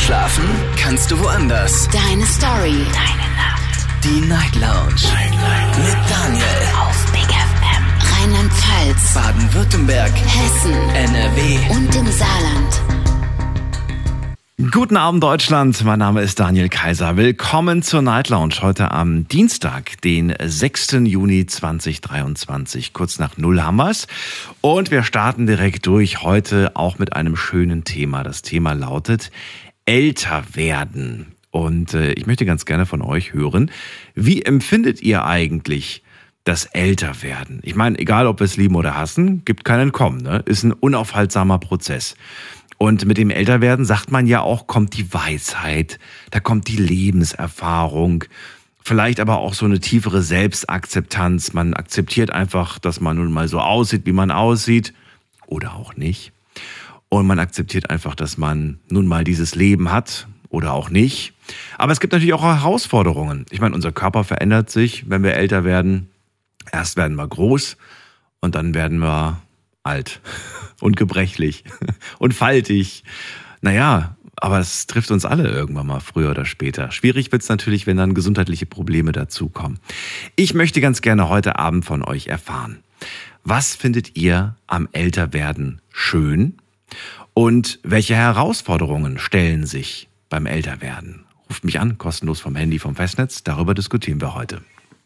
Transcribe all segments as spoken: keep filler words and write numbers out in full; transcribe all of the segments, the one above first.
Schlafen kannst du woanders. Deine Story. Deine Nacht. Die Night Lounge. Night, Night. Mit Daniel. Auf Big F M. Rheinland-Pfalz. Baden-Württemberg. Hessen. N R W. Und im Saarland. Guten Abend, Deutschland. Mein Name ist Daniel Kaiser. Willkommen zur Night Lounge. Heute am Dienstag, den sechsten Juni zweitausenddreiundzwanzig. Kurz nach Null haben wir's. Und wir starten direkt durch. Heute auch mit einem schönen Thema. Das Thema lautet älter werden. Und äh, ich möchte ganz gerne von euch hören, wie empfindet ihr eigentlich das Älterwerden? Ich meine, egal ob wir es lieben oder hassen, gibt kein Entkommen, ne? Ist ein unaufhaltsamer Prozess. Und mit dem Älterwerden sagt man ja auch, kommt die Weisheit, da kommt die Lebenserfahrung, vielleicht aber auch so eine tiefere Selbstakzeptanz. Man akzeptiert einfach, dass man nun mal so aussieht, wie man aussieht oder auch nicht. Und man akzeptiert einfach, dass man nun mal dieses Leben hat oder auch nicht. Aber es gibt natürlich auch Herausforderungen. Ich meine, unser Körper verändert sich, wenn wir älter werden. Erst werden wir groß und dann werden wir alt und gebrechlich und faltig. Naja, aber es trifft uns alle irgendwann mal, früher oder später. Schwierig wird es natürlich, wenn dann gesundheitliche Probleme dazukommen. Ich möchte ganz gerne heute Abend von euch erfahren. Was findet ihr am Älterwerden schön? Und welche Herausforderungen stellen sich beim Älterwerden? Ruft mich an, kostenlos vom Handy, vom Festnetz. Darüber diskutieren wir heute.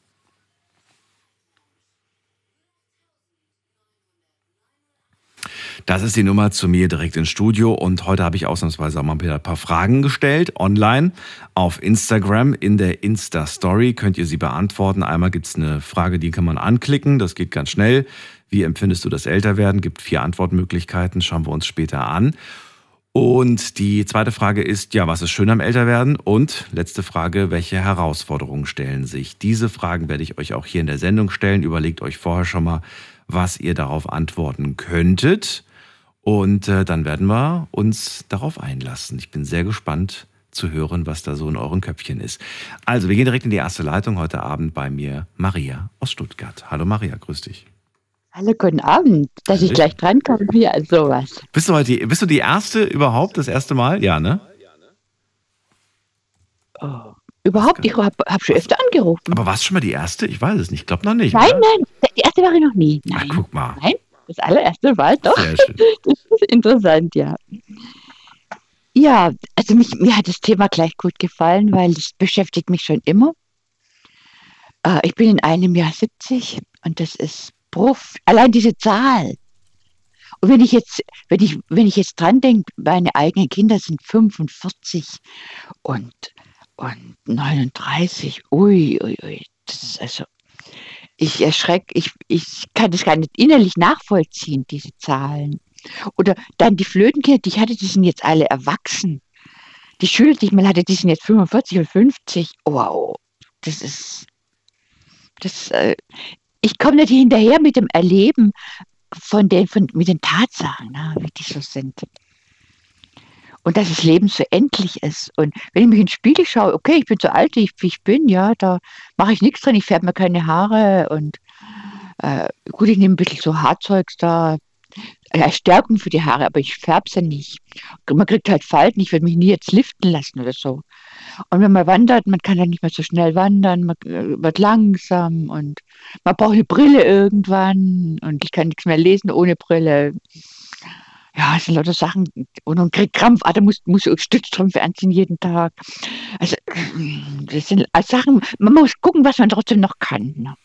Das ist die Nummer zu mir direkt ins Studio und heute habe ich ausnahmsweise auch mal wieder ein paar Fragen gestellt, online, auf Instagram, in der Insta-Story könnt ihr sie beantworten. Einmal gibt es eine Frage, die kann man anklicken, das geht ganz schnell. Wie empfindest du das Älterwerden? Gibt vier Antwortmöglichkeiten, schauen wir uns später an. Und die zweite Frage ist, ja, was ist schön am Älterwerden? Und letzte Frage, welche Herausforderungen stellen sich? Diese Fragen werde ich euch auch hier in der Sendung stellen. Überlegt euch vorher schon mal, was ihr darauf antworten könntet. Und äh, dann werden wir uns darauf einlassen. Ich bin sehr gespannt zu hören, was da so in euren Köpfchen ist. Also, wir gehen direkt in die erste Leitung. Heute Abend bei mir Maria aus Stuttgart. Hallo Maria, grüß dich. Hallo, guten Abend, dass Hallo. ich gleich dran komme hier als sowas. Bist du heute die, bist du die erste überhaupt, das erste Mal? Ja, ne? Oh, überhaupt, ich habe hab schon öfter angerufen. Aber warst du schon mal die erste? Ich weiß es nicht. Ich glaube noch nicht. Nein, oder? nein, die erste war ich noch nie. Nein. Ach, guck mal. Nein, das allererste war doch. Sehr schön. Das ist interessant, ja. Ja, also mich, mir hat das Thema gleich gut gefallen, weil es beschäftigt mich schon immer. Äh, ich bin in einem Jahr siebzig und das ist Bruff, allein diese Zahl. Und wenn ich jetzt, wenn ich, wenn ich jetzt dran denke, meine eigenen Kinder sind fünfundvierzig und, und neununddreißig, ui, ui, ui, das ist also, ich erschrecke, ich, ich kann das gar nicht innerlich nachvollziehen, diese Zahlen. Oder dann die Flötenkinder, die ich hatte, die sind jetzt alle erwachsen. Die Schüler, die ich mal hatte, die sind jetzt fünfundvierzig und fünfzig. Wow, das ist, das, äh, ich komme nicht hinterher mit dem Erleben von den, von, mit den Tatsachen, na, wie die so sind. Und dass das Leben so endlich ist. Und wenn ich mich in den Spiegel schaue, okay, ich bin so alt, wie ich, wie ich bin, ja, da mache ich nichts drin, ich färbe mir keine Haare und äh, gut, ich nehme ein bisschen so Haarzeugs da, ja, Stärkung für die Haare, aber ich färbe sie nicht. Man kriegt halt Falten, ich würde mich nie jetzt liften lassen oder so. Und wenn man wandert, man kann dann nicht mehr so schnell wandern, man äh, wird langsam und man braucht eine Brille irgendwann und ich kann nichts mehr lesen ohne Brille. Ja, es sind lauter Sachen. Und man kriegt Krampfader, muss, muss Stützstrümpfe anziehen jeden Tag. Also, das sind Sachen, man muss gucken, was man trotzdem noch kann. Ne?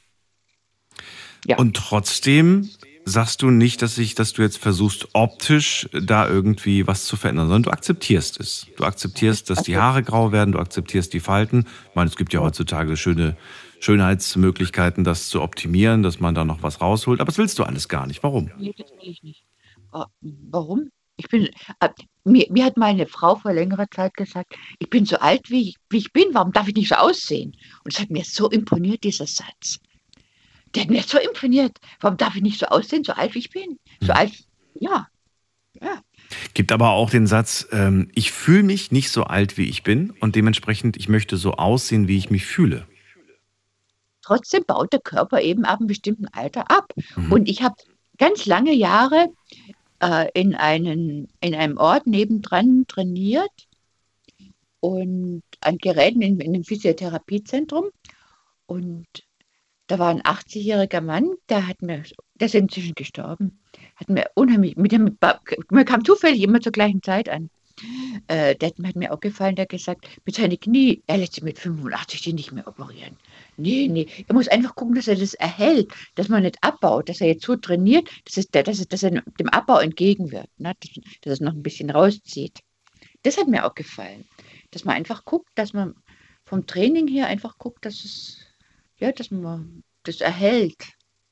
Ja. Und trotzdem sagst du nicht, dass ich, dass du jetzt versuchst, optisch da irgendwie was zu verändern, sondern du akzeptierst es. Du akzeptierst, dass die Haare grau werden, du akzeptierst die Falten. Ich meine, es gibt ja heutzutage schöne Schönheitsmöglichkeiten, das zu optimieren, dass man da noch was rausholt. Aber das willst du alles gar nicht. Warum? Nee, das will ich nicht. Äh, Warum? Ich bin, äh, mir, mir hat meine Frau vor längerer Zeit gesagt, ich bin so alt, wie ich, wie ich bin, warum darf ich nicht so aussehen? Und es hat mir so imponiert, dieser Satz. Der hat mir so imponiert. Warum darf ich nicht so aussehen, so alt wie ich bin? So Hm. alt, ja. Ja. Gibt aber auch den Satz, ähm, ich fühle mich nicht so alt, wie ich bin und dementsprechend, ich möchte so aussehen, wie ich mich fühle. Trotzdem baut der Körper eben ab einem bestimmten Alter ab. Mhm. Und ich habe ganz lange Jahre äh, in, einen, in einem Ort nebendran trainiert. und an Geräten in, in einem Physiotherapiezentrum. Und da war ein achtzigjähriger Mann, der hat mir, der ist inzwischen gestorben, hat mir unheimlich, mit dem, mir kam zufällig immer zur gleichen Zeit an. Äh, der hat mir auch gefallen, der hat gesagt, mit seinen Knie, er lässt sich mit fünfundachtzig die nicht mehr operieren. Nee, nee, er muss einfach gucken, dass er das erhält, dass man nicht abbaut, dass er jetzt so trainiert, dass, es, dass, es, dass er dem Abbau entgegenwirkt, ne? dass, dass es noch ein bisschen rauszieht. Das hat mir auch gefallen, dass man einfach guckt, dass man vom Training her einfach guckt, dass es, ja, dass man das erhält.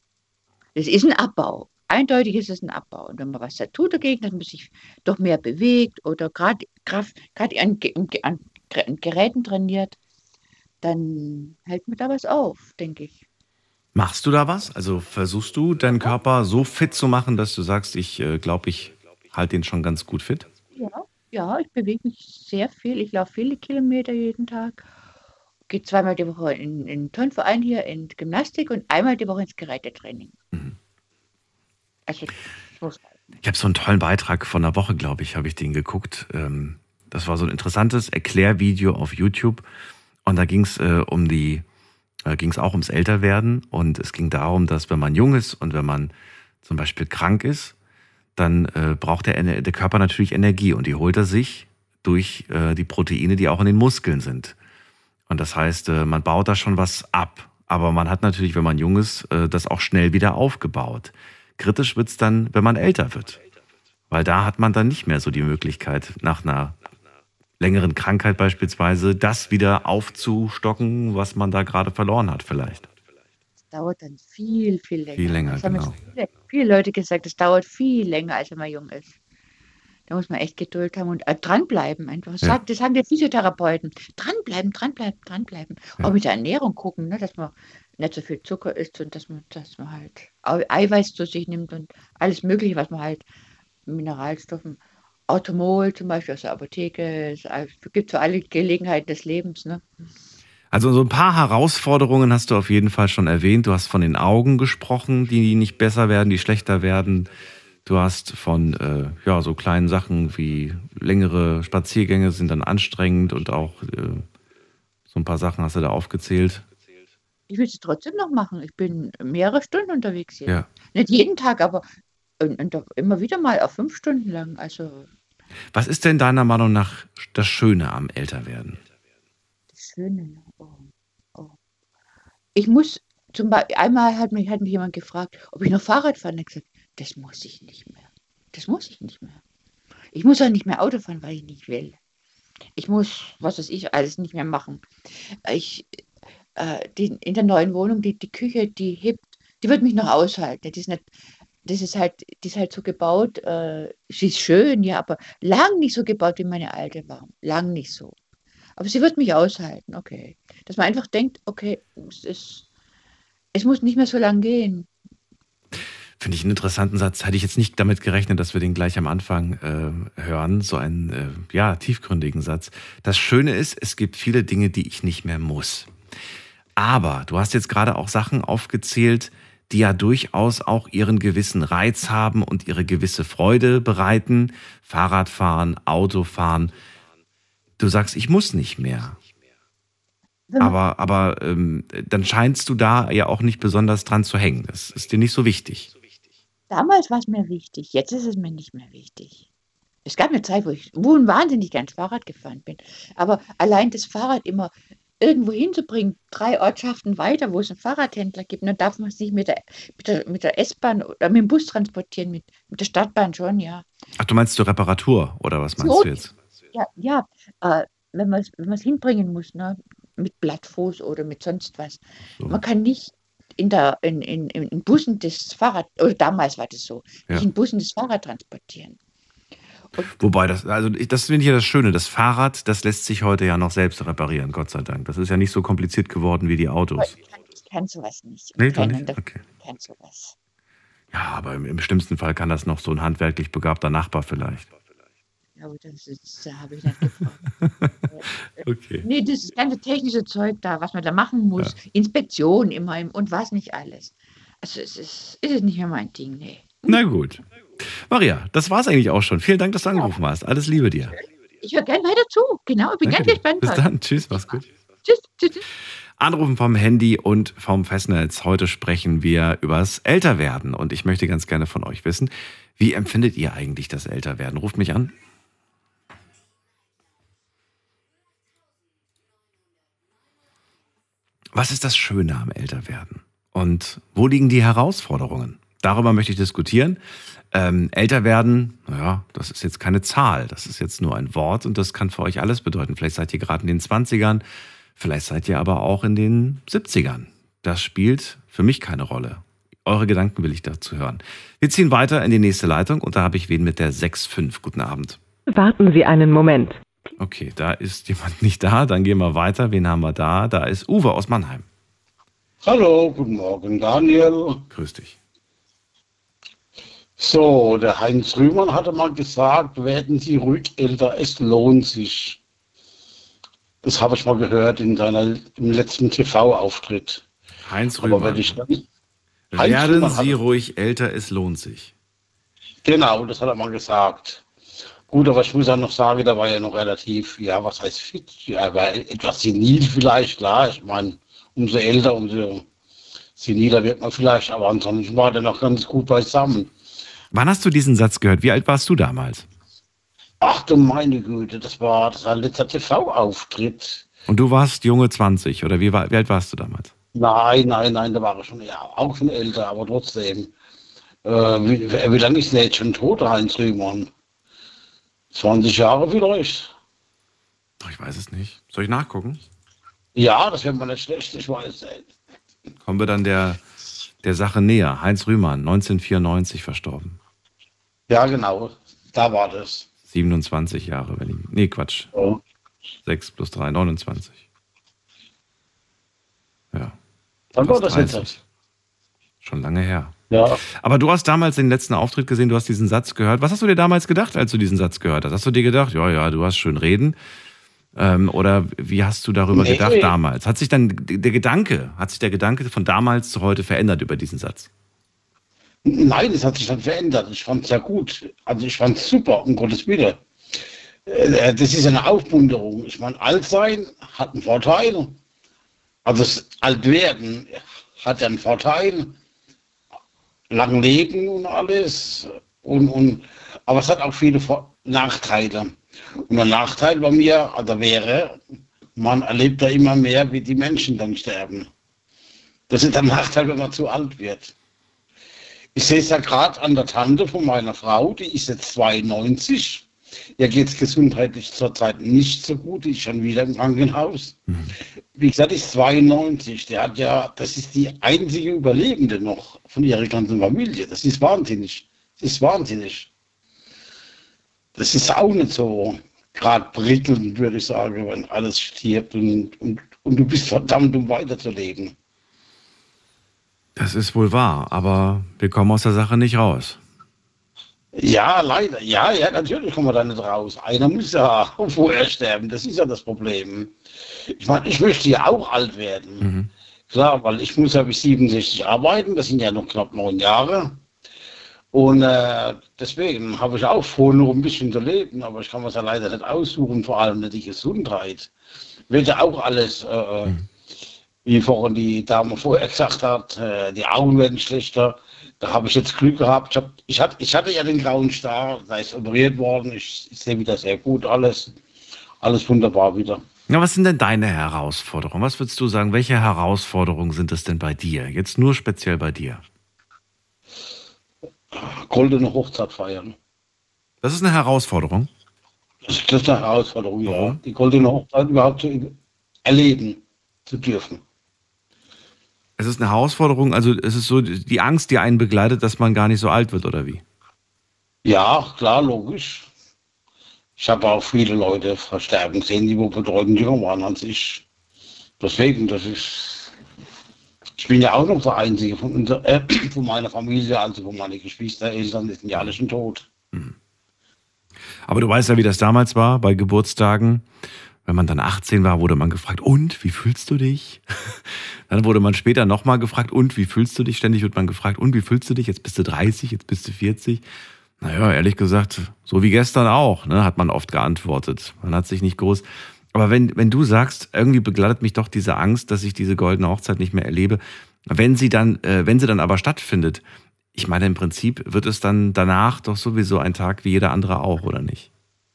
Das ist ein Abbau. Eindeutig ist es ein Abbau. Und wenn man was da tut dagegen, dass man sich doch mehr bewegt oder gerade an, an, an Geräten trainiert, dann hält man da was auf, denke ich. Machst du da was? Also versuchst du, deinen Körper so fit zu machen, dass du sagst, ich äh, glaube, ich halte den schon ganz gut fit? Ja, ja, ich bewege mich sehr viel. Ich laufe viele Kilometer jeden Tag. Gehe zweimal die Woche in, in den Turnverein hier, in Gymnastik und einmal die Woche ins Gerätetraining. Mhm. Also, ich habe so einen tollen Beitrag von einer Woche, glaube ich, habe ich den geguckt. Das war so ein interessantes Erklärvideo auf YouTube. Und da ging es äh, um die, äh, ging es auch ums Älterwerden. Und es ging darum, dass wenn man jung ist und wenn man zum Beispiel krank ist, dann äh, braucht der, der Körper natürlich Energie. Und die holt er sich durch äh, die Proteine, die auch in den Muskeln sind. Und das heißt, äh, man baut da schon was ab. Aber man hat natürlich, wenn man jung ist, äh, das auch schnell wieder aufgebaut. Kritisch wird es dann, wenn man älter wird. Weil da hat man dann nicht mehr so die Möglichkeit, nach einer längeren Krankheit beispielsweise, das wieder aufzustocken, was man da gerade verloren hat vielleicht. Das dauert dann viel, viel länger. Viel länger, das haben genau. Viele, viele Leute gesagt, es dauert viel länger, als wenn man jung ist. Da muss man echt Geduld haben und äh, dranbleiben einfach. Das, Ja. sagt, das sagen wir Physiotherapeuten. Dranbleiben, dranbleiben, dranbleiben. Ja. Auch mit der Ernährung gucken, ne, dass man nicht so viel Zucker isst und dass man, dass man halt Ei- Eiweiß zu sich nimmt und alles Mögliche, was man halt, Mineralstoffen, Automol zum Beispiel aus der Apotheke, es gibt für alle Gelegenheiten des Lebens. Ne? Also so ein paar Herausforderungen hast du auf jeden Fall schon erwähnt. Du hast von den Augen gesprochen, die nicht besser werden, die schlechter werden. Du hast von äh, ja, so kleinen Sachen wie längere Spaziergänge sind dann anstrengend und auch äh, so ein paar Sachen hast du da aufgezählt. Ich will es trotzdem noch machen. Ich bin mehrere Stunden unterwegs hier. Ja. Nicht jeden Tag, aber und, und immer wieder mal auf fünf Stunden lang. Also Was ist denn deiner Meinung nach das Schöne am Älterwerden? das Schöne. Oh, oh. Ich muss zum Beispiel, einmal hat mich, hat mich jemand gefragt, ob ich noch Fahrrad fahren. Ich habe gesagt, das muss ich nicht mehr. Das muss ich nicht mehr. Ich muss auch nicht mehr Auto fahren, weil ich nicht will. Ich muss, was weiß ich, alles nicht mehr machen. Ich, äh, die, in der neuen Wohnung, die, die Küche, die hebt, die wird mich noch aushalten. Die ist nicht, das ist halt, die ist halt so gebaut, äh, sie ist schön, ja, aber lang nicht so gebaut, wie meine alte war. Lang nicht so. Aber sie wird mich aushalten, okay. Dass man einfach denkt, okay, es ist, es muss nicht mehr so lang gehen. Finde ich einen interessanten Satz. Hätte ich jetzt nicht damit gerechnet, dass wir den gleich am Anfang äh, hören. So einen äh, ja, tiefgründigen Satz. Das Schöne ist, es gibt viele Dinge, die ich nicht mehr muss. Aber du hast jetzt gerade auch Sachen aufgezählt, die ja durchaus auch ihren gewissen Reiz haben und ihre gewisse Freude bereiten. Fahrradfahren, Autofahren. Du sagst, ich muss nicht mehr. Aber, aber ähm, dann scheinst du da ja auch nicht besonders dran zu hängen. Das ist dir nicht so wichtig. Damals war es mir wichtig, jetzt ist es mir nicht mehr wichtig. Es gab eine Zeit, wo ich wo wahnsinnig gern Fahrrad gefahren bin. Aber allein das Fahrrad immer irgendwo hinzubringen, drei Ortschaften weiter, wo es einen Fahrradhändler gibt, dann darf man es nicht mit der, mit der, mit der S-Bahn oder mit dem Bus transportieren, mit, mit der Stadtbahn schon, ja. Ach, du meinst zur Reparatur oder was meinst So, du jetzt? ja, ja äh, wenn man es wenn man's hinbringen muss, ne, mit Blattfuß oder mit sonst was. So. Man kann nicht in, der, in, in, in Bussen das Fahrrad, oder damals war das so, Ja. nicht in Bussen das Fahrrad transportieren. Wobei, das, also ich- das finde ich ja das Schöne. Das Fahrrad, das lässt sich heute ja noch selbst reparieren, Gott sei Dank. Das ist ja nicht so kompliziert geworden wie die Aber Autos. ich kann, ich kann sowas nicht. Nee, du Keinen, nicht? das- Okay. Ich kann sowas. Ja, aber im, im schlimmsten Fall kann das noch so ein handwerklich begabter Nachbar vielleicht. Aber das, ist, da habe ich nicht gefragt. Okay. Nee, das ganze technische Zeug da, was man da machen muss, Inspektion immer im, und was nicht alles. Also es ist, ist es nicht mehr mein Ding, nee. Na gut. Maria, das war's eigentlich auch schon. Vielen Dank, dass du angerufen hast. Alles Liebe dir. Ich ich höre gerne weiter zu. Genau, ich bin Danke ganz dir. gespannt. Bis dann. Tschüss, mach's gut. Tschüss, tschüss, tschüss. Anrufen vom Handy und vom Festnetz. Heute sprechen wir übers Älterwerden. Und ich möchte ganz gerne von euch wissen, wie empfindet ihr eigentlich das Älterwerden? Ruft mich an. Was ist das Schöne am Älterwerden? Und wo liegen die Herausforderungen? Darüber möchte ich diskutieren. Ähm, älter werden, naja, das ist jetzt keine Zahl, das ist jetzt nur ein Wort und das kann für euch alles bedeuten. Vielleicht seid ihr gerade in den zwanzigern, vielleicht seid ihr aber auch in den siebzigern. Das spielt für mich keine Rolle. Eure Gedanken will ich dazu hören. Wir ziehen weiter in die nächste Leitung und da habe ich wen mit der sechs fünf. Guten Abend. Warten Sie einen Moment. Okay, da ist jemand nicht da, dann gehen wir weiter. Wen haben wir da? Da ist Uwe aus Mannheim. Hallo, guten Morgen, Daniel. Grüß dich. So, der Heinz Rühmann hatte mal gesagt, werden Sie ruhig älter, es lohnt sich. Das habe ich mal gehört in seiner, im letzten T V-Auftritt. Heinz Aber Rühmann. wenn ich dann, Heinz Werden Rühmann Sie hat- ruhig älter, es lohnt sich. Genau, das hat er mal gesagt. Gut, aber ich muss ja noch sagen, da war er noch relativ, ja, was heißt fit? Ja, er war etwas senil vielleicht, klar. Ich meine, umso älter, umso seniler wird man vielleicht, aber ansonsten war der noch ganz gut beisammen. Wann hast du diesen Satz gehört? Wie alt warst du damals? Ach du meine Güte, das war, das war ein letzter T V-Auftritt. Und du warst junge zwanzig, oder wie, war, wie alt warst du damals? Nein, nein, nein, da war er schon, ja, auch schon älter, aber trotzdem. Äh, wie, wie lange ist der jetzt schon tot, Heinz Rühmann? zwanzig Jahre vielleicht? Ach, ich weiß es nicht. Soll ich nachgucken? Ja, das wäre mal nicht schlecht, ich weiß. Kommen wir dann der, der Sache näher. Heinz Rühmann, neunzehnhundertvierundneunzig verstorben. Ja, genau, da war das. siebenundzwanzig Jahre, wenn ich... Nee, Quatsch. Oh. sechs plus drei, neunundzwanzig. Ja. Dann war fast das dreißig. jetzt. Schon lange her. Ja, Aber du hast damals den letzten Auftritt gesehen, du hast diesen Satz gehört. Was hast du dir damals gedacht, als du diesen Satz gehört hast? Hast du dir gedacht, ja, ja, du hast schön reden? Ähm, oder wie hast du darüber Nee. gedacht damals? Hat sich dann der Gedanke, hat sich der Gedanke von damals zu heute verändert über diesen Satz? nein, es hat sich dann verändert. Ich fand es ja gut. Also ich fand es super, um Gottes Willen. Äh, Das ist eine Aufmunterung. Ich meine, alt sein hat einen Vorteil. Also das Altwerden hat ja einen Vorteil. Lang leben und alles. Und, und, aber es hat auch viele Vor- Nachteile. Und ein Nachteil bei mir also wäre, man erlebt ja immer mehr, wie die Menschen dann sterben. Das ist ein Nachteil, wenn man zu alt wird. Ich sehe es ja gerade an der Tante von meiner Frau, die ist jetzt zweiundneunzig. Ihr geht es gesundheitlich zurzeit nicht so gut, die ist schon wieder im Krankenhaus. Wie gesagt, die ist zweiundneunzig. Der hat ja, das ist die einzige Überlebende noch von ihrer ganzen Familie. Das ist wahnsinnig. Das ist wahnsinnig. Das ist auch nicht so gerade prickelnd, würde ich sagen, wenn alles stirbt und, und, und du bist verdammt, um weiterzuleben. Das ist wohl wahr, aber wir kommen aus der Sache nicht raus. Ja, leider. Ja, ja, natürlich kommen wir da nicht raus. Einer muss ja vorher sterben. Das ist ja das Problem. Ich meine, ich möchte ja auch alt werden. Mhm. Klar, weil ich muss ja bis siebenundsechzig arbeiten. Das sind ja noch knapp neun Jahre. Und äh, deswegen habe ich auch vor, noch ein bisschen zu leben. Aber ich kann mir es ja leider nicht aussuchen, vor allem nicht die Gesundheit. Wird ja auch alles, äh, Mhm. wie vorhin die Dame vorher gesagt hat, äh, die Augen werden schlechter. Da habe ich jetzt Glück gehabt. Ich, hab, ich, hab, ich hatte ja den grauen Star, da ist operiert worden. Ich, ich sehe wieder sehr gut alles. Alles wunderbar wieder. Ja, was sind denn deine Herausforderungen? Was würdest du sagen, welche Herausforderungen sind es denn bei dir? Jetzt nur speziell bei dir. Goldene Hochzeit feiern. Das ist eine Herausforderung. Das, das ist eine Herausforderung, ja. Warum? Die goldene Hochzeit überhaupt zu erleben zu dürfen. Es ist eine Herausforderung, also es ist so die Angst, die einen begleitet, dass man gar nicht so alt wird, oder wie? Ja, klar, logisch. Ich habe auch viele Leute versterben sehen, die wo bedeutend jünger waren als ich. Deswegen, das ist. Ich bin ja auch noch der Einzige von, unser, äh, von meiner Familie, also von meinen Geschwistereltern, die sind ja alle schon tot. Aber du weißt ja, wie das damals war bei Geburtstagen. Wenn man dann achtzehn war, wurde man gefragt, und, wie fühlst du dich? Dann wurde man später nochmal gefragt, und, wie fühlst du dich? Ständig wird man gefragt, und, wie fühlst du dich? Jetzt bist du dreißig, jetzt bist du vierzig. Naja, ehrlich gesagt, so wie gestern auch, ne, hat man oft geantwortet. Man hat sich nicht groß... Aber wenn, wenn du sagst, irgendwie begleitet mich doch diese Angst, dass ich diese goldene Hochzeit nicht mehr erlebe, wenn sie dann, äh, wenn sie dann aber stattfindet, ich meine, im Prinzip wird es dann danach doch sowieso ein Tag wie jeder andere auch, oder nicht?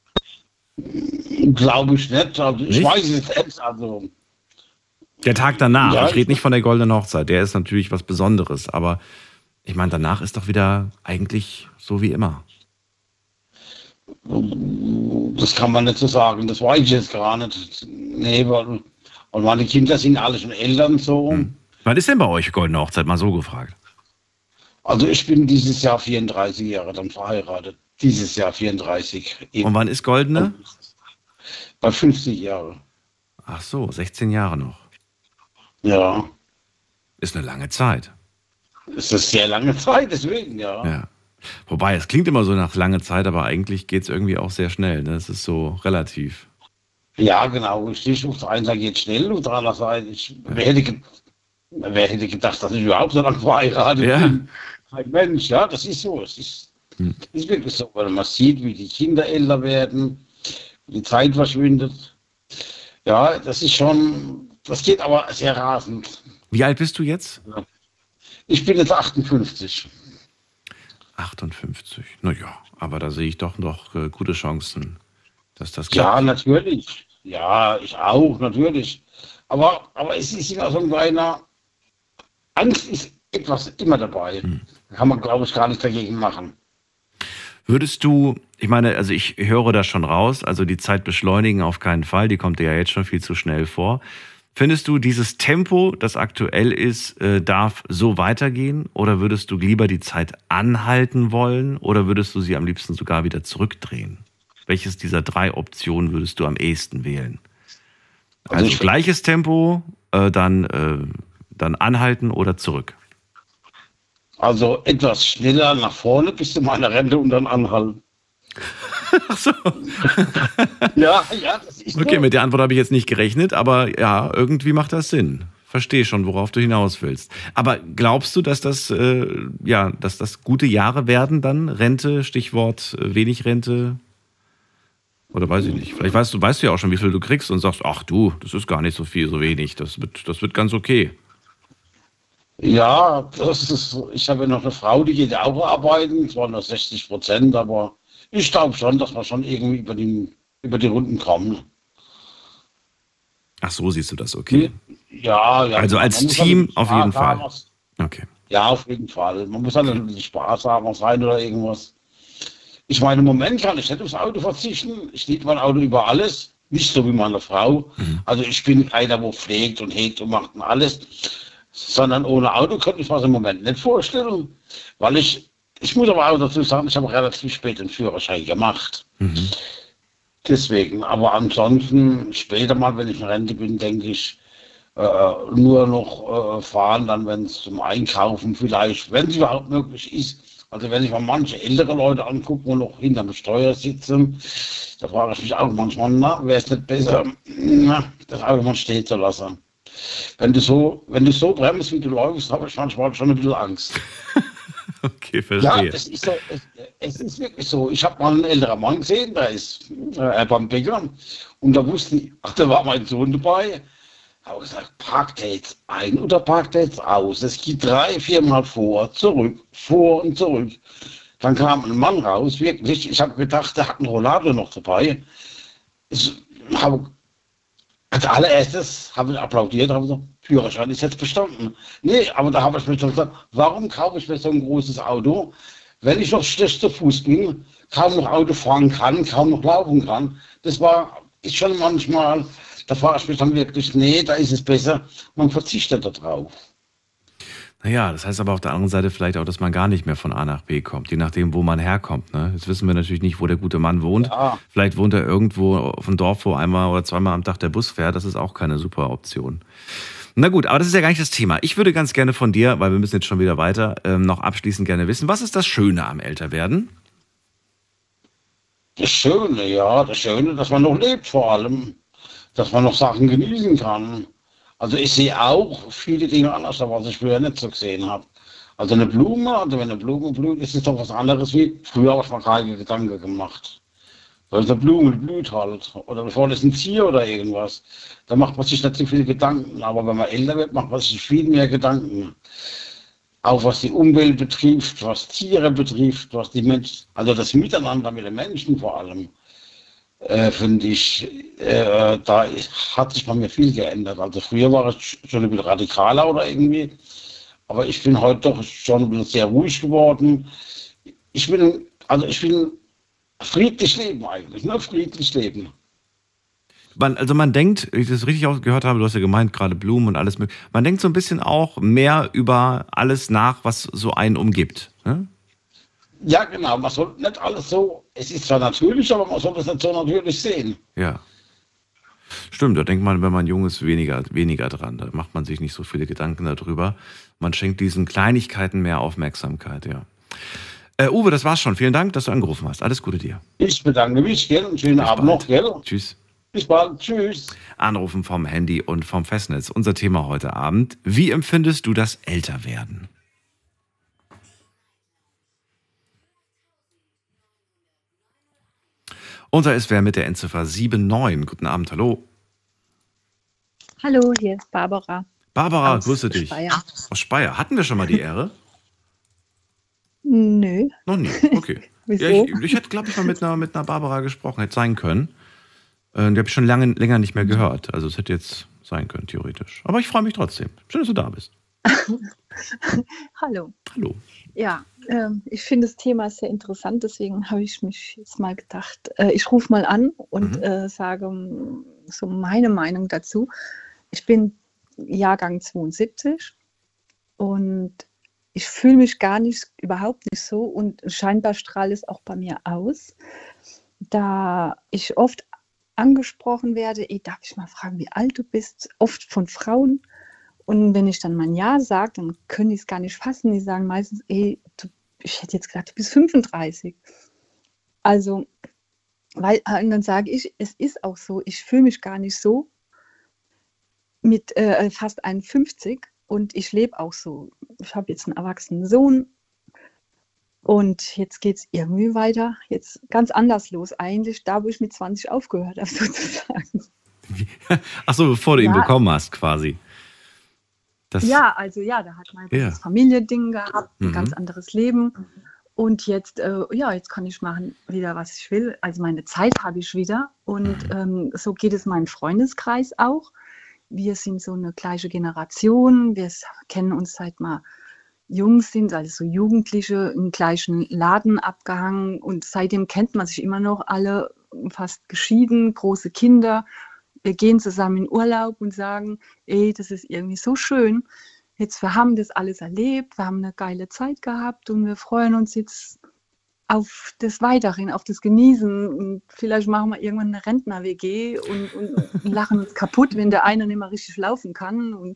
Glaube ich nicht. Also ich Nicht? weiß es nicht. Also, Der Tag danach, Ja, ich rede nicht von der goldenen Hochzeit, der ist natürlich was Besonderes, aber ich meine, danach ist doch wieder eigentlich so wie immer. das kann man nicht so sagen. Das weiß ich jetzt gar nicht. Nee, weil, weil meine Kinder sind alle schon Eltern so. Hm. Wann ist denn bei euch goldene Hochzeit, mal so gefragt? Also ich bin dieses Jahr vierunddreißig Jahre dann verheiratet. Dieses Jahr vierunddreißig. Eben. Und wann ist goldene? Bei fünfzig Jahren. Ach so, sechzehn Jahre noch. Ja. Ist eine lange Zeit. Das ist sehr lange Zeit, deswegen, ja. Ja. Wobei, es klingt immer so nach lange Zeit, aber eigentlich geht es irgendwie auch sehr schnell. Ne? Es ist so relativ. Ja, genau. Ich auf der einen Seite geht schnell, auf der anderen Seite, ich, wer, hätte, ge- wer hätte gedacht, dass ich überhaupt so lange verheiratet Ja. bin? Kein Mensch, ja, das ist so. Es ist, Hm. ist wirklich so, weil man sieht, wie die Kinder älter werden, wie die Zeit verschwindet. Ja, das ist schon, das geht aber sehr rasend. Wie alt bist du jetzt? Ich bin jetzt achtundfünfzig. achtundfünfzig. Naja, aber da sehe ich doch noch äh, gute Chancen, dass das Ja, klappt. natürlich. Ja, ich auch, natürlich. Aber, aber es ist immer so ein kleiner, Angst ist etwas immer dabei. Da kann man, glaube ich, gar nichts dagegen machen. Würdest du, ich meine, also ich höre das schon raus, also die Zeit beschleunigen auf keinen Fall, die kommt dir ja jetzt schon viel zu schnell vor. Findest du, dieses Tempo, das aktuell ist, äh, darf so weitergehen? Oder würdest du lieber die Zeit anhalten wollen? Oder würdest du sie am liebsten sogar wieder zurückdrehen? Welches dieser drei Optionen würdest du am ehesten wählen? Also Also ich- gleiches Tempo, äh, dann, äh, dann anhalten oder zurück? Also etwas schneller nach vorne bis zu meiner Rente und dann anhalten. Ach so. Ja, ja, das ist Okay, so. mit der Antwort habe ich jetzt nicht gerechnet, aber ja, irgendwie macht das Sinn. Verstehe schon, worauf du hinaus willst. Aber glaubst du, dass das, äh, ja, dass das gute Jahre werden dann? Rente, Stichwort äh, wenig Rente? Oder weiß ich nicht. Vielleicht weißt du, weißt du ja auch schon, wie viel du kriegst und sagst, ach du, das ist gar nicht so viel, so wenig. Das wird, das wird ganz okay. Ja, das ist, ich habe ja noch eine Frau, die geht ja auch arbeiten, zwar nur sechzig Prozent, aber ich glaube schon, dass wir schon irgendwie über die, über die Runden kommen. Ach so, siehst du das, okay. Ja, ja. Also als man muss Team halt auf Spaß jeden Fall. haben. Okay. Ja, auf jeden Fall. Man muss halt natürlich Spaß haben, sein oder irgendwas. Ich meine, im Moment kann ich nicht aufs Auto verzichten. Ich liebe mein Auto über alles. Nicht so wie meine Frau. Also ich bin einer, wo pflegt und hegt und macht und alles. Sondern ohne Auto könnte ich mir das im Moment nicht vorstellen. Weil ich, ich muss aber auch dazu sagen, ich habe relativ spät den Führerschein gemacht. Mhm. Deswegen, aber ansonsten später mal, wenn ich in Rente bin, denke ich, äh, nur noch äh, fahren, dann wenn es zum Einkaufen vielleicht, wenn es überhaupt möglich ist. Also wenn ich mal manche ältere Leute angucke, wo noch hinterm Steuer sitzen, da frage ich mich auch manchmal, na, wäre es nicht besser, na, das Auto mal stehen zu lassen. Wenn du so, wenn du so bremst, wie du läufst, habe ich manchmal schon ein bisschen Angst. Okay, Ja, verstehe. es ist, so, es, es ist wirklich so. Ich habe mal einen älteren Mann gesehen, der ist äh, beim Bäcker und da wusste ich, ach, da war mein Sohn dabei. Habe gesagt, parkt der jetzt ein oder parkt der jetzt aus? Es geht drei, viermal vor, zurück, vor und zurück. Dann kam ein Mann raus, wirklich, ich habe gedacht, der hat einen Rollator noch dabei. Ich habe als allererstes habe ich applaudiert, habe gesagt, Führerschein ist jetzt bestanden. Nee, aber da habe ich mir schon gesagt, warum kaufe ich mir so ein großes Auto, wenn ich noch schlecht zu Fuß bin, kaum noch Auto fahren kann, kaum noch laufen kann. Das war ist schon manchmal, da frage ich mich dann wirklich, nee, da ist es besser, man verzichtet darauf. Naja, das heißt aber auf der anderen Seite vielleicht auch, dass man gar nicht mehr von A nach B kommt, je nachdem, wo man herkommt. Ne? Jetzt wissen wir natürlich nicht, wo der gute Mann wohnt. Ja. Vielleicht wohnt er irgendwo auf dem Dorf, wo einmal oder zweimal am Tag der Bus fährt. Das ist auch keine super Option. Na gut, aber das ist ja gar nicht das Thema. Ich würde ganz gerne von dir, weil wir müssen jetzt schon wieder weiter, ähm, noch abschließend gerne wissen, was ist das Schöne am Älterwerden? Das Schöne, ja, das Schöne, dass man noch lebt vor allem, dass man noch Sachen genießen kann. Also ich sehe auch viele Dinge anders, was ich früher nicht so gesehen habe. Also eine Blume, also wenn eine Blume blüht, ist es doch was anderes wie früher habe ich mir keine Gedanken gemacht. Weil eine Blume blüht halt. Oder bevor das ein Tier oder irgendwas. Da macht man sich nicht so viele Gedanken. Aber wenn man älter wird, macht man sich viel mehr Gedanken. Auch was die Umwelt betrifft, was Tiere betrifft, was die Menschen, also das Miteinander mit den Menschen vor allem, äh, finde ich, äh, da hat sich bei mir viel geändert. Also früher war es schon ein bisschen radikaler oder irgendwie. Aber ich bin heute doch schon ein bisschen sehr ruhig geworden. Ich will, also ich will friedlich leben eigentlich, nur friedlich leben. Man, also man denkt, wenn ich das richtig auch gehört habe, du hast ja gemeint, gerade Blumen und alles mögliche, man denkt so ein bisschen auch mehr über alles nach, was so einen umgibt. Ne? Ja, genau, man soll nicht alles so, es ist zwar natürlich, aber man soll das nicht so natürlich sehen. Ja. Stimmt, da denkt man, wenn man jung ist, weniger, weniger dran. Da macht man sich nicht so viele Gedanken darüber. Man schenkt diesen Kleinigkeiten mehr Aufmerksamkeit, ja. Äh, Uwe, das war's schon. Vielen Dank, dass du angerufen hast. Alles Gute dir. Ich bedanke mich, gell? Einen schönen Bis Abend bald. noch, gell? Tschüss. Bis bald, tschüss. Anrufen vom Handy und vom Festnetz. Unser Thema heute Abend. Wie empfindest du das Älterwerden? Und da ist wer mit der Endziffer sieben neun. Guten Abend, hallo. Hallo, hier ist Barbara. Barbara, aus grüße dich. Speyer. Aus Speyer. Hatten wir schon mal die Ehre? Nö. Noch nie, okay. Wieso? Ja, ich, ich hätte, glaube ich, mal mit einer, mit einer Barbara gesprochen, hätte sein können. Äh, die habe ich schon lange, länger nicht mehr gehört. Also es hätte jetzt sein können, theoretisch. Aber ich freue mich trotzdem. Schön, dass du da bist. Hallo. Hallo. Ja, ähm, ich finde das Thema sehr interessant, deswegen habe ich mich jetzt mal gedacht, äh, ich rufe mal an und Mhm. äh, sage mm, so meine Meinung dazu. Ich bin Jahrgang zweiundsiebzig und ich fühle mich gar nicht, überhaupt nicht so und scheinbar strahlt es auch bei mir aus, da ich oft angesprochen werde, ey, darf ich mal fragen, wie alt du bist, oft von Frauen. Und wenn ich dann mein Ja sage, dann können die es gar nicht fassen. Die sagen meistens, ey, du, ich hätte jetzt gedacht, du bist fünfunddreißig. Also, weil, und dann sage ich, es ist auch so, ich fühle mich gar nicht so mit äh, fast einundfünfzig und ich lebe auch so. Ich habe jetzt einen erwachsenen Sohn und jetzt geht es irgendwie weiter, jetzt ganz anders los eigentlich, da wo ich mit zwanzig aufgehört habe sozusagen. Ach so, bevor du ihn Ja. bekommen hast, quasi. Das, Ja, also ja, da hat man Ja. das Familiending gehabt, ein Mhm. ganz anderes Leben. Und jetzt, äh, ja, jetzt kann ich machen wieder, was ich will. Also meine Zeit habe ich wieder. Und ähm, so geht es meinem Freundeskreis auch. Wir sind so eine gleiche Generation. Wir s- kennen uns seit wir jung sind, also so Jugendliche im gleichen Laden abgehangen. Und seitdem kennt man sich immer noch alle, fast geschieden, große Kinder. Wir gehen zusammen in Urlaub und sagen, ey, das ist irgendwie so schön. Jetzt, wir haben das alles erlebt, wir haben eine geile Zeit gehabt und wir freuen uns jetzt auf das Weiterhin, auf das Genießen. Und vielleicht machen wir irgendwann eine Rentner-W G und, und lachen uns kaputt, wenn der eine nicht mehr richtig laufen kann und,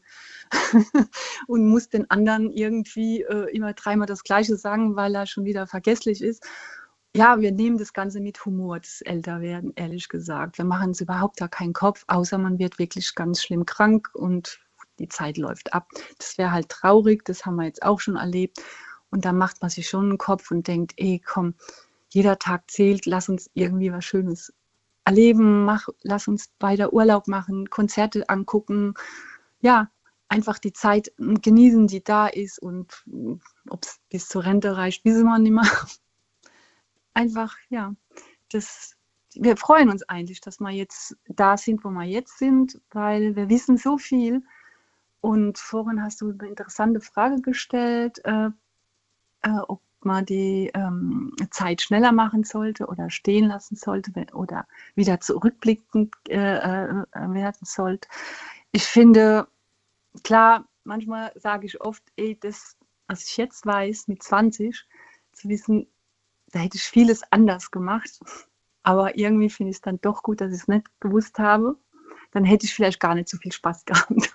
und muss den anderen irgendwie äh, immer dreimal das Gleiche sagen, weil er schon wieder vergesslich ist. Ja, wir nehmen das Ganze mit Humor, das Älterwerden, ehrlich gesagt. Wir machen uns überhaupt da keinen Kopf, außer man wird wirklich ganz schlimm krank und die Zeit läuft ab. Das wäre halt traurig, das haben wir jetzt auch schon erlebt. Und da macht man sich schon einen Kopf und denkt, ey, komm, jeder Tag zählt, lass uns irgendwie was Schönes erleben, mach, lass uns weiter Urlaub machen, Konzerte angucken. Ja, einfach die Zeit genießen, die da ist und ob es bis zur Rente reicht, wissen wir nicht mehr. Einfach, ja, das, wir freuen uns eigentlich, dass wir jetzt da sind, wo wir jetzt sind, weil wir wissen so viel. Und vorhin hast du eine interessante Frage gestellt, äh, äh, ob man die ähm, Zeit schneller machen sollte oder stehen lassen sollte oder wieder zurückblickend äh, äh, werden sollte. Ich finde, klar, manchmal sage ich oft, ey, das, was ich jetzt weiß, mit zwanzig, zu wissen, da hätte ich vieles anders gemacht. Aber irgendwie finde ich es dann doch gut, dass ich es nicht gewusst habe. Dann hätte ich vielleicht gar nicht so viel Spaß gehabt.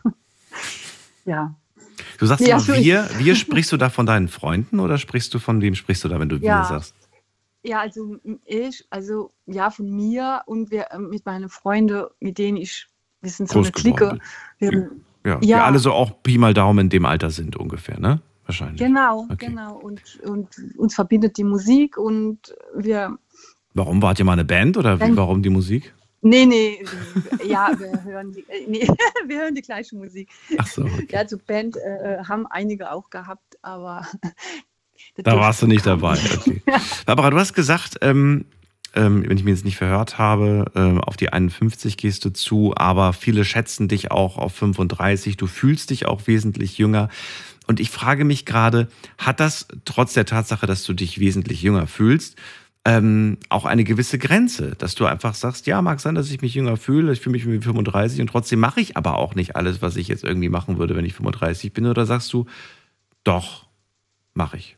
Ja. Du sagst Ja, immer so wir, wir, sprichst du da von deinen Freunden oder sprichst du von wem sprichst du da, wenn du Ja. wir sagst? Ja, also ich, also ja, von mir und wir äh, mit meinen Freunden, mit denen ich, wir sind so Groß eine Clique. geworden Wir, Ja, Ja. die alle so auch Pi mal Daumen in dem Alter sind ungefähr, ne? wahrscheinlich. Genau, Okay. genau. Und, und uns verbindet die Musik und wir. Warum? Wart ihr mal eine Band oder wie, Dann- warum die Musik? Nee, nee, ja, wir hören die, äh, nee, wir hören die gleiche Musik. Ach so, okay. Ja, so Band äh, haben einige auch gehabt, aber das Da warst du nicht durfte dabei. kaum. Okay. Barbara, du hast gesagt, ähm, ähm, wenn ich mich jetzt nicht verhört habe, ähm, auf die einundfünfzig gehst du zu, aber viele schätzen dich auch auf fünfunddreißig. Du fühlst dich auch wesentlich jünger. Und ich frage mich gerade, hat das trotz der Tatsache, dass du dich wesentlich jünger fühlst, ähm, auch eine gewisse Grenze, dass du einfach sagst, ja, mag sein, dass ich mich jünger fühle, ich fühle mich wie fünfunddreißig und trotzdem mache ich aber auch nicht alles, was ich jetzt irgendwie machen würde, wenn ich fünfunddreißig bin, oder sagst du, doch, mache ich.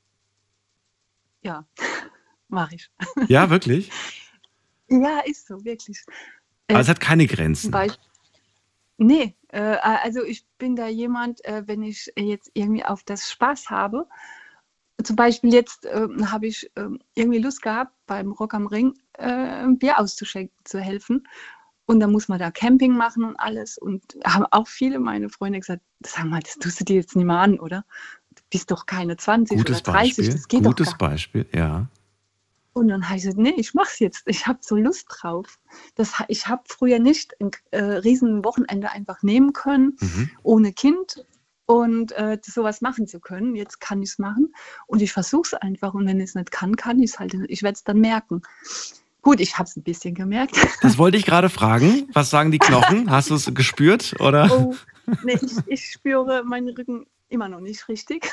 Ja, mache ich. Ja, wirklich? Ja, ist so, wirklich. Aber Äh, es hat keine zum Grenzen. Beispiel, nee, äh, also ich bin da jemand, äh, wenn ich jetzt irgendwie auf das Spaß habe. Zum Beispiel jetzt ähm, habe ich ähm, irgendwie Lust gehabt, beim Rock am Ring äh, ein Bier auszuschenken, zu helfen. Und dann muss man da Camping machen und alles. Und haben auch viele meine Freunde gesagt, sag mal, das tust du dir jetzt nicht mal an, oder? Du bist doch keine zwanzig Gutes oder dreißig, Beispiel. das geht Gutes doch gar nicht. Beispiel, ja. Und dann habe ich gesagt, nee, ich mach's jetzt. Ich habe so Lust drauf. Das, ha- ich habe früher nicht ein äh, riesen Wochenende einfach nehmen können, Mhm. ohne Kind und äh, sowas machen zu können. Jetzt kann ich es machen und ich versuche es einfach. Und wenn ich es nicht kann, kann ich es halt. Ich werde es dann merken. Gut, ich habe es ein bisschen gemerkt. Das wollte ich gerade fragen. Was sagen die Knochen? Hast du es gespürt? Oder? Oh, nee, ich, ich spüre meinen Rücken immer noch nicht richtig.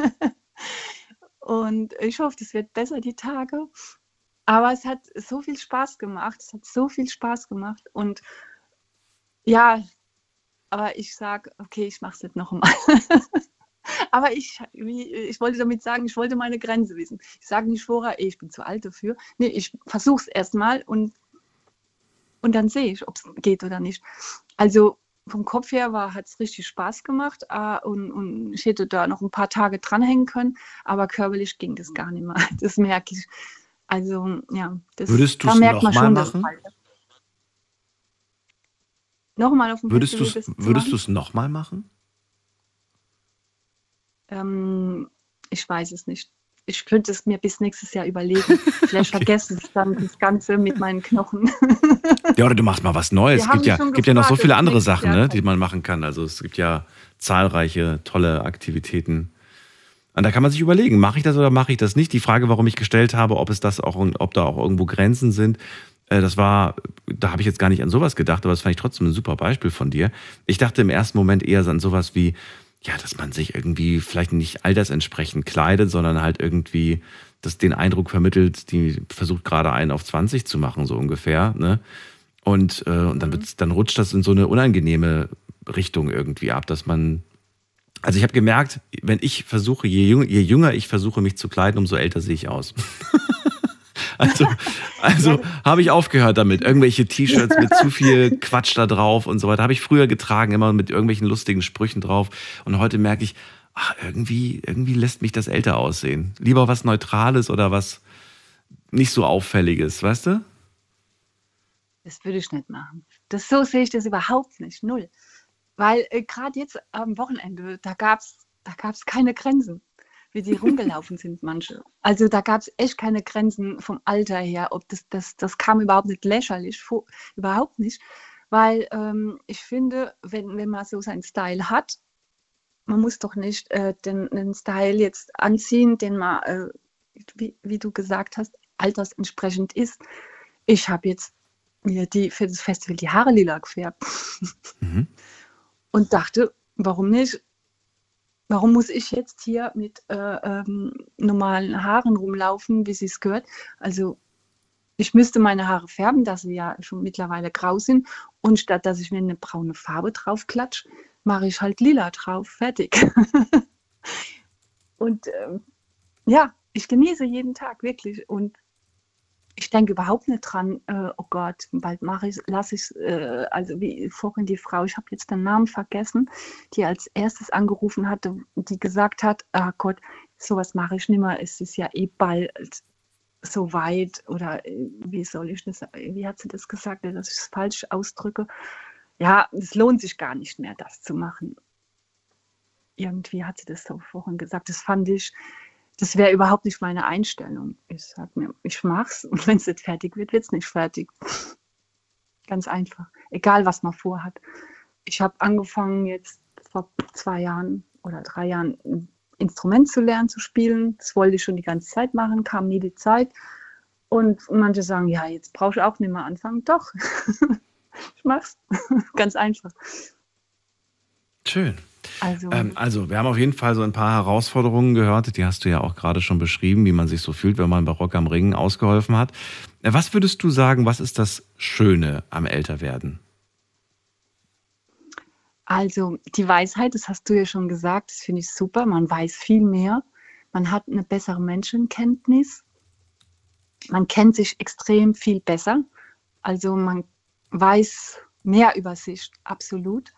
Und ich hoffe, es wird besser die Tage. Aber es hat so viel Spaß gemacht. Es hat so viel Spaß gemacht. Und ja, aber ich sage, okay, ich mache es nicht nochmal. Aber ich, wie, ich wollte damit sagen, ich wollte meine Grenze wissen. Ich sage nicht vorher, ey, ich bin zu alt dafür. Nee, ich versuche es erstmal und, und dann sehe ich, ob es geht oder nicht. Also vom Kopf her hat es richtig Spaß gemacht äh, und, und ich hätte da noch ein paar Tage dranhängen können, aber körperlich ging das gar nicht mehr. Das merke ich. Also ja, das, Würdest du da es merkt man nochmal schon, dass es machen? halt ist. Nochmal auf dem Würdest du Festival es das zu würdest machen? du's nochmal machen? Ähm, ich weiß es nicht. Ich könnte es mir bis nächstes Jahr überlegen. Vielleicht Okay. vergesse ich dann das Ganze mit meinen Knochen. Ja, oder du machst mal was Neues. Wir Es haben gibt ja, schon gibt ja noch so gefragt, viele ob andere nächstes Sachen, Jahr ne, kommt. die man machen kann. Also es gibt ja zahlreiche tolle Aktivitäten. Und da kann man sich überlegen, mache ich das oder mache ich das nicht? Die Frage, warum ich gestellt habe, ob es das auch, ob da auch irgendwo Grenzen sind, äh, das war, da habe ich jetzt gar nicht an sowas gedacht, aber das fand ich trotzdem ein super Beispiel von dir. Ich dachte im ersten Moment eher so an sowas wie, ja, dass man sich irgendwie vielleicht nicht altersentsprechend kleidet, sondern halt irgendwie das den Eindruck vermittelt, die versucht gerade einen auf zwanzig zu machen, so ungefähr, ne? Und, äh, und dann, wird's, dann rutscht das in so eine unangenehme Richtung irgendwie ab, dass man, also ich habe gemerkt, wenn ich versuche, je jünger, je jünger ich versuche, mich zu kleiden, umso älter sehe ich aus. Also, also habe ich aufgehört damit. Irgendwelche T-Shirts mit zu viel Quatsch da drauf und so weiter. Habe ich früher getragen, immer mit irgendwelchen lustigen Sprüchen drauf. Und heute merke ich, ach, irgendwie, irgendwie lässt mich das älter aussehen. Lieber was Neutrales oder was nicht so Auffälliges, weißt du? Das würde ich nicht machen. Das, so sehe ich das überhaupt nicht. Null. Weil äh, gerade jetzt am Wochenende, da gab es da gab's keine Grenzen, wie die rumgelaufen sind manche. Also da gab es echt keine Grenzen vom Alter her. Ob das, das, das kam überhaupt nicht lächerlich vor, überhaupt nicht. Weil ähm, ich finde, wenn, wenn man so seinen Style hat, man muss doch nicht äh, den, den Style jetzt anziehen, den man, äh, wie, wie du gesagt hast, altersentsprechend ist. Ich habe jetzt mir die, für das Festival die Haare lila gefärbt. Mhm. Und dachte, warum nicht? Warum muss ich jetzt hier mit äh, ähm, normalen Haaren rumlaufen, wie sie es gehört? Also ich müsste meine Haare färben, dass sie ja schon mittlerweile grau sind. Und statt dass ich mir eine braune Farbe drauf klatsche, mache ich halt lila drauf. Fertig. Und ähm, ja, ich genieße jeden Tag wirklich. Und ich denke überhaupt nicht dran, äh, oh Gott, bald mache ich, lasse ich es, äh, also wie vorhin die Frau, ich habe jetzt den Namen vergessen, die als erstes angerufen hatte, die gesagt hat, ah Gott, sowas mache ich nicht mehr, es ist ja eh bald so weit, oder äh, wie soll ich das, wie hat sie das gesagt, dass ich es falsch ausdrücke? Ja, es lohnt sich gar nicht mehr, das zu machen. irgendwie hat sie das so vorhin gesagt, das fand ich, das wäre überhaupt nicht meine Einstellung. Ich sage mir, ich mach's und wenn es nicht fertig wird, wird es nicht fertig. Ganz einfach. Egal, was man vorhat. Ich habe angefangen jetzt vor zwei Jahren oder drei Jahren ein Instrument zu lernen, zu spielen. Das wollte ich schon die ganze Zeit machen, kam nie die Zeit. Und manche sagen, ja, jetzt brauche ich auch nicht mehr anfangen. Doch, ich mach's. Ganz einfach. Schön. Also, Ähm, also, wir haben auf jeden Fall so ein paar Herausforderungen gehört, die hast du ja auch gerade schon beschrieben, wie man sich so fühlt, wenn man bei Rock am Ring ausgeholfen hat. Äh, Was würdest du sagen, was ist das Schöne am Älterwerden? also die Weisheit, das hast du ja schon gesagt, das finde ich super. Man weiß viel mehr. Man hat eine bessere Menschenkenntnis. Man kennt sich extrem viel besser. Also man weiß mehr über sich, absolut.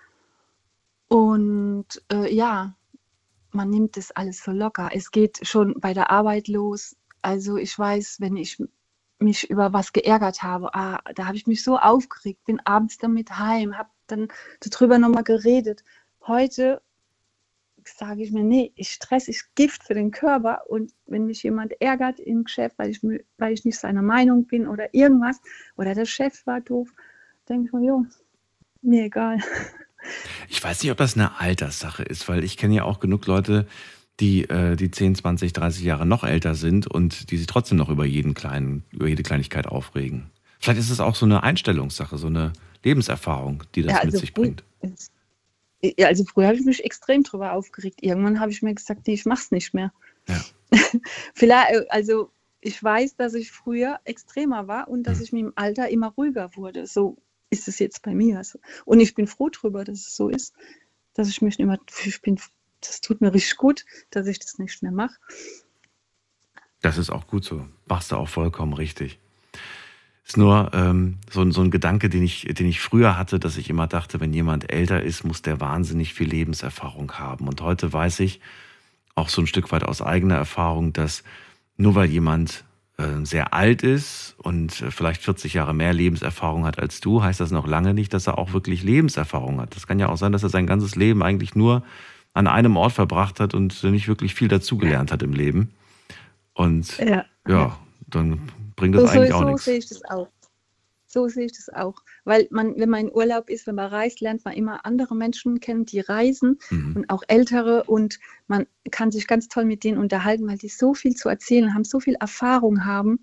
Und äh, ja, man nimmt das alles so locker. Es geht schon bei der Arbeit los. Also ich weiß, wenn ich mich über was geärgert habe, ah, da habe ich mich so aufgeregt, bin abends damit heim, habe dann darüber nochmal geredet. Heute sage ich mir, nee, ich Stress ist Gift für den Körper und wenn mich jemand ärgert im Geschäft, weil ich, mi- weil ich nicht seiner Meinung bin oder irgendwas, oder der Chef war doof, denke ich mir, jo, mir egal. Ich weiß nicht, ob das eine Alterssache ist, weil ich kenne ja auch genug Leute, die, äh, die zehn, zwanzig, dreißig Jahre noch älter sind und die sich trotzdem noch über jeden kleinen, über jede Kleinigkeit aufregen. Vielleicht ist es auch so eine Einstellungssache, so eine Lebenserfahrung, die das Ja, mit also, sich frü bringt. ja, also früher habe ich mich extrem drüber aufgeregt. Irgendwann habe ich mir gesagt, nee, ich mach's nicht mehr. Ja. Vielleicht, äh, also ich weiß, dass ich früher extremer war und dass Hm. ich mit dem Alter immer ruhiger wurde. So ist es jetzt bei mir. Also, und ich bin froh drüber, dass es so ist, dass ich mich nicht mehr, ich bin, das tut mir richtig gut, dass ich das nicht mehr mache. Das ist auch gut so. Machst du auch vollkommen richtig. Ist nur ähm, so, ein- so ein Gedanke, den ich, den ich früher hatte, dass ich immer dachte, wenn jemand älter ist, muss der wahnsinnig viel Lebenserfahrung haben. Und heute weiß ich, auch so ein Stück weit aus eigener Erfahrung, dass nur weil jemand äh, sehr alt ist und äh, vielleicht vierzig Jahre mehr Lebenserfahrung hat als du, heißt das noch lange nicht, dass er auch wirklich Lebenserfahrung hat. Das kann ja auch sein, dass er sein ganzes Leben eigentlich nur an einem Ort verbracht hat und nicht wirklich viel dazugelernt hat im Leben. Und Ja. ja, dann bringt das So, so, eigentlich auch so nichts. sehe ich das auch. So sehe ich das auch. Weil man, wenn man in Urlaub ist, wenn man reist, lernt man immer andere Menschen kennen, die reisen Mhm. und auch ältere und man kann sich ganz toll mit denen unterhalten, weil die so viel zu erzählen haben, so viel Erfahrung haben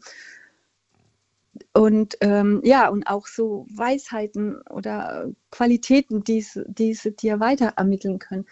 und ähm, ja, und auch so Weisheiten oder Qualitäten, die sie die sie dir weiter ermitteln können,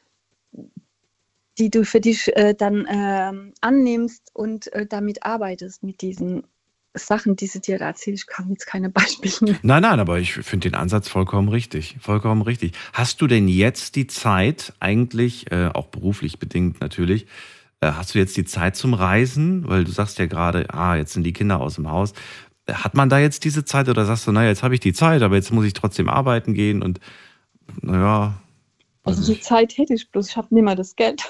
die du für dich äh, dann ähm, annimmst und äh, damit arbeitest, mit diesen Sachen, die sie dir da erzählen. Ich kann jetzt keine Beispiele nennen. Nein, nein, aber ich finde den Ansatz vollkommen richtig. Vollkommen richtig. Hast du denn jetzt die Zeit, eigentlich, äh, auch beruflich bedingt natürlich, äh, hast du jetzt die Zeit zum Reisen? Weil du sagst ja gerade, ah, jetzt sind die Kinder aus dem Haus. Äh, Hat man da jetzt diese Zeit oder sagst du, naja, jetzt habe ich die Zeit, aber jetzt muss ich trotzdem arbeiten gehen und naja, weiß Also die nicht. Zeit hätte ich, bloß ich habe nicht mehr das Geld.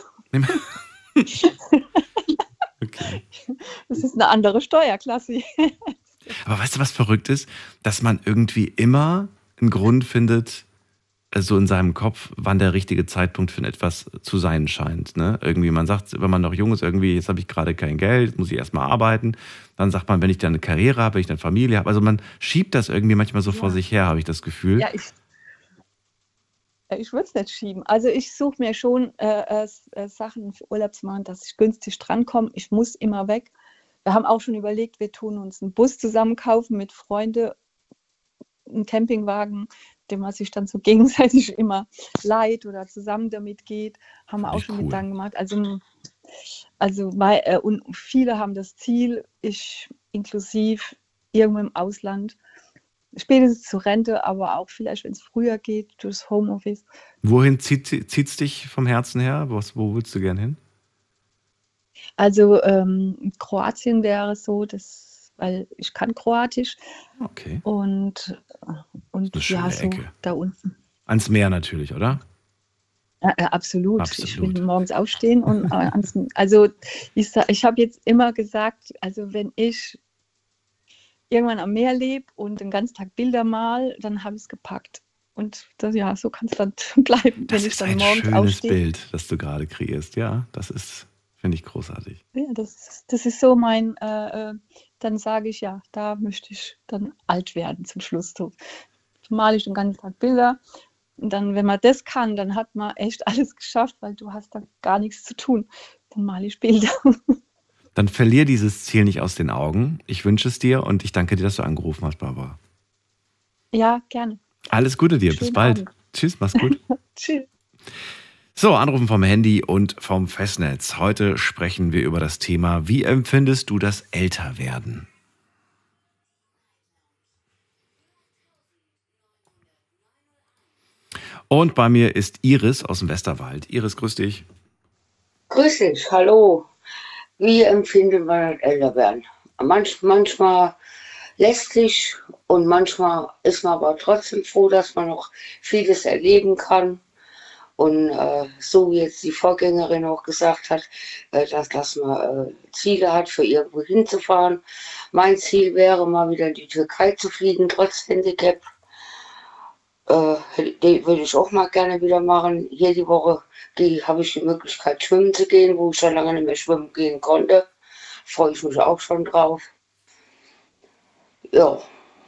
Okay. Das ist eine andere Steuerklasse. Aber weißt du, was verrückt ist? Dass man irgendwie immer einen Grund findet, äh, so in seinem Kopf, wann der richtige Zeitpunkt für etwas zu sein scheint. Ne? Irgendwie, man sagt, wenn man noch jung ist, irgendwie, jetzt habe ich gerade kein Geld, jetzt muss ich erstmal arbeiten. Dann sagt man, wenn ich dann eine Karriere habe, wenn ich eine Familie habe. Also man schiebt das irgendwie manchmal so vor Ja. sich her, habe ich das Gefühl. Ja, ich, ja, ich würde es nicht schieben. Also ich suche mir schon äh, äh, Sachen für Urlaub zu machen, dass ich günstig drankomme. Ich muss immer weg. Wir haben auch schon überlegt, wir tun uns einen Bus zusammen kaufen mit Freunden, einen Campingwagen, den man sich dann so gegenseitig immer leiht oder zusammen damit geht. Haben wir Finde auch ich schon cool. Gedanken gemacht. Also, also mei- äh, und viele haben das Ziel, ich inklusiv irgendwo im Ausland, spätestens zur Rente, aber auch vielleicht, wenn es früher geht, durchs Homeoffice. Wohin zieht es dich vom Herzen her? Was, wo willst du gern hin? Also ähm, Kroatien wäre so, das, weil ich kann Kroatisch Okay. und, und Das ist ja, eine so schöne Ecke. da unten. Ans Meer natürlich, oder? Ja, äh, absolut. Absolut. Ich will morgens aufstehen und äh, ans, also ich, sa- ich habe jetzt immer gesagt, also wenn ich irgendwann am Meer lebe und den ganzen Tag Bilder mal, dann habe ich es gepackt. Und das, ja, so kann es dann bleiben, Das wenn ich ist dann ein morgens schönes aufstehe. Bild, das du gerade kreierst. Ja, das ist, finde ich großartig. Ja, das, ist- das ist so mein, äh, äh, dann sage ich, ja, da möchte ich dann alt werden zum Schluss. So male ich den ganzen Tag Bilder. Und dann, wenn man das kann, dann hat man echt alles geschafft, weil du hast da gar nichts zu tun. Dann male ich Bilder. Dann verlier dieses Ziel nicht aus den Augen. Ich wünsche es dir und ich danke dir, dass du angerufen hast, Barbara. Ja, gerne. Alles Gute dir, bis Schönen bald. Abend. Tschüss, mach's gut. Tschüss. So, Anrufen vom Handy und vom Festnetz. Heute sprechen wir über das Thema, wie empfindest du das Älterwerden? Und bei mir ist Iris aus dem Westerwald. Iris, grüß dich. Grüß dich, hallo. Wie empfindet man das Älterwerden? Manch, manchmal lästig und manchmal ist man aber trotzdem froh, dass man noch vieles erleben kann. Und äh, so wie jetzt die Vorgängerin auch gesagt hat, äh, dass, dass man äh, Ziele hat, für irgendwo hinzufahren. Mein Ziel wäre, mal wieder in die Türkei zu fliegen, trotz Handicap. Äh, den würde ich auch mal gerne wieder machen. Hier die Woche habe ich die Möglichkeit, schwimmen zu gehen, wo ich schon lange nicht mehr schwimmen gehen konnte. Freue ich mich auch schon drauf. Ja.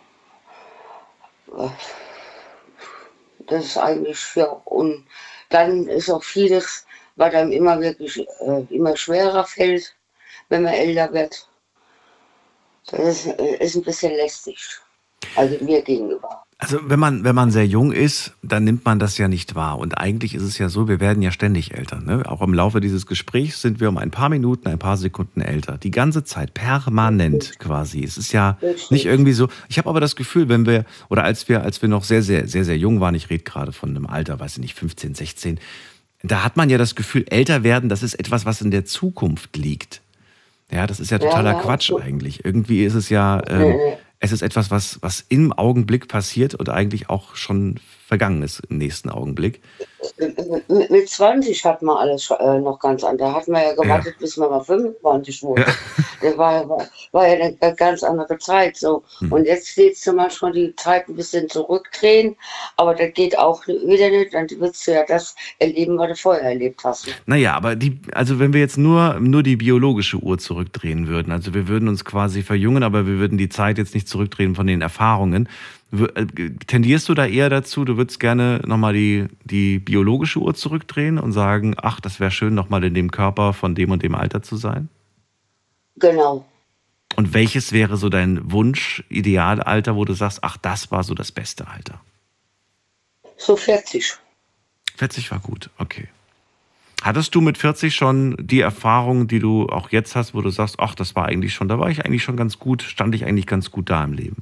Äh, Das ist eigentlich, ja. Und dann ist auch vieles, was einem immer wirklich äh, immer schwerer fällt, wenn man älter wird. Das ist, äh, ist ein bisschen lästig. Also mir gegenüber. Also wenn man, wenn man sehr jung ist, dann nimmt man das ja nicht wahr. Und eigentlich ist es ja so, wir werden ja ständig älter. Ne? Auch im Laufe dieses Gesprächs sind wir um ein paar Minuten, ein paar Sekunden älter. Die ganze Zeit, permanent quasi. Es ist ja nicht irgendwie so. Ich habe aber das Gefühl, wenn wir, oder als wir, als wir noch sehr, sehr, sehr, sehr jung waren, ich rede gerade von einem Alter, weiß ich nicht, fünfzehn, sechzehn, da hat man ja das Gefühl, älter werden, das ist etwas, was in der Zukunft liegt. Ja, das ist ja totaler Ja, ja, Quatsch so. eigentlich. Irgendwie ist es ja, ähm, es ist etwas, was, was im Augenblick passiert und eigentlich auch schon vergangen ist im nächsten Augenblick. Mit, mit zwanzig hat man alles äh, noch ganz anders. Da hat man ja gewartet, bis man mal fünfundzwanzig wurde. Das war, war, war ja eine ganz andere Zeit. So. Hm. Und jetzt steht zum Beispiel die Zeit ein bisschen zurückdrehen, aber das geht auch wieder nicht. Dann willst du ja das erleben, was du vorher erlebt hast. Naja, aber die, also wenn wir jetzt nur, nur die biologische Uhr zurückdrehen würden, also wir würden uns quasi verjüngen, aber wir würden die Zeit jetzt nicht zurückdrehen von den Erfahrungen. W- äh, Tendierst du da eher dazu, du würdest gerne nochmal die, die biologische Uhr zurückdrehen und sagen, ach, das wäre schön, nochmal in dem Körper von dem und dem Alter zu sein? Genau. Und welches wäre so dein Wunsch, Idealalter, wo du sagst, ach, das war so das beste Alter? So vierzig. vierzig war gut, okay. Hattest du mit vierzig schon die Erfahrung, die du auch jetzt hast, wo du sagst, ach, das war eigentlich schon, da war ich eigentlich schon ganz gut, stand ich eigentlich ganz gut da im Leben?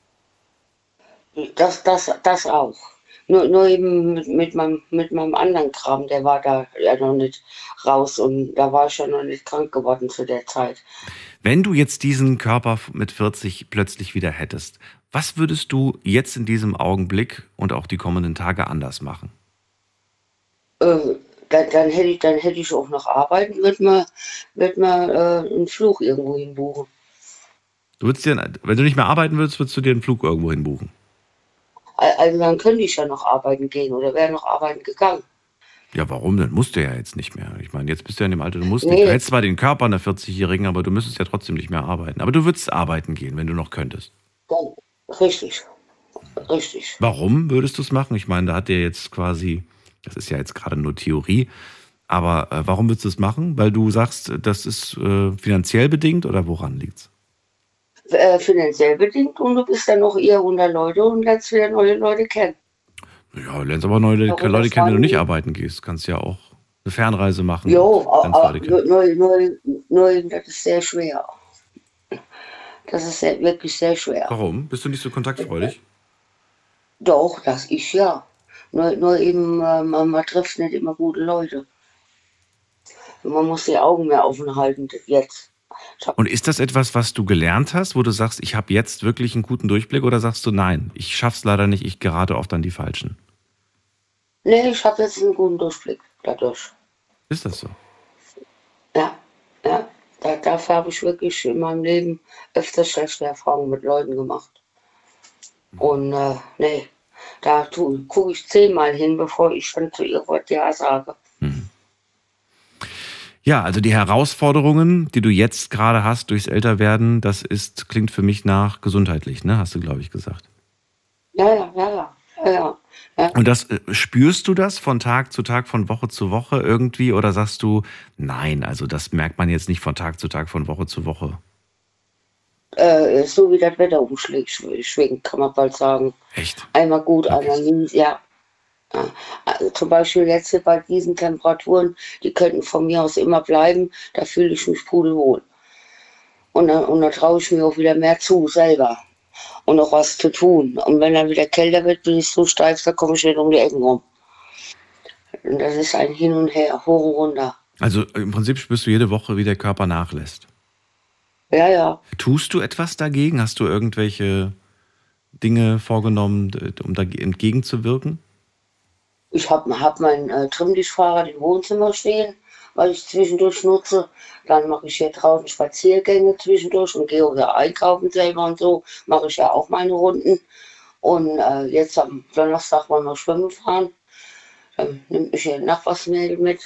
Das, das, das auch. Nur, nur eben mit, mit, meinem, mit meinem anderen Kram, der war da ja noch nicht raus und da war ich ja noch nicht krank geworden zu der Zeit. Wenn du jetzt diesen Körper mit vierzig plötzlich wieder hättest, was würdest du jetzt in diesem Augenblick und auch die kommenden Tage anders machen? Äh, dann, dann, hätte ich, dann hätte ich auch noch arbeiten, wird man, wird man äh, einen Flug irgendwo hin buchen. Du würdest dir, wenn du nicht mehr arbeiten würdest, würdest du dir einen Flug irgendwo hin buchen? Also dann könnte ich ja noch arbeiten gehen oder wäre noch arbeiten gegangen. Ja, warum? Dann musst du ja jetzt nicht mehr. Ich meine, jetzt bist du ja in dem Alter, du musst Nee. nicht. Du hättest zwar den Körper einer vierzig-Jährigen, aber du müsstest ja trotzdem nicht mehr arbeiten. Aber du würdest arbeiten gehen, wenn du noch könntest. Dann, richtig. Richtig. Warum würdest du es machen? Ich meine, da hat der jetzt quasi, das ist ja jetzt gerade nur Theorie, aber äh, warum würdest du es machen? Weil du sagst, das ist äh, finanziell bedingt oder woran liegt's? Äh, finanziell bedingt und du bist dann noch eher unter Leute und lernst wieder neue Leute kennen. Ja, du lernst aber neue Warum Leute das kennen, wenn du war- nicht arbeiten gehst. Kannst ja auch eine Fernreise machen. Jo, und lernst aber Leute kennen. nur, nur, nur, nur eben, das ist sehr schwer. Das ist sehr, wirklich sehr schwer. Warum? Bist du nicht so kontaktfreudig? Doch, das ist ja. Nur, nur eben, äh, man, man trifft nicht immer gute Leute. Und man muss die Augen mehr offen halten jetzt. Ich hab, Und ist das etwas, was du gelernt hast, wo du sagst, ich habe jetzt wirklich einen guten Durchblick, oder sagst du, nein, ich schaff's leider nicht, ich gerate oft an die Falschen? nee, ich habe jetzt einen guten Durchblick dadurch. Ist das so? Ja, ja. Da, dafür habe ich wirklich in meinem Leben öfter schlechte Erfahrungen mit Leuten gemacht. Und äh, nee, Da gucke ich zehnmal hin, bevor ich schon zu irgendwas Ja sage. Mhm. Ja, also die Herausforderungen, die du jetzt gerade hast durchs Älterwerden, das ist, klingt für mich nach gesundheitlich, ne? Hast du, glaube ich, gesagt. Ja, ja, ja, ja, ja, ja. Und das äh, spürst du das von Tag zu Tag, von Woche zu Woche irgendwie? Oder sagst du, nein, also das merkt man jetzt nicht von Tag zu Tag, von Woche zu Woche? Äh, so wie das Wetter umschlägt, schw- schwingt, kann man bald sagen. Echt? Einmal gut, Okay. einmal mies, ja. Ja. Also zum Beispiel jetzt hier bei diesen Temperaturen, die könnten von mir aus immer bleiben, da fühle ich mich pudelwohl. Und dann, und dann traue ich mir auch wieder mehr zu, selber. Und auch was zu tun. Und wenn dann wieder kälter wird, bin ich so steif, da komme ich nicht um die Ecken rum. Und das ist ein Hin und Her, hoch und runter. Also im Prinzip spürst du jede Woche, wie der Körper nachlässt. Ja, ja. Tust du etwas dagegen? Hast du irgendwelche Dinge vorgenommen, d- um da entgegenzuwirken? Ich habe hab meinen äh, Trimmlichtfahrer im Wohnzimmer stehen, weil ich zwischendurch nutze. Dann mache ich hier draußen Spaziergänge zwischendurch und gehe auch ja einkaufen selber und so. Mache ich ja auch meine Runden. Und äh, jetzt am Donnerstag wollen wir schwimmen fahren. Dann nimmt mich hier ein Nachbarsmädel mit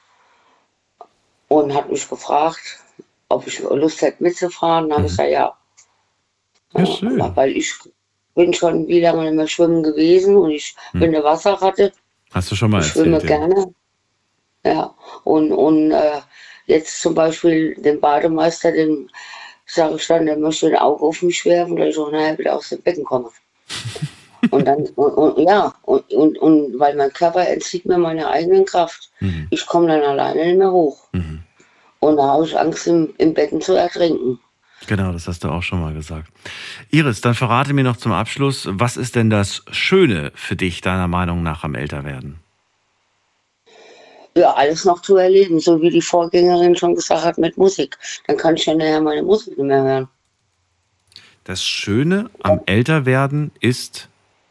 und hat mich gefragt, ob ich Lust hätte mitzufahren. Dann habe ich gesagt, ja. Ja, schön. Ja, weil ich bin schon wie lange nicht mehr schwimmen gewesen und ich Hm. bin eine Wasserratte. Hast du schon mal Ich schwimme erzählt, ja. gerne. Ja, und, und äh, jetzt zum Beispiel den Bademeister, den sage ich dann, der möchte ein Auge auf mich werfen, dass ich auch nachher wieder aus dem Becken komme. Und dann, und, und, ja, und, und, und weil mein Körper entzieht mir meine eigenen Kraft. Mhm. Ich komme dann alleine nicht mehr hoch. Mhm. Und da habe ich Angst, im, im Becken zu ertrinken. Genau, das hast du auch schon mal gesagt. Iris, dann verrate mir noch zum Abschluss, was ist denn das Schöne für dich, deiner Meinung nach, am Älterwerden? Ja, alles noch zu erleben, so wie die Vorgängerin schon gesagt hat mit Musik. Dann kann ich ja nachher meine Musik nicht mehr hören. Das Schöne am Älterwerden ist,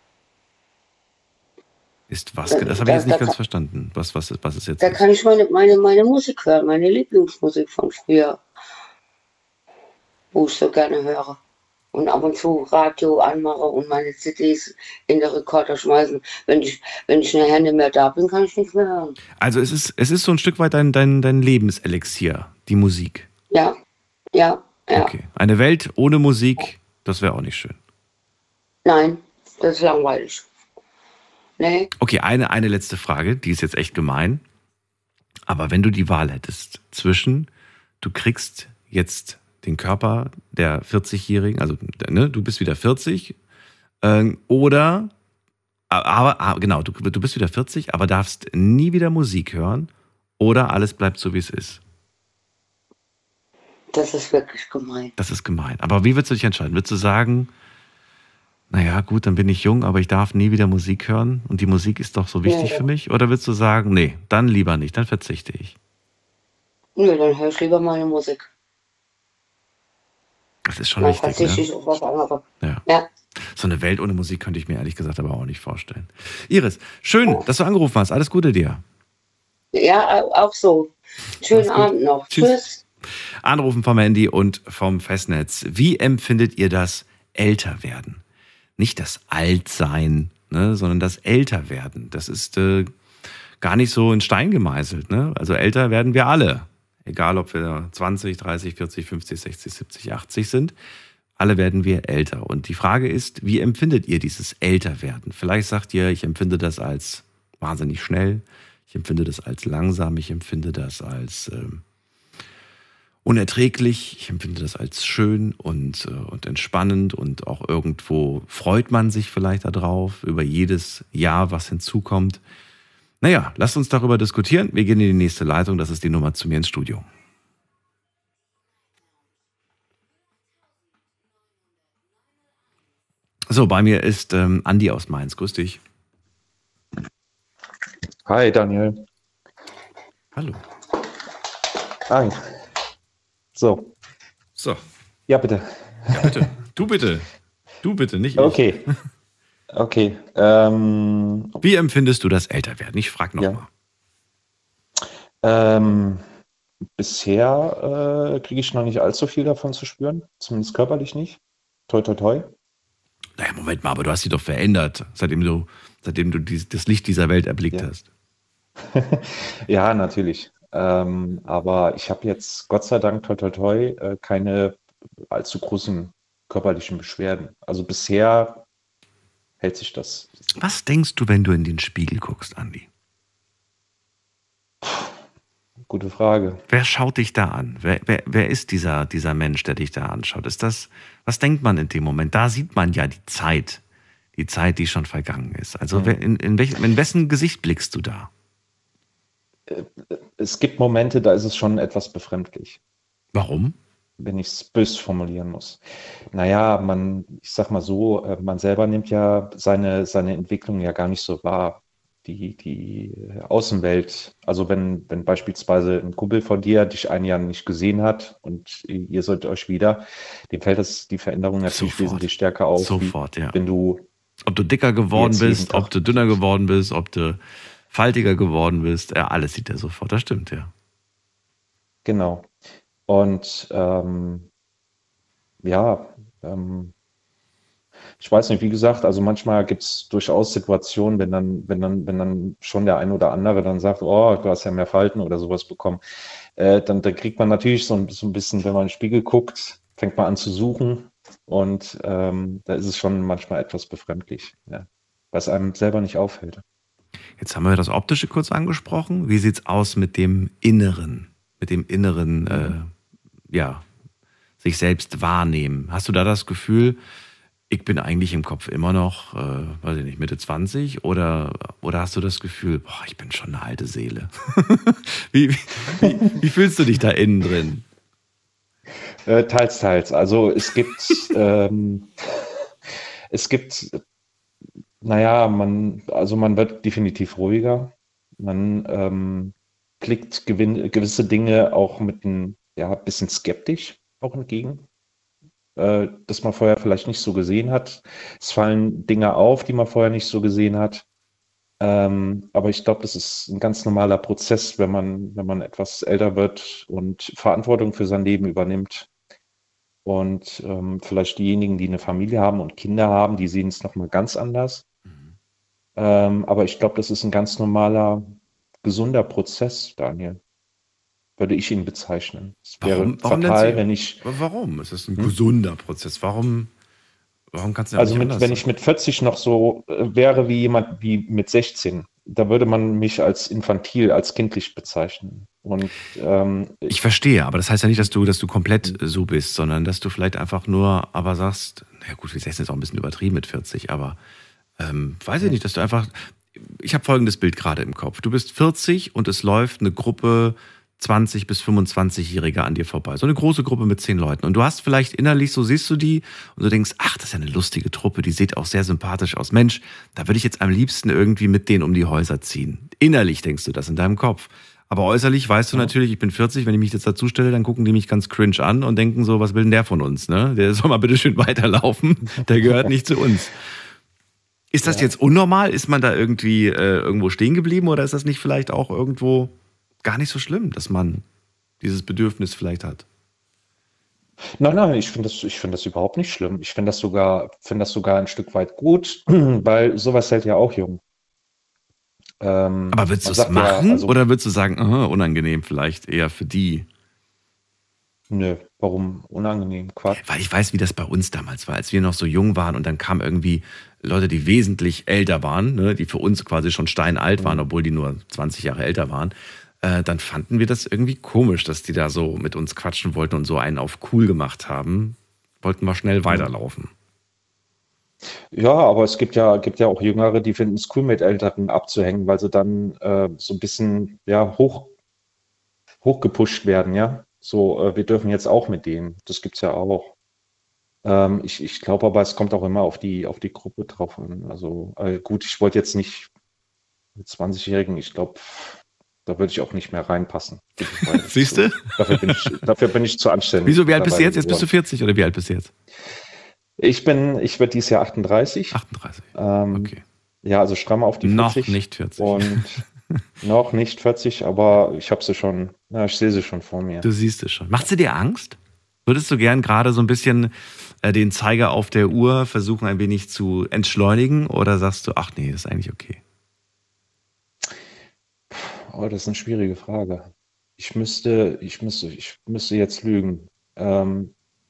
ist was? Das habe ich jetzt nicht ganz verstanden. Was, was, was ist jetzt? Da kann ich meine, meine, meine Musik hören, meine Lieblingsmusik von früher, wo ich so gerne höre. Und ab und zu Radio anmache und meine C Ds in den Rekorder schmeißen. Wenn ich, wenn ich nachher nicht mehr da bin, kann ich nichts mehr hören. Also es ist, es ist so ein Stück weit dein, dein, dein Lebenselixier, die Musik. Ja, ja, ja. Okay. Eine Welt ohne Musik, das wäre auch nicht schön. Nein, das ist langweilig. Nee. Okay, eine, eine letzte Frage, die ist jetzt echt gemein. Aber wenn du die Wahl hättest zwischen, du kriegst jetzt den Körper der vierzigjährigen, also ne, du bist wieder vierzig, äh, oder, aber, aber genau, du, du bist wieder vierzig, aber darfst nie wieder Musik hören, oder alles bleibt so, wie es ist. Das ist wirklich gemein. Das ist gemein. Aber wie würdest du dich entscheiden? Würdest du sagen, naja, gut, dann bin ich jung, aber ich darf nie wieder Musik hören und die Musik ist doch so wichtig Ja. für mich? Oder würdest du sagen, nee, dann lieber nicht, dann verzichte ich? Nö, dann höre ich lieber meine Musik. Das ist schon Dann wichtig, verzichte ne? ich auf was anderes. Ja. Ja. So eine Welt ohne Musik könnte ich mir ehrlich gesagt aber auch nicht vorstellen. Iris, schön, dass du angerufen hast. Alles Gute dir. Ja, auch so. Schönen Mach's gut. Abend noch. Tschüss. Tschüss. Anrufen vom Handy und vom Festnetz. Wie empfindet ihr das Älterwerden? Nicht das Altsein, ne, sondern das Älterwerden. Das ist äh, gar nicht so in Stein gemeißelt. Ne? Also älter werden wir alle. Egal, ob wir zwanzig, dreißig, vierzig, fünfzig, sechzig, siebzig, achtzig sind. Alle werden wir älter. Und die Frage ist, wie empfindet ihr dieses Älterwerden? Vielleicht sagt ihr, ich empfinde das als wahnsinnig schnell. Ich empfinde das als langsam. Ich empfinde das als ähm, unerträglich. Ich empfinde das als schön und, äh, und entspannend. Und auch irgendwo freut man sich vielleicht darauf, über jedes Jahr, was hinzukommt. Naja, lasst uns darüber diskutieren. Wir gehen in die nächste Leitung. Das ist die Nummer zu mir ins Studio. So, bei mir ist ähm, Andi aus Mainz. Grüß dich. Hi, Daniel. Hallo. Hi. So, So, ja, bitte. ja bitte. Du bitte. Du bitte, nicht ich. Okay. Okay. Ähm, Wie empfindest du das Älterwerden? Ich frage Ja. nochmal. ähm, bisher äh, kriege ich noch nicht allzu viel davon zu spüren, zumindest körperlich nicht. Toi, toi, toi. Naja, Moment mal, aber du hast dich doch verändert, seitdem du, seitdem du dies, das Licht dieser Welt erblickt Ja. hast. Ja, natürlich. Ähm, aber ich habe jetzt Gott sei Dank, toi toi toi, äh, keine allzu großen körperlichen Beschwerden. Also bisher hält sich das. Was denkst du, wenn du in den Spiegel guckst, Andi? Gute Frage. Wer schaut dich da an? Wer, wer, wer ist dieser, dieser Mensch, der dich da anschaut? Ist das, was denkt man in dem Moment? Da sieht man ja die Zeit, die Zeit, die schon vergangen ist. Also Mhm. wer- in, in, welch, in wessen Gesicht blickst du da? Es gibt Momente, da ist es schon etwas befremdlich, Warum? wenn ich es bös formulieren muss. Naja, man, ich sag mal so, äh, man selber nimmt ja seine, seine Entwicklung ja gar nicht so wahr. Die, die Außenwelt, also wenn, wenn beispielsweise ein Kumpel von dir dich ein Jahr nicht gesehen hat und ihr sollt euch wieder, dem fällt das, die Veränderung natürlich Sofort. wesentlich stärker auf, wie Sofort, ja. wenn du Ob du dicker geworden Jetzt jeden bist, Tag. ob du dünner geworden bist, ob du faltiger geworden bist. Ja, alles sieht er sofort. Das stimmt, ja. Genau. Und ähm, ja, ähm, ich weiß nicht, wie gesagt, also manchmal gibt es durchaus Situationen, wenn dann, wenn dann, wenn dann schon der ein oder andere dann sagt, oh, du hast ja mehr Falten oder sowas bekommen, äh, dann, dann kriegt man natürlich so ein, so ein bisschen, wenn man in den Spiegel guckt, fängt man an zu suchen und ähm, da ist es schon manchmal etwas befremdlich, ja, was einem selber nicht auffällt. Jetzt haben wir das Optische kurz angesprochen. Wie sieht's aus mit dem Inneren? Mit dem Inneren, äh, ja, sich selbst wahrnehmen. Hast du da das Gefühl, ich bin eigentlich im Kopf immer noch, äh, weiß ich nicht, Mitte zwanzig? Oder, oder hast du das Gefühl, boah, ich bin schon eine alte Seele? wie, wie, wie, wie fühlst du dich da innen drin? Äh, teils, teils. Also es gibt, ähm, es gibt, naja, man, also man wird definitiv ruhiger. Man ähm, blickt gewin- gewisse Dinge auch mit ein ja, bisschen skeptisch auch entgegen, äh, das man vorher vielleicht nicht so gesehen hat. Es fallen Dinge auf, die man vorher nicht so gesehen hat. Ähm, aber ich glaube, das ist ein ganz normaler Prozess, wenn man, wenn man etwas älter wird und Verantwortung für sein Leben übernimmt. Und ähm, vielleicht diejenigen, die eine Familie haben und Kinder haben, die sehen es nochmal ganz anders. Ähm, aber ich glaube, das ist ein ganz normaler, gesunder Prozess, Daniel. Würde ich ihn bezeichnen. Es wäre Warum, warum fatal, nennst du- wenn ich, Warum? Es ist ein Hm? gesunder Prozess. Warum, warum kannst du also nicht mit, anders wenn sein? ich mit vierzig noch so äh, wäre wie jemand wie mit sechzehn, da würde man mich als infantil, als kindlich bezeichnen. Und ähm, Ich verstehe, aber das heißt ja nicht, dass du, dass du komplett äh, so bist, sondern dass du vielleicht einfach nur aber sagst, na gut, wir sechzehn ist auch ein bisschen übertrieben mit vierzig, aber ähm, weiß ich nicht, dass du einfach, ich habe folgendes Bild gerade im Kopf. Du bist vierzig und es läuft eine Gruppe zwanzig- bis fünfundzwanzig-Jährige an dir vorbei. So eine große Gruppe mit zehn Leuten. Und du hast vielleicht innerlich, so siehst du die und du denkst, ach, das ist ja eine lustige Truppe, die sieht auch sehr sympathisch aus. Mensch, da würde ich jetzt am liebsten irgendwie mit denen um die Häuser ziehen. Innerlich denkst du das in deinem Kopf. Aber äußerlich weißt du natürlich, ich bin vierzig, wenn ich mich jetzt dazu stelle, dann gucken die mich ganz cringe an und denken so, was will denn der von uns? Ne? Der soll mal bitte schön weiterlaufen, der gehört nicht zu uns. Ist das Ja. jetzt unnormal? Ist man da irgendwie äh, irgendwo stehen geblieben oder ist das nicht vielleicht auch irgendwo gar nicht so schlimm, dass man dieses Bedürfnis vielleicht hat? Nein, nein, ich finde das, ich finde das überhaupt nicht schlimm. Ich finde das sogar, finde das sogar ein Stück weit gut, weil sowas hält ja auch jung. Ähm, Aber würdest du man es sagt machen ja, also, oder würdest du sagen, aha, unangenehm vielleicht eher für die? nö, warum unangenehm? Quatsch. Weil ich weiß, wie das bei uns damals war, als wir noch so jung waren und dann kamen irgendwie Leute, die wesentlich älter waren, ne, die für uns quasi schon steinalt waren, obwohl die nur zwanzig Jahre älter waren. Äh, dann fanden wir das irgendwie komisch, dass die da so mit uns quatschen wollten und so einen auf cool gemacht haben. Wollten wir schnell weiterlaufen. Ja, aber es gibt ja, gibt ja auch Jüngere, die finden es cool, mit Älteren abzuhängen, weil sie dann äh, so ein bisschen ja, hoch, hochgepusht werden, ja. So, äh, wir dürfen jetzt auch mit denen. Das gibt's ja auch. Ähm, ich ich glaube aber, es kommt auch immer auf die, auf die Gruppe drauf an. Also äh, gut, ich wollte jetzt nicht mit zwanzig-Jährigen, ich glaube, da würde ich auch nicht mehr reinpassen. Siehst du? Dafür bin ich, dafür bin ich zu anständig. Wieso, wie alt bist du jetzt? Jetzt bist du geworden. vierzig oder wie alt bist du jetzt? Ich bin, ich werde dieses Jahr achtunddreißig. achtunddreißig. Ähm, Okay. Ja, also stramm auf die Noch vierzig. nicht vierzig. Und noch nicht vierzig, aber ich habe sie schon, ja, ich sehe sie schon vor mir. Du siehst es schon. Macht sie dir Angst? Würdest du gern gerade so ein bisschen äh, den Zeiger auf der Uhr versuchen ein wenig zu entschleunigen oder sagst du, ach nee, das ist eigentlich okay? Oh, das ist eine schwierige Frage. Ich müsste, ich müsste, ich müsste jetzt lügen. Ähm,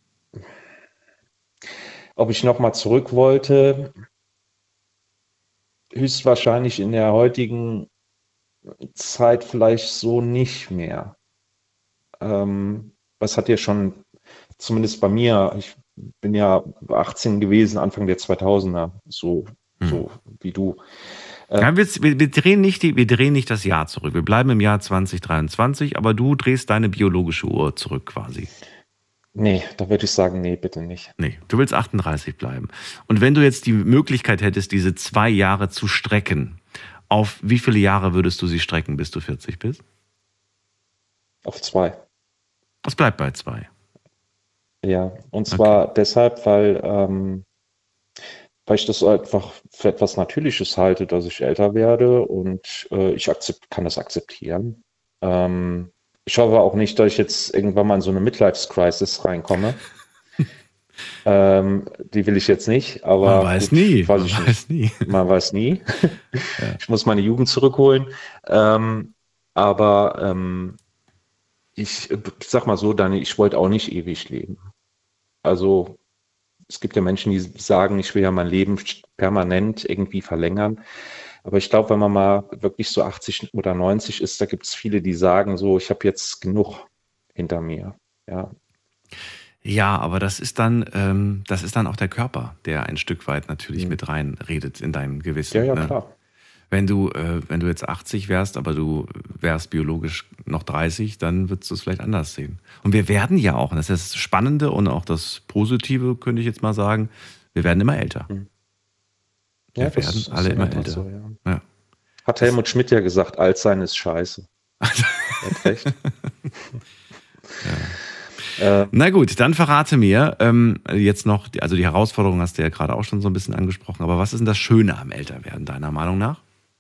ob ich nochmal zurück wollte, höchstwahrscheinlich in der heutigen Zeit vielleicht so nicht mehr. Ähm, was hat ja schon, zumindest bei mir, ich bin ja achtzehn gewesen, Anfang der zweitausender, so, Hm. so wie du. Ja, wir, wir, wir, drehen nicht die, wir drehen nicht das Jahr zurück. Wir bleiben im Jahr zwanzig dreiundzwanzig, aber du drehst deine biologische Uhr zurück quasi. Nee, da würde ich sagen, nee, bitte nicht. Nee, du willst achtunddreißig bleiben. Und wenn du jetzt die Möglichkeit hättest, diese zwei Jahre zu strecken, auf wie viele Jahre würdest du sie strecken, bis du vierzig bist? Auf zwei. Es bleibt bei zwei. Ja, und zwar Okay. deshalb, weil, ähm, weil ich das einfach für etwas Natürliches halte, dass ich älter werde und äh, ich akzept, kann das akzeptieren. Ähm, ich hoffe auch nicht, dass ich jetzt irgendwann mal in so eine Midlife-Crisis reinkomme. ähm, die will ich jetzt nicht, aber Man weiß gut, nie. weiß Man ich weiß nicht. nie. Man weiß nie. Ich muss meine Jugend zurückholen. Ähm, aber ähm, ich, ich sag mal so, Dani, ich wollte auch nicht ewig leben. Also es gibt ja Menschen, die sagen, ich will ja mein Leben permanent irgendwie verlängern. Aber ich glaube, wenn man mal wirklich so achtzig oder neunzig ist, da gibt es viele, die sagen so, ich habe jetzt genug hinter mir. Ja, Ja, aber das ist dann, ähm, das ist dann auch der Körper, der ein Stück weit natürlich Mhm. mit reinredet in dein Gewissen. ja, ja, Ne? klar. Wenn du, äh, wenn du jetzt achtzig wärst, aber du wärst biologisch noch dreißig, dann würdest du es vielleicht anders sehen. Und wir werden ja auch, und das ist das Spannende und auch das Positive, könnte ich jetzt mal sagen, wir werden immer älter. Mhm. Wir Ja, das werden ist alle in immer der Tat älter. so, ja. Ja. Hat Helmut Schmidt ja gesagt, alt sein ist scheiße. Er hat recht. Äh, Na gut, dann verrate mir ähm, jetzt noch, die- also die Herausforderung hast du ja gerade auch schon so ein bisschen angesprochen, aber was ist denn das Schöne am Älterwerden, deiner Meinung nach?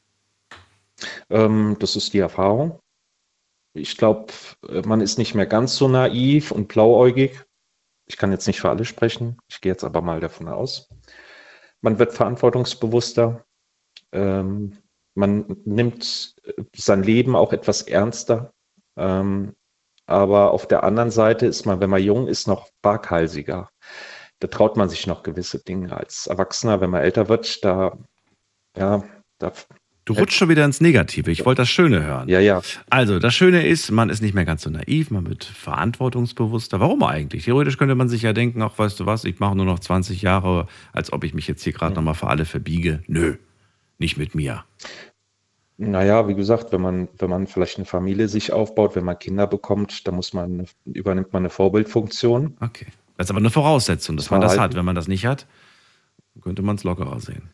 ähm, das ist die Erfahrung. Ich glaube, man ist nicht mehr ganz so naiv und blauäugig. Ich kann jetzt nicht für alle sprechen. Ich gehe jetzt aber mal davon aus. Man wird verantwortungsbewusster. Ähm, man nimmt äh, sein Leben auch etwas ernster. Ähm, aber auf der anderen Seite ist man, wenn man jung ist, noch waghalsiger. Da traut man sich noch gewisse Dinge als Erwachsener. Wenn man älter wird, da, ja, da, Du rutschst schon wieder ins Negative. Ich wollte das Schöne hören. ja, ja. Also, das Schöne ist, man ist nicht mehr ganz so naiv, man wird verantwortungsbewusster. Warum eigentlich? Theoretisch könnte man sich ja denken, ach, weißt du was, ich mache nur noch zwanzig Jahre, als ob ich mich jetzt hier gerade Mhm. nochmal für alle verbiege. Nö, nicht mit mir. Naja, wie gesagt, wenn man, wenn man vielleicht eine Familie sich aufbaut, wenn man Kinder bekommt, dann muss man, übernimmt man eine Vorbildfunktion. Okay. Das ist aber eine Voraussetzung, dass man das Verhalten. hat. Wenn man das nicht hat, könnte man es lockerer sehen.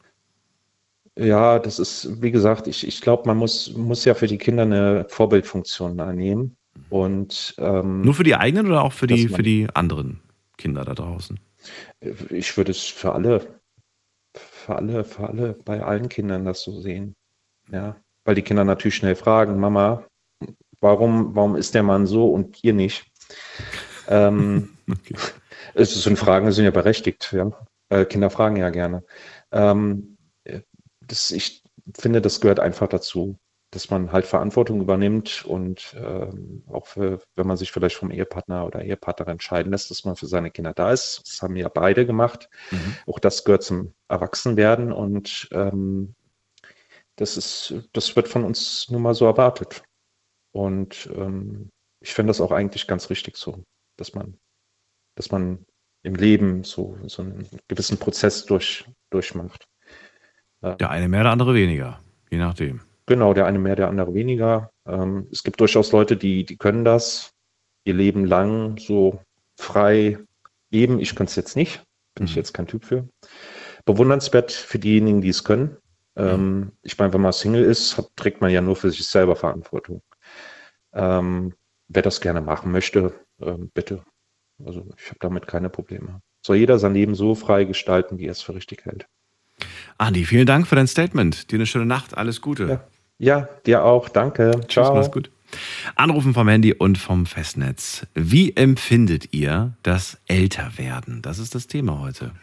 Ja, das ist, wie gesagt, ich, ich glaube, man muss, muss ja für die Kinder eine Vorbildfunktion einnehmen. Und ähm, Nur für die eigenen oder auch für die, Dass man- für die anderen Kinder da draußen? ich würde es für alle, für alle, für alle, bei allen Kindern das so sehen. Ja, weil die Kinder natürlich schnell fragen, Mama, warum, warum ist der Mann so und ihr nicht? Ähm, Okay. Es sind Fragen, die sind ja berechtigt, ja. Äh, Kinder fragen ja gerne. Ähm, das, ich finde, das gehört einfach dazu, dass man halt Verantwortung übernimmt und ähm, auch für, wenn man sich vielleicht vom Ehepartner oder Ehepartnerin entscheiden lässt, dass man für seine Kinder da ist. Das haben ja beide gemacht. Mhm. Auch das gehört zum Erwachsenwerden und ähm, das ist, das wird von uns nun mal so erwartet. Und ähm, ich finde das auch eigentlich ganz richtig so, dass man, dass man im Leben so, so einen gewissen Prozess durch, durchmacht. Der eine mehr, der andere weniger. Je nachdem. Genau, der eine mehr, der andere weniger. Ähm, es gibt durchaus Leute, die, die können das ihr Leben lang so frei leben. Ich könnte es jetzt nicht. Bin ich Mhm. jetzt kein Typ für. Bewundernswert für diejenigen, die es können. Ähm, ich meine, wenn man Single ist, hat, trägt man ja nur für sich selber Verantwortung. Ähm, wer das gerne machen möchte, ähm, bitte. Also ich habe damit keine Probleme. Soll jeder sein Leben so frei gestalten, wie er es für richtig hält. Andi, vielen Dank für dein Statement. Dir eine schöne Nacht. Alles Gute. Ja, ja dir auch. Danke. Tschüss, Ciao. mach's gut. Anrufen vom Handy und vom Festnetz. Wie empfindet ihr das Älterwerden? Das ist das Thema heute.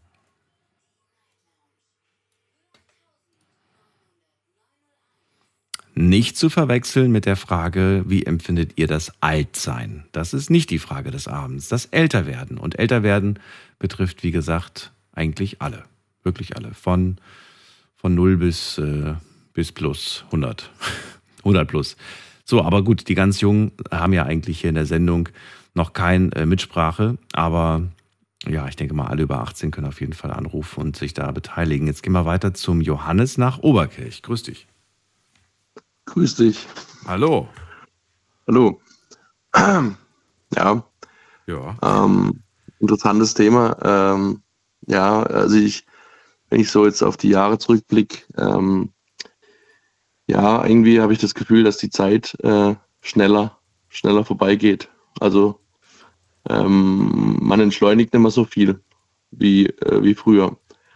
Nicht zu verwechseln mit der Frage, wie empfindet ihr das Altsein? Das ist nicht die Frage des Abends. Das Älterwerden. Und Älterwerden betrifft, wie gesagt, eigentlich alle. Wirklich alle. Von, von null bis, äh, bis plus hundert. hundert plus. So, aber gut, die ganz Jungen haben ja eigentlich hier in der Sendung noch kein äh, Mitsprache. Aber ja, ich denke mal, alle über achtzehn können auf jeden Fall anrufen und sich da beteiligen. Jetzt gehen wir weiter zum Johannes nach Oberkirch. Grüß dich. Grüß dich. Hallo. Hallo. Ja. Ja. Ähm, interessantes Thema. Ähm, ja, also ich, wenn ich so jetzt auf die Jahre zurückblicke, ähm, ja, irgendwie habe ich das Gefühl, dass die Zeit äh, schneller, schneller vorbeigeht. Also ähm, man entschleunigt nicht mehr so viel wie, äh, wie früher.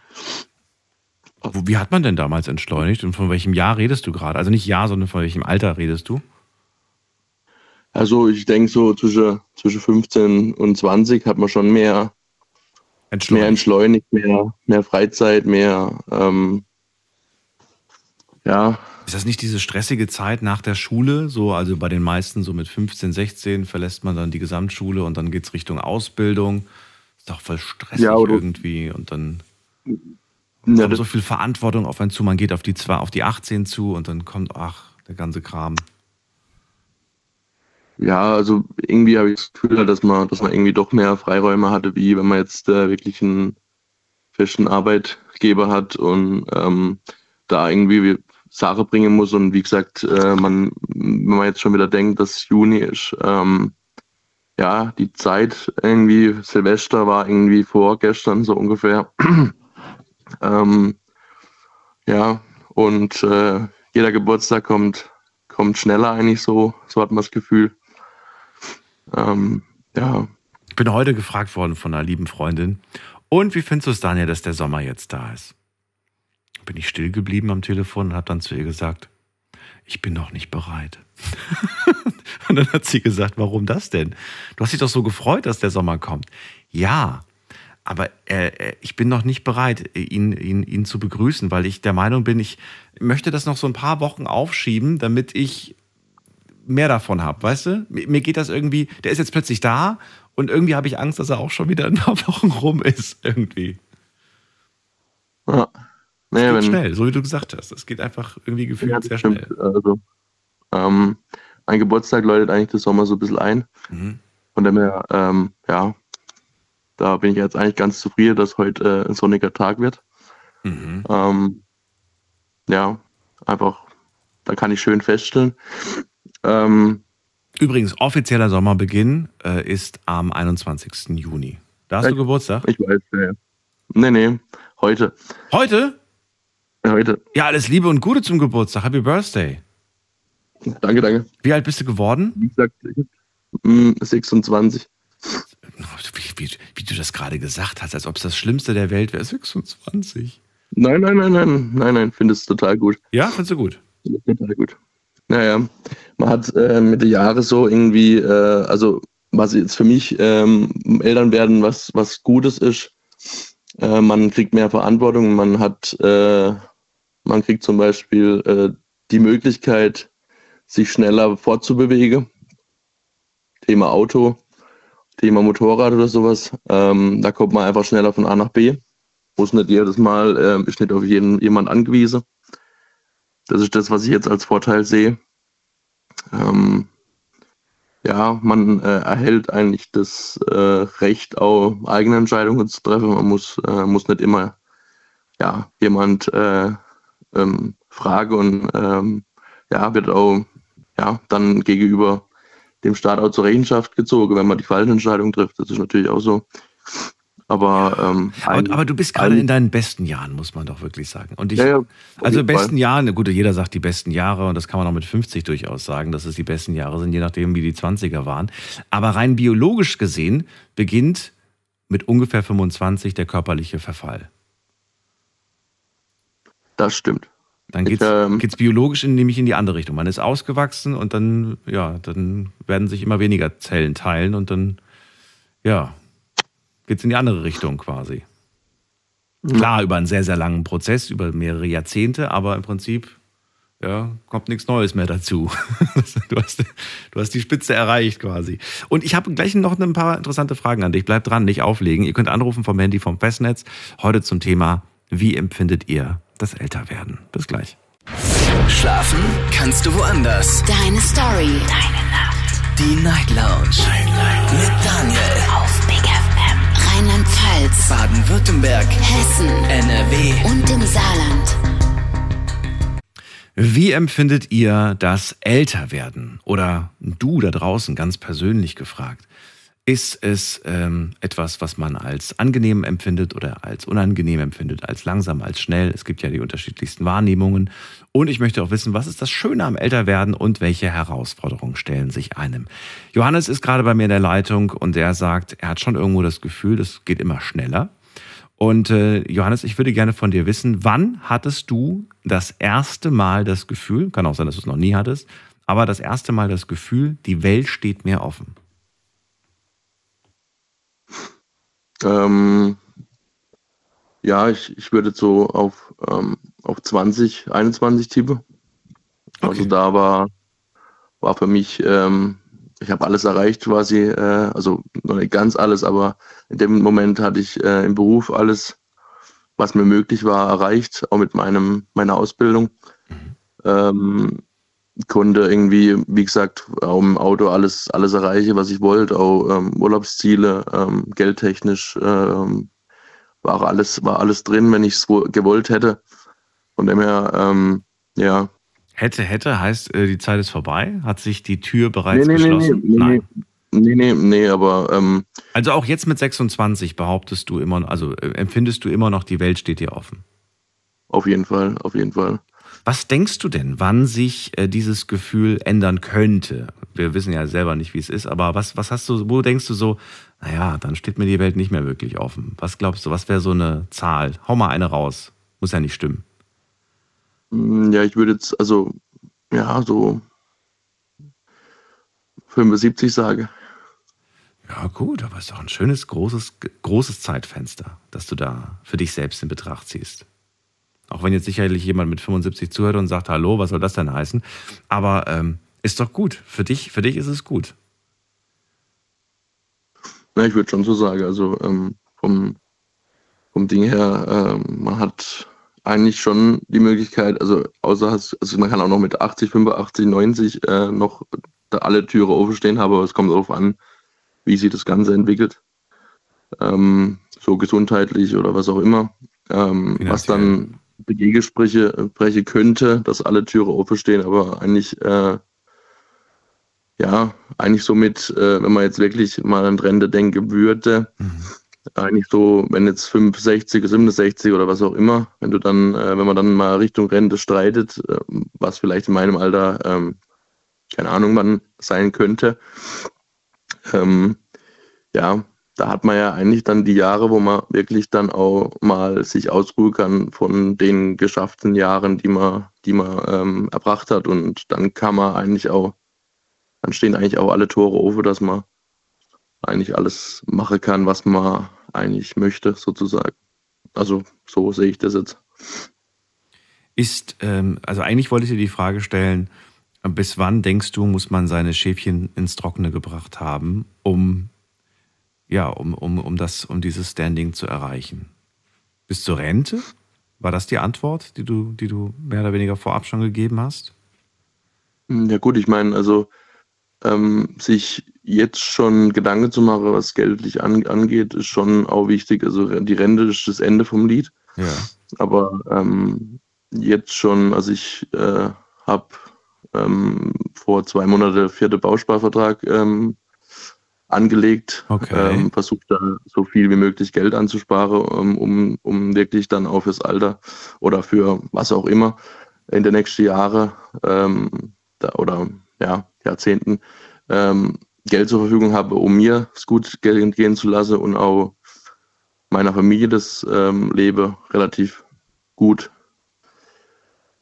Wie hat man denn damals entschleunigt und von welchem Jahr redest du gerade? Also nicht Jahr, sondern von welchem Alter redest du? Also ich denke so zwischen, zwischen fünfzehn und zwanzig hat man schon mehr entschleunigt, mehr, entschleunigt, mehr, mehr Freizeit, mehr, ähm, ja. Ist das nicht diese stressige Zeit nach der Schule? So, also bei den meisten so mit fünfzehn, sechzehn verlässt man dann die Gesamtschule und dann geht es Richtung Ausbildung. Ist doch voll stressig ja, irgendwie und dann... Ja, kommt so viel Verantwortung auf einen zu, man geht auf die, auf die achtzehn zu und dann kommt, ach, der ganze Kram. Ja, also irgendwie habe ich das Gefühl, dass man, dass man irgendwie doch mehr Freiräume hatte, wie wenn man jetzt äh, wirklich einen festen Arbeitgeber hat und ähm, da irgendwie Sache bringen muss. Und wie gesagt, äh, man, wenn man jetzt schon wieder denkt, dass Juni ist, ähm, ja, die Zeit irgendwie, Silvester war irgendwie vorgestern so ungefähr. Ähm, ja, und äh, jeder Geburtstag kommt, kommt schneller eigentlich so, so hat man das Gefühl. Ähm, ja. Ich bin heute gefragt worden von einer lieben Freundin, und wie findest du es, Daniel, dass der Sommer jetzt da ist? Bin ich still geblieben am Telefon und habe dann zu ihr gesagt, ich bin noch nicht bereit. Und dann hat sie gesagt, warum das denn? Du hast dich doch so gefreut, dass der Sommer kommt. Ja, aber äh, ich bin noch nicht bereit, ihn, ihn, ihn zu begrüßen, weil ich der Meinung bin, ich möchte das noch so ein paar Wochen aufschieben, damit ich mehr davon habe, weißt du? Mir geht das irgendwie, der ist jetzt plötzlich da und irgendwie habe ich Angst, dass er auch schon wieder ein paar Wochen rum ist, irgendwie. Ja. Nee, das geht wenn, schnell, so wie du gesagt hast. Das geht einfach irgendwie gefühlt ja, sehr stimmt. schnell. Also, ähm, mein Geburtstag läutet eigentlich der Sommer so ein bisschen ein. Mhm. Von dem her, ähm, ja, da bin ich jetzt eigentlich ganz zufrieden, dass heute äh, ein sonniger Tag wird. Mhm. Ähm, ja, einfach, da kann ich schön feststellen. Ähm, Übrigens, offizieller Sommerbeginn äh, ist am einundzwanzigsten Juni. Da hast ich, du Geburtstag? Ich weiß, ja. Nee, nee, heute. Heute? Heute. Ja, alles Liebe und Gute zum Geburtstag. Happy Birthday. Danke, danke. Wie alt bist du geworden? Wie gesagt, mh, sechsundzwanzig. Wie, wie, wie du das gerade gesagt hast, als ob es das Schlimmste der Welt wäre. sechsundzwanzig. Nein, nein, nein, nein, nein, nein, finde es total gut. Ja, findest du gut? Total gut. Naja, man hat äh, mit den Jahren so irgendwie, äh, also was jetzt für mich ähm, Eltern werden, was, was Gutes ist, äh, man kriegt mehr Verantwortung, man hat, äh, man kriegt zum Beispiel äh, die Möglichkeit, sich schneller fortzubewegen. Thema Auto, Thema Motorrad oder sowas. Ähm, da kommt man einfach schneller von A nach B. Muss nicht jedes Mal, äh, ist nicht auf jeden jemand angewiesen. Das ist das, was ich jetzt als Vorteil sehe. Ähm, ja, man äh, erhält eigentlich das äh, Recht, auch eigene Entscheidungen zu treffen. Man muss, äh, muss nicht immer ja, jemand äh, ähm, fragen und ähm, ja, wird auch ja, dann gegenüber dem Staat auch zur Rechenschaft gezogen, wenn man die falsche Entscheidung trifft. Das ist natürlich auch so. Aber, ähm, ein, aber, aber du bist gerade in deinen besten Jahren, muss man doch wirklich sagen. Und ich, ja, ja, also besten Jahren, gut, jeder sagt die besten Jahre und das kann man auch mit fünfzig durchaus sagen, dass es die besten Jahre sind, je nachdem, wie die zwanziger waren. Aber rein biologisch gesehen beginnt mit ungefähr fünfundzwanzig der körperliche Verfall. Das stimmt. Dann geht's, ähm, geht's biologisch in, nämlich in die andere Richtung. Man ist ausgewachsen und dann, ja, dann werden sich immer weniger Zellen teilen und dann, ja, geht's in die andere Richtung quasi. Klar, über einen sehr, sehr langen Prozess, über mehrere Jahrzehnte, aber im Prinzip, ja, kommt nichts Neues mehr dazu. Du hast, du hast die Spitze erreicht quasi. Und ich habe gleich noch ein paar interessante Fragen an dich. Bleibt dran, nicht auflegen. Ihr könnt anrufen vom Handy, vom Festnetz. Heute zum Thema, wie empfindet ihr das Älterwerden? Bis gleich. Schlafen kannst du woanders. Deine Story. Deine Nacht. Die Night Lounge. Night, Night. Mit Daniel. Auf Big F M. Rheinland-Pfalz. Baden-Württemberg. Hessen. N R W. Und im Saarland. Wie empfindet ihr das Älterwerden? Oder du da draußen ganz persönlich gefragt. Ist es ähm, etwas, was man als angenehm empfindet oder als unangenehm empfindet, als langsam, als schnell? Es gibt ja die unterschiedlichsten Wahrnehmungen. Und ich möchte auch wissen, was ist das Schöne am Älterwerden und welche Herausforderungen stellen sich einem? Johannes ist gerade bei mir in der Leitung und er sagt, er hat schon irgendwo das Gefühl, das geht immer schneller. Und äh, Johannes, ich würde gerne von dir wissen, wann hattest du das erste Mal das Gefühl, kann auch sein, dass du es noch nie hattest, aber das erste Mal das Gefühl, die Welt steht mir offen? Ähm, ja, ich, ich würde so auf, ähm, auf zwanzig, einundzwanzig tippen. Also Okay. da war, war für mich, ähm, ich habe alles erreicht quasi, äh, also noch nicht ganz alles, aber in dem Moment hatte ich äh, im Beruf alles, was mir möglich war, erreicht, auch mit meinem, meiner Ausbildung. Ähm, konnte irgendwie, wie gesagt, auch im Auto alles, alles erreichen, was ich wollte, auch ähm, Urlaubsziele, ähm, geldtechnisch, ähm, war auch alles, war alles drin, wenn ich es gewollt hätte. Von dem her, ähm, ja. Hätte, hätte heißt, äh, die Zeit ist vorbei? Hat sich die Tür bereits Nee, nee, nee, geschlossen? nee, Nein. nee, nee, nee, aber ähm, Also auch jetzt mit sechsundzwanzig behauptest du immer, also äh, empfindest du immer noch, die Welt steht dir offen. auf jeden Fall, auf jeden Fall. Was denkst du denn, wann sich äh, dieses Gefühl ändern könnte? Wir wissen ja selber nicht, wie es ist, aber was, was hast du, wo denkst du so, naja, dann steht mir die Welt nicht mehr wirklich offen. Was glaubst du, was wäre so eine Zahl? Hau mal eine raus. Muss ja nicht stimmen. Mm, Ja, ich würde jetzt, also, ja, so fünfundsiebzig sagen. Ja gut, aber es ist doch ein schönes, großes, großes Zeitfenster, das du da für dich selbst in Betracht ziehst. Auch wenn jetzt sicherlich jemand mit fünfundsiebzig zuhört und sagt, hallo, was soll das denn heißen? Aber ähm, ist doch gut. Für dich, für dich ist es gut. Ja, ich würde schon so sagen, also ähm, vom, vom Ding her, ähm, man hat eigentlich schon die Möglichkeit, also außer, also man kann auch noch mit achtzig, fünfundachtzig, neunzig äh, noch da alle Türen offen stehen haben, aber es kommt darauf an, wie sich das Ganze entwickelt. Ähm, so gesundheitlich oder was auch immer. Ähm, was dann dagegen spreche, spreche könnte, dass alle Türen offen stehen, aber eigentlich, äh, ja, eigentlich somit, äh, wenn man jetzt wirklich mal an Rente denken würde, Mhm. eigentlich so, wenn jetzt fünfundsechzig, siebenundsechzig oder was auch immer, wenn du dann, äh, wenn man dann mal Richtung Rente streitet, äh, was vielleicht in meinem Alter, ähm, keine Ahnung, wann sein könnte, ähm, ja, da hat man ja eigentlich dann die Jahre, wo man wirklich dann auch mal sich ausruhen kann von den geschafften Jahren, die man, die man ähm, erbracht hat. Und dann kann man eigentlich auch, dann stehen eigentlich auch alle Tore offen, dass man eigentlich alles machen kann, was man eigentlich möchte, sozusagen. Also so sehe ich das jetzt. Ist, ähm, also eigentlich wollte ich dir die Frage stellen, bis wann denkst du, muss man seine Schäfchen ins Trockene gebracht haben, um ja, um, um, um, das, um dieses Standing zu erreichen? Bis zur Rente? War das die Antwort, die du, die du mehr oder weniger vorab schon gegeben hast? Ja gut, ich meine, also ähm, sich jetzt schon Gedanken zu machen, was geldlich an, angeht, ist schon auch wichtig. Also die Rente ist das Ende vom Lied. Ja. Aber ähm, jetzt schon, also ich äh, habe ähm, vor zwei Monaten vierten Bausparvertrag ähm, angelegt, Okay. ähm, versucht da so viel wie möglich Geld anzusparen, ähm, um, um wirklich dann auch fürs Alter oder für was auch immer in den nächsten Jahren ähm, da, oder ja, Jahrzehnten ähm, Geld zur Verfügung habe, um mir es gut gehen zu lassen und auch meiner Familie das ähm, Leben relativ gut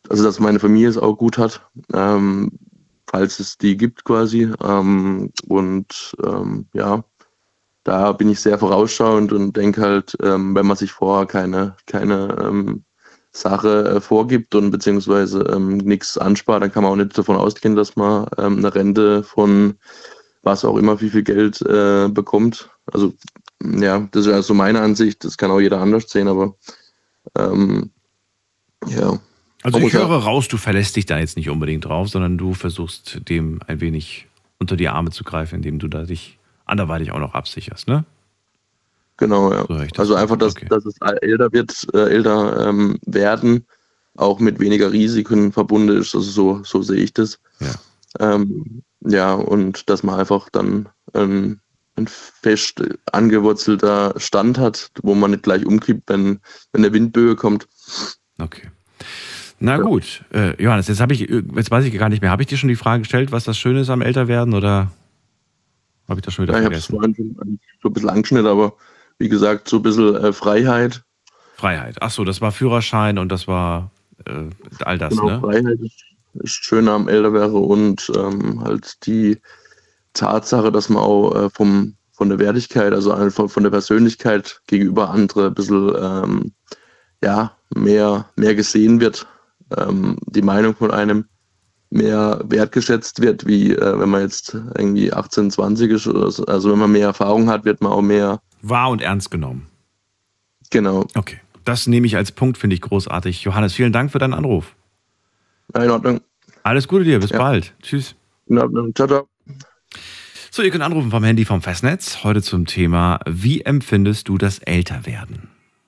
also dass meine Familie es auch gut hat, ähm, falls es die gibt quasi. Ähm, und ähm, ja, da bin ich sehr vorausschauend und denke halt, ähm, wenn man sich vorher keine, keine ähm, Sache äh, vorgibt und beziehungsweise ähm, nichts anspart, dann kann man auch nicht davon ausgehen, dass man ähm, eine Rente von was auch immer, wie viel Geld äh, bekommt. Also ja, das ist also meine Ansicht, das kann auch jeder anders sehen, aber ähm, ja. Also ich höre raus, du verlässt dich da jetzt nicht unbedingt drauf, sondern du versuchst dem ein wenig unter die Arme zu greifen, indem du da dich anderweitig auch noch absicherst, ne? Genau, ja. So also einfach, dass, okay. dass es älter wird, äh, älter ähm, werden, auch mit weniger Risiken verbunden ist. Also so, so sehe ich das. Ja. Ähm, ja, und dass man einfach dann ähm, ein fest angewurzelter Stand hat, wo man nicht gleich umkippt, wenn, wenn eine Windböe kommt. Okay. Na ja. gut, äh, Johannes, jetzt habe ich, jetzt weiß ich gar nicht mehr, habe ich dir schon die Frage gestellt, was das Schöne ist am Älterwerden, oder habe ich das schon wieder ja, vergessen? Ich habe es vorhin so ein bisschen angeschnitten, aber wie gesagt, so ein bisschen äh, Freiheit. Freiheit, ach so, das war Führerschein und das war äh, all das, genau, ne? Freiheit ist, ist schöner am Älterwerden und ähm, halt die Tatsache, dass man auch äh, vom, von der Wertigkeit, also von, von der Persönlichkeit gegenüber andere ein bisschen ähm, ja, mehr, mehr gesehen wird. Ähm, die Meinung von einem mehr wertgeschätzt wird, wie äh, wenn man jetzt irgendwie achtzehn, zwanzig ist oder so. Also wenn man mehr Erfahrung hat, wird man auch mehr wahr und ernst genommen. Genau. Okay, das nehme ich als Punkt, finde ich großartig. Johannes, vielen Dank für deinen Anruf. Ja, in Ordnung. Alles Gute dir, bis ja. bald. Tschüss. In Ordnung, ciao, ciao. So, ihr könnt anrufen vom Handy vom Festnetz. Heute zum Thema, wie empfindest du das Älterwerden?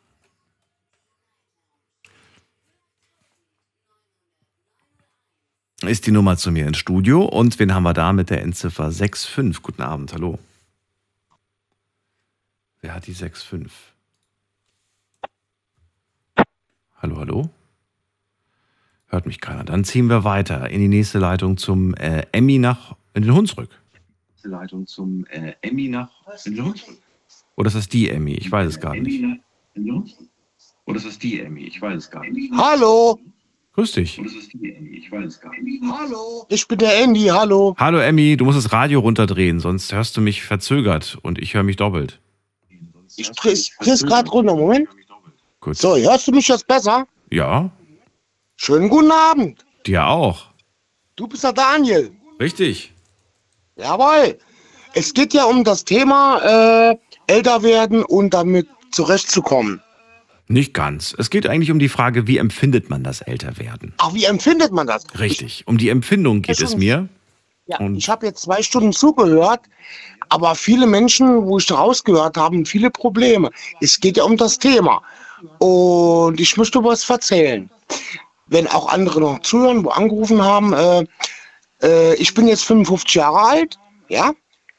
Ist die Nummer zu mir ins Studio. Und wen haben wir da mit der Endziffer sechs fünf? Guten Abend, hallo. Wer hat die sechs fünf? Hallo, hallo? Hört mich keiner. Dann ziehen wir weiter in die nächste Leitung zum äh, Emmy nach in den Hunsrück. Leitung zum äh, Emmy nach in den Hunsrück. Oder ist das die Emmy? Ich weiß es gar nicht. Oder ist das die Emmy? Ich weiß es gar nicht. Hallo! Grüß dich. Oder ist das die Emmy? Ich weiß es gar nicht. Hallo! Ich bin der Andy, hallo! Hallo Emmy, du musst das Radio runterdrehen, sonst hörst du mich verzögert und ich höre mich doppelt. Ich drehe es gerade runter, Moment. Gut. So, hörst du mich jetzt besser? Ja. Schönen guten Abend. Dir auch. Du bist der Daniel. Richtig. Jawohl. Es geht ja um das Thema äh, älter werden und damit zurechtzukommen. Nicht ganz. Es geht eigentlich um die Frage, wie empfindet man das Älterwerden? Ach, wie empfindet man das? Richtig. Um die Empfindung geht es mir. Ja, und ich habe jetzt zwei Stunden zugehört, aber viele Menschen, wo ich da rausgehört habe, haben viele Probleme. Es geht ja um das Thema. Und ich möchte was erzählen. Wenn auch andere noch zuhören, wo angerufen haben, äh, äh, ich bin jetzt fünfundfünfzig Jahre alt, ja.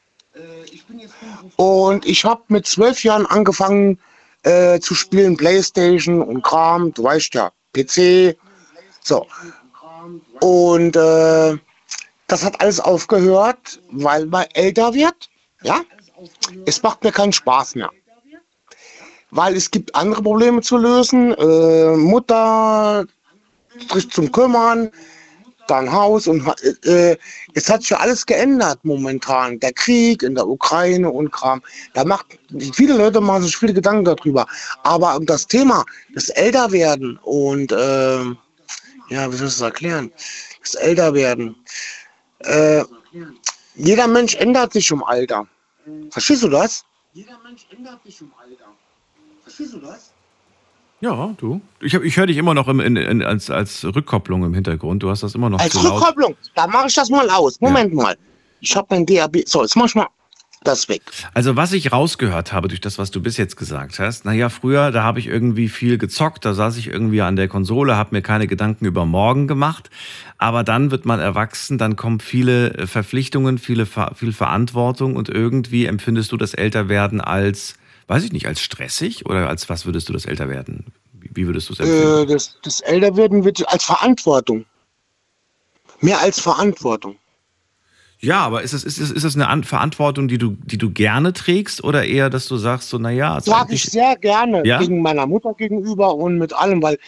Und ich habe mit zwölf Jahren angefangen äh, zu spielen, Playstation und Kram, du weißt ja, P C, so. Und äh, das hat alles aufgehört, weil man älter wird, ja. Es macht mir keinen Spaß mehr. Weil es gibt andere Probleme zu lösen, äh, Mutter, sich zum Kümmern, dann Haus und äh, es hat sich ja alles geändert momentan. Der Krieg in der Ukraine und Kram. Da macht viele Leute machen sich viele Gedanken darüber. Aber um das Thema, das Älterwerden und äh, ja, wie soll ich das erklären? Das Älterwerden. Äh, jeder Mensch ändert sich im Alter. Verstehst du das? Jeder Mensch ändert sich im Alter. Verstehst du das? Ja, du. Ich, ich höre dich immer noch im, in, in, als, als Rückkopplung im Hintergrund. Du hast das immer noch als zu laut. Als Rückkopplung? Da mache ich das mal aus. Moment ja. mal. Ich habe mein D A B. So, jetzt mach ich mal das weg. Also was ich rausgehört habe durch das, was du bis jetzt gesagt hast, naja, früher, da habe ich irgendwie viel gezockt, da saß ich irgendwie an der Konsole, habe mir keine Gedanken über morgen gemacht, aber dann wird man erwachsen, dann kommen viele Verpflichtungen, viele, viel Verantwortung und irgendwie empfindest du das Älterwerden als, weiß ich nicht, als stressig oder als was würdest du das Älterwerden, wie würdest du es empfinden? Äh, das, das Älterwerden wird als Verantwortung. Mehr als Verantwortung. Ja, aber ist das, ist das, ist das eine Verantwortung, die du, die du gerne trägst oder eher, dass du sagst, so, naja... Sag ich sehr gerne, ja? Gegen meiner Mutter gegenüber und mit allem, weil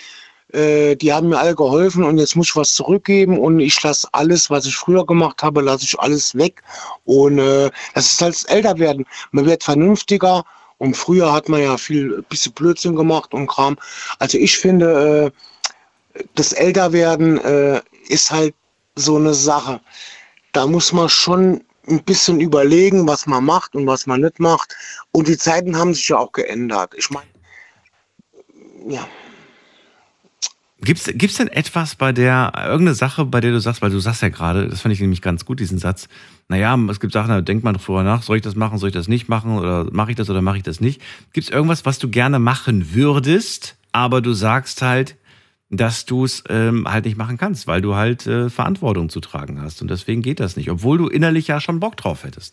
äh, die haben mir alle geholfen und jetzt muss ich was zurückgeben und ich lasse alles, was ich früher gemacht habe, lasse ich alles weg. Und äh, das ist halt das Älterwerden. Man wird vernünftiger und früher hat man ja viel bisschen Blödsinn gemacht und Kram. Also ich finde, äh, das Älterwerden äh, ist halt so eine Sache. Da muss man schon ein bisschen überlegen, was man macht und was man nicht macht. Und die Zeiten haben sich ja auch geändert. Ich meine, ja. Gibt's, gibt's denn etwas bei der, irgendeine Sache, bei der du sagst, weil du sagst ja gerade, das fand ich nämlich ganz gut, diesen Satz, naja, es gibt Sachen, da denkt man vorher nach, soll ich das machen, soll ich das nicht machen, oder mache ich das oder mache ich das nicht? Gibt's irgendwas, was du gerne machen würdest, aber du sagst halt, dass du es ähm, halt nicht machen kannst, weil du halt äh, Verantwortung zu tragen hast und deswegen geht das nicht, obwohl du innerlich ja schon Bock drauf hättest.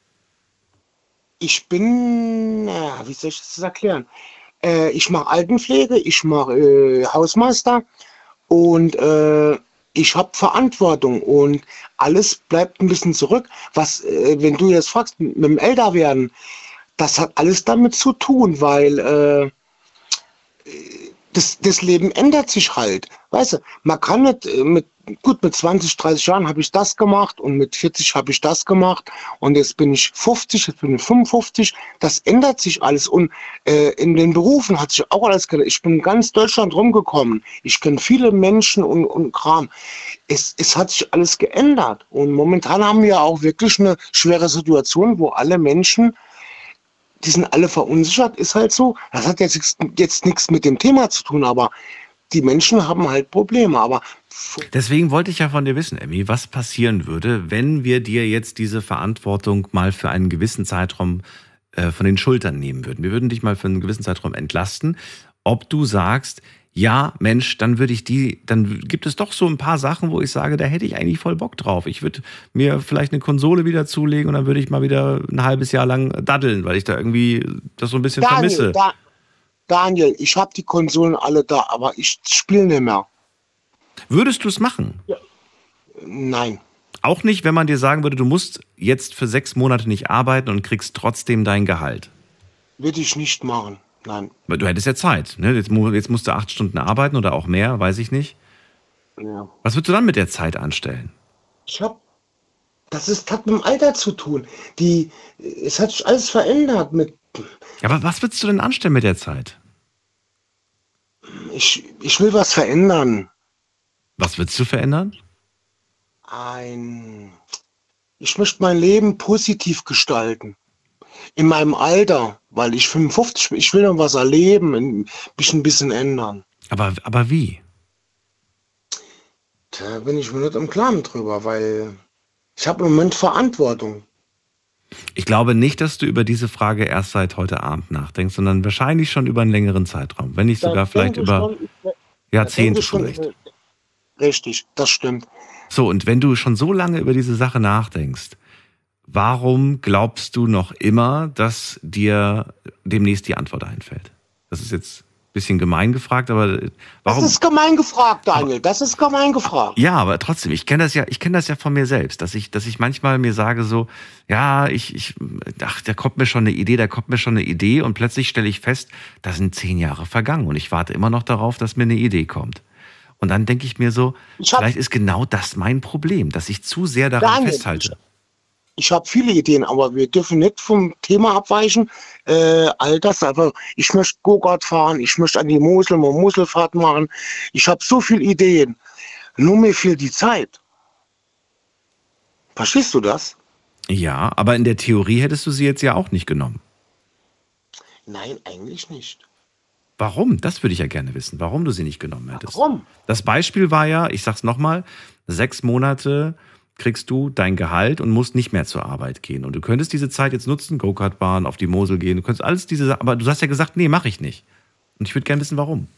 Ich bin, ja, wie soll ich das erklären? Äh, ich mache Altenpflege, ich mache äh, Hausmeister und äh, ich habe Verantwortung und alles bleibt ein bisschen zurück. Was, äh, wenn du jetzt fragst, mit dem Älterwerden, das hat alles damit zu tun, weil äh, Das, das Leben ändert sich halt. Weißt du, man kann nicht mit, gut, mit zwanzig, dreißig Jahren habe ich das gemacht und mit vierzig habe ich das gemacht und jetzt bin ich fünfzig, jetzt bin ich fünfundfünfzig. Das ändert sich alles und äh, in den Berufen hat sich auch alles geändert. Ich bin in ganz Deutschland rumgekommen. Ich kenne viele Menschen und, und Kram. Es, es hat sich alles geändert und momentan haben wir auch wirklich eine schwere Situation, wo alle Menschen, die sind alle verunsichert, ist halt so. Das hat jetzt, jetzt nichts mit dem Thema zu tun, aber die Menschen haben halt Probleme. Aber deswegen wollte ich ja von dir wissen, Emmy, was passieren würde, wenn wir dir jetzt diese Verantwortung mal für einen gewissen Zeitraum äh, von den Schultern nehmen würden. Wir würden dich mal für einen gewissen Zeitraum entlasten. Ob du sagst, ja, Mensch, dann würde ich die, dann gibt es doch so ein paar Sachen, wo ich sage, da hätte ich eigentlich voll Bock drauf. Ich würde mir vielleicht eine Konsole wieder zulegen und dann würde ich mal wieder ein halbes Jahr lang daddeln, weil ich da irgendwie das so ein bisschen Daniel, vermisse. Da, Daniel, ich habe die Konsolen alle da, aber ich spiele nicht mehr. Würdest du es machen? Ja. Nein. Auch nicht, wenn man dir sagen würde, du musst jetzt für sechs Monate nicht arbeiten und kriegst trotzdem dein Gehalt. Würde ich nicht machen. Nein. Weil du hättest ja Zeit, ne? Jetzt, jetzt musst du acht Stunden arbeiten oder auch mehr, weiß ich nicht. Ja. Was würdest du dann mit der Zeit anstellen? Ich hab, das ist, hat mit dem Alter zu tun. Die, es hat sich alles verändert. Mit, ja, aber was würdest du denn anstellen mit der Zeit? Ich, ich will was verändern. Was willst du verändern? Ein, ich möchte mein Leben positiv gestalten. In meinem Alter, weil ich fünfundfünfzig bin, ich will noch was erleben, mich ein bisschen ändern. Aber, aber wie? Da bin ich mir nicht im Klaren drüber, weil ich habe im Moment Verantwortung. Ich glaube nicht, dass du über diese Frage erst seit heute Abend nachdenkst, sondern wahrscheinlich schon über einen längeren Zeitraum. Wenn nicht sogar Da vielleicht denke über schon, Jahrzehnte schon, vielleicht. Richtig, das stimmt. So, und wenn du schon so lange über diese Sache nachdenkst, warum glaubst du noch immer, dass dir demnächst die Antwort einfällt? Das ist jetzt ein bisschen gemein gefragt, aber warum? Das ist gemein gefragt, Daniel. Das ist gemein gefragt. Ja, aber trotzdem, ich kenne das ja, ich kenne das ja von mir selbst, dass ich, dass ich manchmal mir sage so, ja, ich, ich, ach, da kommt mir schon eine Idee, da kommt mir schon eine Idee und plötzlich stelle ich fest, da sind zehn Jahre vergangen und ich warte immer noch darauf, dass mir eine Idee kommt. Und dann denke ich mir so, ich hab, vielleicht ist genau das mein Problem, dass ich zu sehr daran Daniel, festhalte. Ich, Ich habe viele Ideen, aber wir dürfen nicht vom Thema abweichen. Äh, all das, aber ich möchte Go-Kart fahren, ich möchte an die Mosel mal Moselfahrt machen. Ich habe so viele Ideen. Nur mir fehlt die Zeit. Verstehst du das? Ja, aber in der Theorie hättest du sie jetzt ja auch nicht genommen. Nein, eigentlich nicht. Warum? Das würde ich ja gerne wissen, warum du sie nicht genommen hättest. Warum? Das Beispiel war ja, ich sag's nochmal, sechs Monate kriegst du dein Gehalt und musst nicht mehr zur Arbeit gehen. Und du könntest diese Zeit jetzt nutzen, Go-Kart fahren, auf die Mosel gehen, du könntest alles diese Sachen, aber du hast ja gesagt, nee, mache ich nicht. Und ich würde gerne wissen, warum.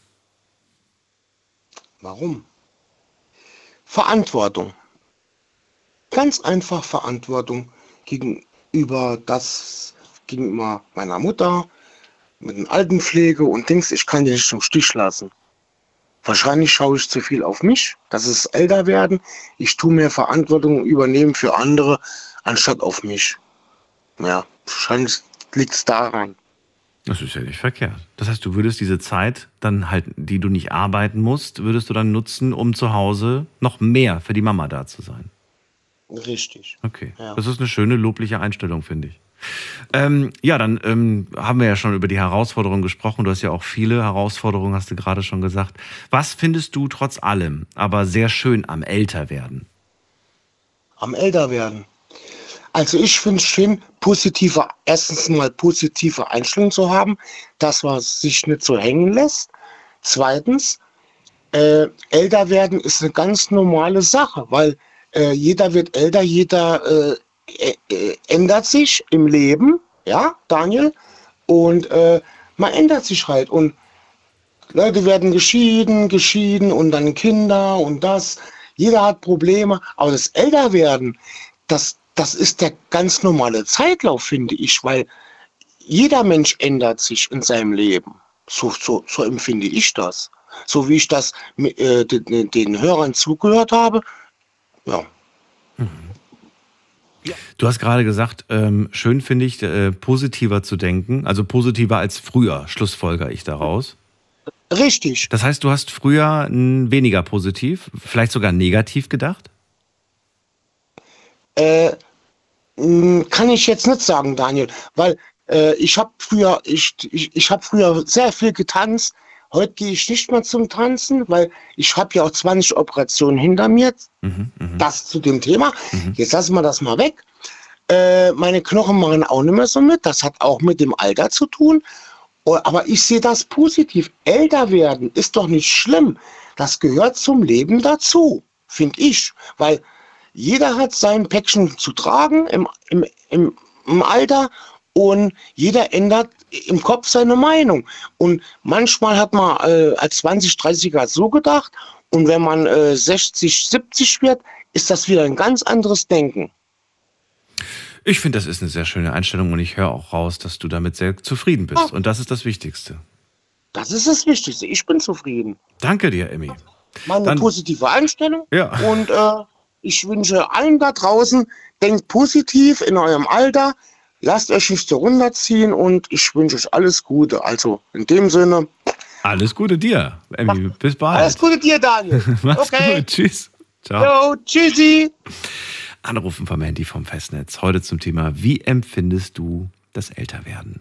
Warum? Verantwortung. Ganz einfach Verantwortung gegenüber das, gegenüber meiner Mutter, mit den Altenpflege und Dings, ich kann die nicht im Stich lassen. Wahrscheinlich schaue ich zu viel auf mich, das ist älter werden. Ich tue mehr Verantwortung übernehmen für andere, anstatt auf mich. Ja, wahrscheinlich liegt es daran. Das ist ja nicht verkehrt. Das heißt, du würdest diese Zeit dann halt, die du nicht arbeiten musst, würdest du dann nutzen, um zu Hause noch mehr für die Mama da zu sein. Richtig. Okay. Ja. Das ist eine schöne, lobliche Einstellung, finde ich. Ähm, ja, dann ähm, haben wir ja schon über die Herausforderungen gesprochen. Du hast ja auch viele Herausforderungen, hast du gerade schon gesagt. Was findest du trotz allem aber sehr schön am Älterwerden? Am Älterwerden. Also ich finde es schön, positive, erstens mal positive Einstellung zu haben, dass man sich nicht so hängen lässt. Zweitens, äh, älter werden ist eine ganz normale Sache, weil äh, jeder wird älter, jeder äh, äh, ändert sich im Leben, ja, Daniel, und äh, man ändert sich halt und Leute werden geschieden, geschieden und dann Kinder und das. Jeder hat Probleme, aber das Älterwerden, das, das ist der ganz normale Zeitlauf, finde ich, weil jeder Mensch ändert sich in seinem Leben. So, so, so empfinde ich das. So wie ich das äh, den, den Hörern zugehört habe. Ja. Du hast gerade gesagt, ähm, schön finde ich, äh, positiver zu denken, also positiver als früher, schlussfolgere ich daraus. Richtig. Das heißt, du hast früher n, weniger positiv, vielleicht sogar negativ gedacht? Äh, mh, kann ich jetzt nicht sagen, Daniel, weil äh, ich habe früher, ich, ich, ich habe früher sehr viel getanzt. Heute gehe ich nicht mehr zum Tanzen, weil ich habe ja auch zwanzig Operationen hinter mir. Mhm, mh. Das zu dem Thema. Mhm. Jetzt lassen wir das mal weg. Äh, meine Knochen machen auch nicht mehr so mit. Das hat auch mit dem Alter zu tun. Aber ich sehe das positiv. Älter werden ist doch nicht schlimm. Das gehört zum Leben dazu, finde ich. Weil jeder hat sein Päckchen zu tragen im, im, im, im Alter und jeder ändert im Kopf seine Meinung. Und manchmal hat man äh, als zwanzig-, dreißiger so gedacht und wenn man äh, sechzig, siebzig wird, ist das wieder ein ganz anderes Denken. Ich finde, das ist eine sehr schöne Einstellung und ich höre auch raus, dass du damit sehr zufrieden bist. Ja. Und das ist das Wichtigste. Das ist das Wichtigste. Ich bin zufrieden. Danke dir, Emmy. Meine Dann- positive Einstellung. Ja. Und äh, ich wünsche allen da draußen, denkt positiv in eurem Alter, lasst euch nicht so runterziehen und ich wünsche euch alles Gute. Also in dem Sinne, Alles Gute dir, Emmy. Bis bald. alles Gute dir, Daniel. Mach's Okay. gut. Tschüss. Ciao. Jo, tschüssi. Anrufen vom Handy vom Festnetz. Heute zum Thema, wie empfindest du das Älterwerden?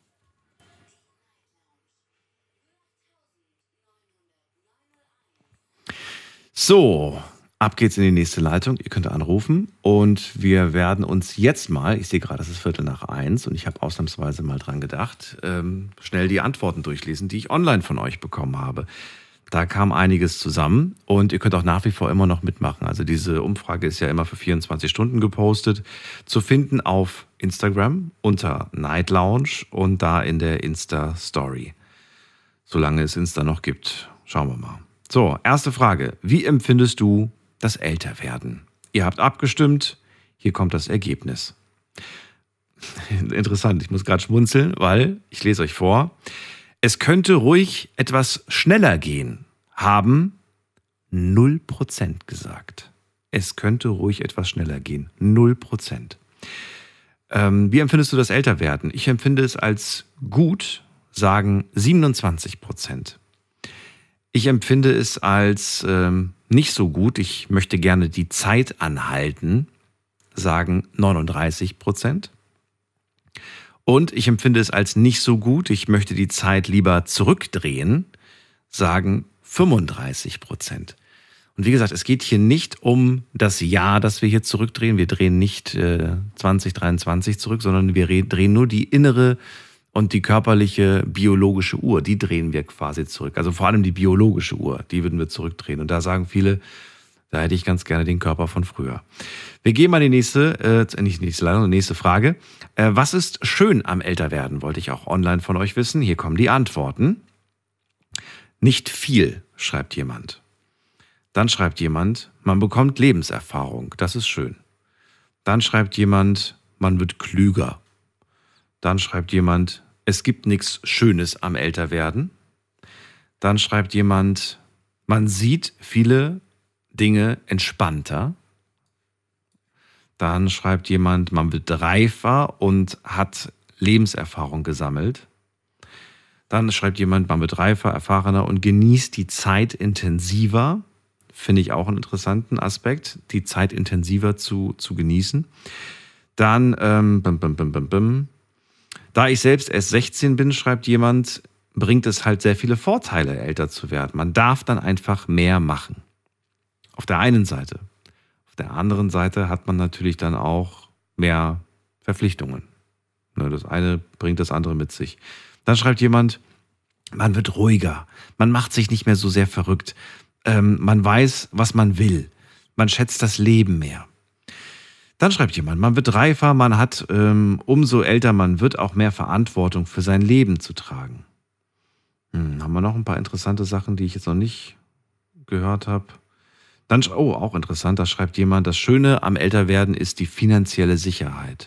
So, ab geht's in die nächste Leitung. Ihr könnt anrufen und wir werden uns jetzt mal, ich sehe gerade, es ist Viertel nach eins und ich habe ausnahmsweise mal dran gedacht, ähm, schnell die Antworten durchlesen, die ich online von euch bekommen habe. Da kam einiges zusammen und ihr könnt auch nach wie vor immer noch mitmachen. Also diese Umfrage ist ja immer für vierundzwanzig Stunden gepostet, zu finden auf Instagram unter Night Lounge und da in der Insta-Story. Solange es Insta noch gibt. Schauen wir mal. So, erste Frage. Wie empfindest du das Älterwerden? Ihr habt abgestimmt. Hier kommt das Ergebnis. Interessant, ich muss gerade schmunzeln, weil ich lese euch vor. Es könnte ruhig etwas schneller gehen, haben null Prozent gesagt. Es könnte ruhig etwas schneller gehen, null Prozent. Ähm, wie empfindest du das Älterwerden? Ich empfinde es als gut, sagen siebenundzwanzig Prozent. Ich empfinde es als ähm, nicht so gut, ich möchte gerne die Zeit anhalten, sagen neununddreißig Prozent. Und ich empfinde es als nicht so gut, ich möchte die Zeit lieber zurückdrehen, sagen fünfunddreißig Prozent. Und wie gesagt, es geht hier nicht um das Jahr, das wir hier zurückdrehen. Wir drehen nicht äh, zwanzig dreiundzwanzig zurück, sondern wir re- drehen nur die innere und die körperliche biologische Uhr. Die drehen wir quasi zurück. Also vor allem die biologische Uhr, die würden wir zurückdrehen. Und da sagen viele, da hätte ich ganz gerne den Körper von früher. Wir gehen mal die nächste, äh, nicht die nächste Leitung, die nächste Frage. Äh, was ist schön am Älterwerden? Wollte ich auch online von euch wissen. Hier kommen die Antworten. Nicht viel, schreibt jemand. Dann schreibt jemand, man bekommt Lebenserfahrung. Das ist schön. Dann schreibt jemand, man wird klüger. Dann schreibt jemand, es gibt nichts Schönes am Älterwerden. Dann schreibt jemand, man sieht viele Dinge entspannter. Dann schreibt jemand, man wird reifer und hat Lebenserfahrung gesammelt. Dann schreibt jemand, man wird reifer, erfahrener und genießt die Zeit intensiver. Finde ich auch einen interessanten Aspekt, die Zeit intensiver zu, zu genießen. Dann, ähm, bim, bim, bim, bim, bim. Da ich selbst erst sechzehn bin, schreibt jemand, bringt es halt sehr viele Vorteile, älter zu werden. Man darf dann einfach mehr machen. Auf der einen Seite. Auf der anderen Seite hat man natürlich dann auch mehr Verpflichtungen. Das eine bringt das andere mit sich. Dann schreibt jemand, man wird ruhiger. Man macht sich nicht mehr so sehr verrückt. Ähm, man weiß, was man will. Man schätzt das Leben mehr. Dann schreibt jemand, man wird reifer, man hat, ähm, umso älter man wird, auch mehr Verantwortung für sein Leben zu tragen. Hm, haben wir noch ein paar interessante Sachen, die ich jetzt noch nicht gehört habe. Dann, oh, auch interessant, da schreibt jemand, das Schöne am Älterwerden ist die finanzielle Sicherheit.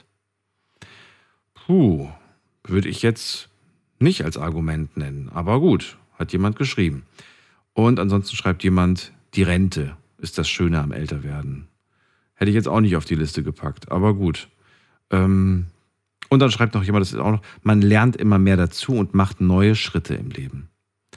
Puh, würde ich jetzt nicht als Argument nennen, aber gut, hat jemand geschrieben. Und ansonsten schreibt jemand, die Rente ist das Schöne am Älterwerden. Hätte ich jetzt auch nicht auf die Liste gepackt, aber gut. Ähm, und dann schreibt noch jemand, das ist auch noch, man lernt immer mehr dazu und macht neue Schritte im Leben.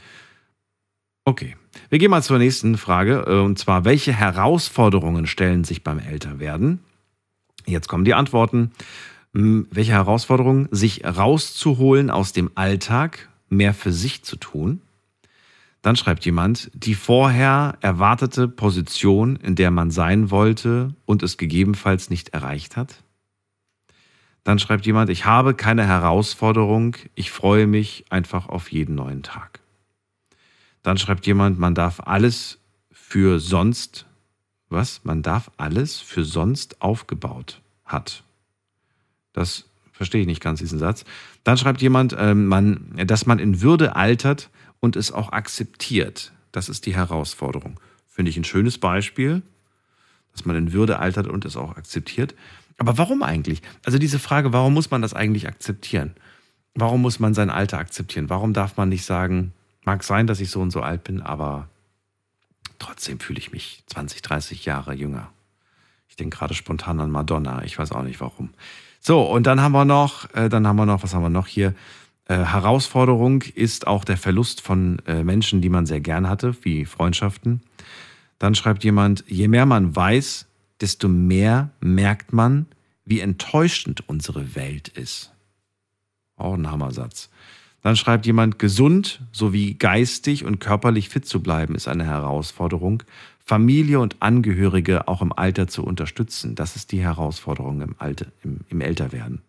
Okay, wir gehen mal zur nächsten Frage, und zwar, welche Herausforderungen stellen sich beim Älterwerden? Jetzt kommen die Antworten. Welche Herausforderungen? Sich rauszuholen aus dem Alltag, mehr für sich zu tun. Dann schreibt jemand, die vorher erwartete Position, in der man sein wollte und es gegebenenfalls nicht erreicht hat. Dann schreibt jemand, ich habe keine Herausforderung, ich freue mich einfach auf jeden neuen Tag. Dann schreibt jemand, man darf alles für sonst, was? Man darf alles für sonst aufgebaut hat. Das verstehe ich nicht ganz, diesen Satz. Dann schreibt jemand, äh, man, dass man in Würde altert und es auch akzeptiert. Das ist die Herausforderung. Finde ich ein schönes Beispiel, dass man in Würde altert und es auch akzeptiert. Aber warum eigentlich? Also diese Frage, warum muss man das eigentlich akzeptieren? Warum muss man sein Alter akzeptieren? Warum darf man nicht sagen, mag sein, dass ich so und so alt bin, aber trotzdem fühle ich mich zwanzig, dreißig Jahre jünger. Ich denke gerade spontan an Madonna, ich weiß auch nicht warum. So, und dann haben wir noch, äh, dann haben wir noch, was haben wir noch hier? Äh, Herausforderung ist auch der Verlust von äh, Menschen, die man sehr gern hatte, wie Freundschaften. Dann schreibt jemand, je mehr man weiß, desto mehr merkt man, wie enttäuschend unsere Welt ist. Auch ein Hammersatz. Dann schreibt jemand, gesund sowie geistig und körperlich fit zu bleiben, ist eine Herausforderung. Familie und Angehörige auch im Alter zu unterstützen, das ist die Herausforderung im, Alter, im, im Älterwerden.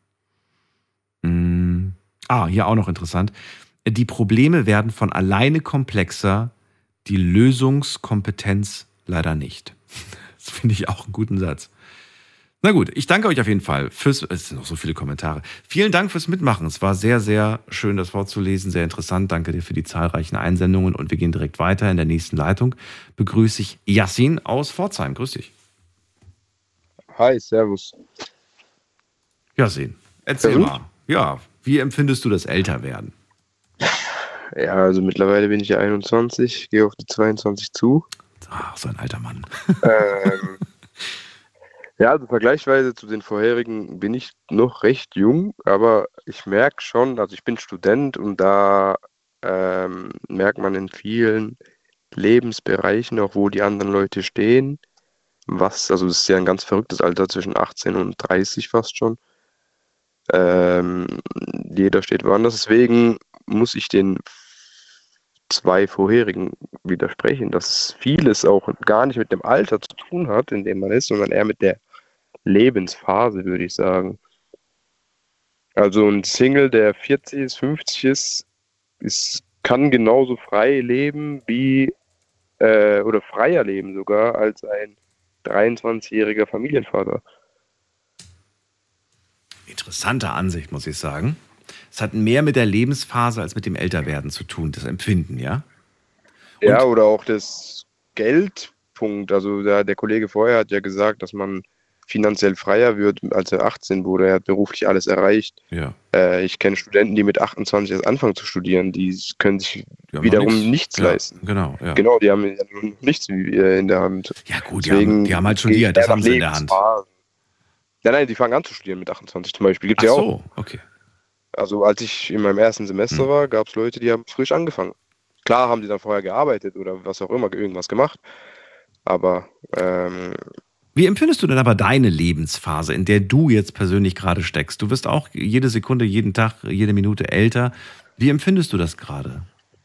Hm. Ah, hier auch noch interessant. Die Probleme werden von alleine komplexer, die Lösungskompetenz leider nicht. Das finde ich auch einen guten Satz. Na gut, ich danke euch auf jeden Fall fürs, es sind noch so viele Kommentare. Vielen Dank fürs Mitmachen. Es war sehr, sehr schön, das vorzulesen, sehr interessant. Danke dir für die zahlreichen Einsendungen und wir gehen direkt weiter. In der nächsten Leitung begrüße ich Yassin aus Pforzheim. Grüß dich. Hi, servus. Yassin, erzähl Servus. mal. Ja, wie empfindest du das Älterwerden? Ja, also mittlerweile bin ich ja einundzwanzig, gehe auf die zweiundzwanzig zu. Ach, so ein alter Mann. ähm, ja, also vergleichsweise zu den vorherigen bin ich noch recht jung, aber ich merke schon, also ich bin Student und da ähm, merkt man in vielen Lebensbereichen, auch wo die anderen Leute stehen, was, also es ist ja ein ganz verrücktes Alter zwischen achtzehn und dreißig fast schon. Ähm, jeder steht woanders, deswegen muss ich den zwei vorherigen widersprechen, dass vieles auch gar nicht mit dem Alter zu tun hat, in dem man ist, sondern eher mit der Lebensphase, würde ich sagen. Also ein Single, der vierzig ist, fünfzig ist, ist kann genauso frei leben wie, äh, oder freier leben sogar, als ein dreiundzwanzigjähriger Familienvater. Interessante Ansicht, muss ich sagen. Es hat mehr mit der Lebensphase als mit dem Älterwerden zu tun, das Empfinden, ja? Und ja, oder auch das Geldpunkt. Also der, der Kollege vorher hat ja gesagt, dass man finanziell freier wird, als er achtzehn wurde. Er hat beruflich alles erreicht. Ja. Äh, ich kenne Studenten, die mit achtundzwanzig erst anfangen zu studieren. Die können sich wiederum nichts, nichts ja, leisten. Genau, ja. Genau, die haben ja nichts in der Hand. Ja gut, die haben, die haben halt studiert, das haben sie in der Hand. Nein, nein, die fangen an zu studieren mit achtundzwanzig zum Beispiel. Gibt's Ach ja so, auch. okay. also als ich in meinem ersten Semester war, gab es Leute, die haben frisch angefangen. Klar haben die dann vorher gearbeitet oder was auch immer, irgendwas gemacht. Aber ähm, wie empfindest du denn aber deine Lebensphase, in der du jetzt persönlich gerade steckst? Du wirst auch jede Sekunde, jeden Tag, jede Minute älter. Wie empfindest du das gerade?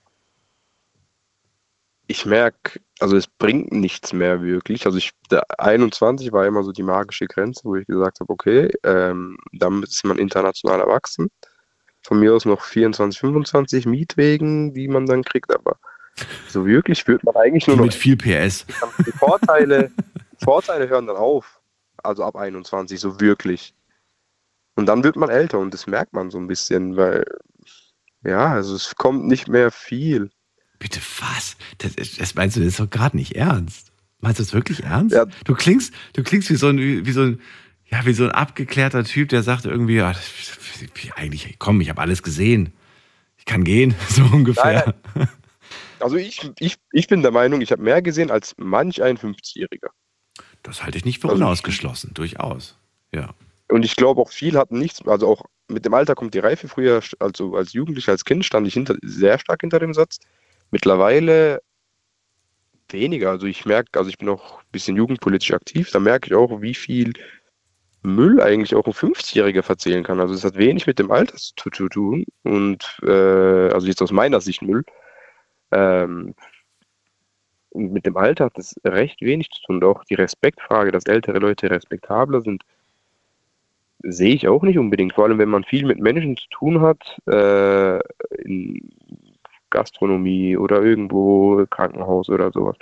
ich merke, also es bringt nichts mehr wirklich. Also ich, der einundzwanzig war immer so die magische Grenze, wo ich gesagt habe, okay, ähm, damit ist man international erwachsen. Von mir aus noch vierundzwanzig, fünfundzwanzig Mietwegen, die man dann kriegt, aber so wirklich wird man eigentlich nur noch... Mit viel P S. Die Vorteile, Vorteile hören dann auf, also ab einundzwanzig, so wirklich. Und dann wird man älter und das merkt man so ein bisschen, weil, ja, also es kommt nicht mehr viel. Bitte was? Das, das meinst du, das ist doch gerade nicht ernst. Meinst du das wirklich ernst? Ja. Du klingst, du klingst wie so ein, wie so ein, ja, wie so ein abgeklärter Typ, der sagt irgendwie, ja, das, eigentlich, komm, ich habe alles gesehen. Ich kann gehen, so ungefähr. Nein, nein. Also ich, ich, ich bin der Meinung, ich habe mehr gesehen als manch ein fünfzigjähriger. Das halte ich nicht für Also unausgeschlossen, durchaus. Ja. Und ich glaube auch viel hatten nichts, also auch mit dem Alter kommt die Reife. Früher, also als Jugendlicher, als Kind stand ich hinter, sehr stark hinter dem Satz. Mittlerweile weniger. Also ich merke, also ich bin auch ein bisschen jugendpolitisch aktiv, da merke ich auch, wie viel Müll eigentlich auch ein fünfzigjähriger verzählen kann. Also es hat wenig mit dem Alter zu, zu tun und äh, also jetzt aus meiner Sicht Müll. Ähm, und mit dem Alter hat das recht wenig zu tun. Und auch die Respektfrage, dass ältere Leute respektabler sind, sehe ich auch nicht unbedingt. Vor allem, wenn man viel mit Menschen zu tun hat, äh, in Gastronomie oder irgendwo Krankenhaus oder sowas.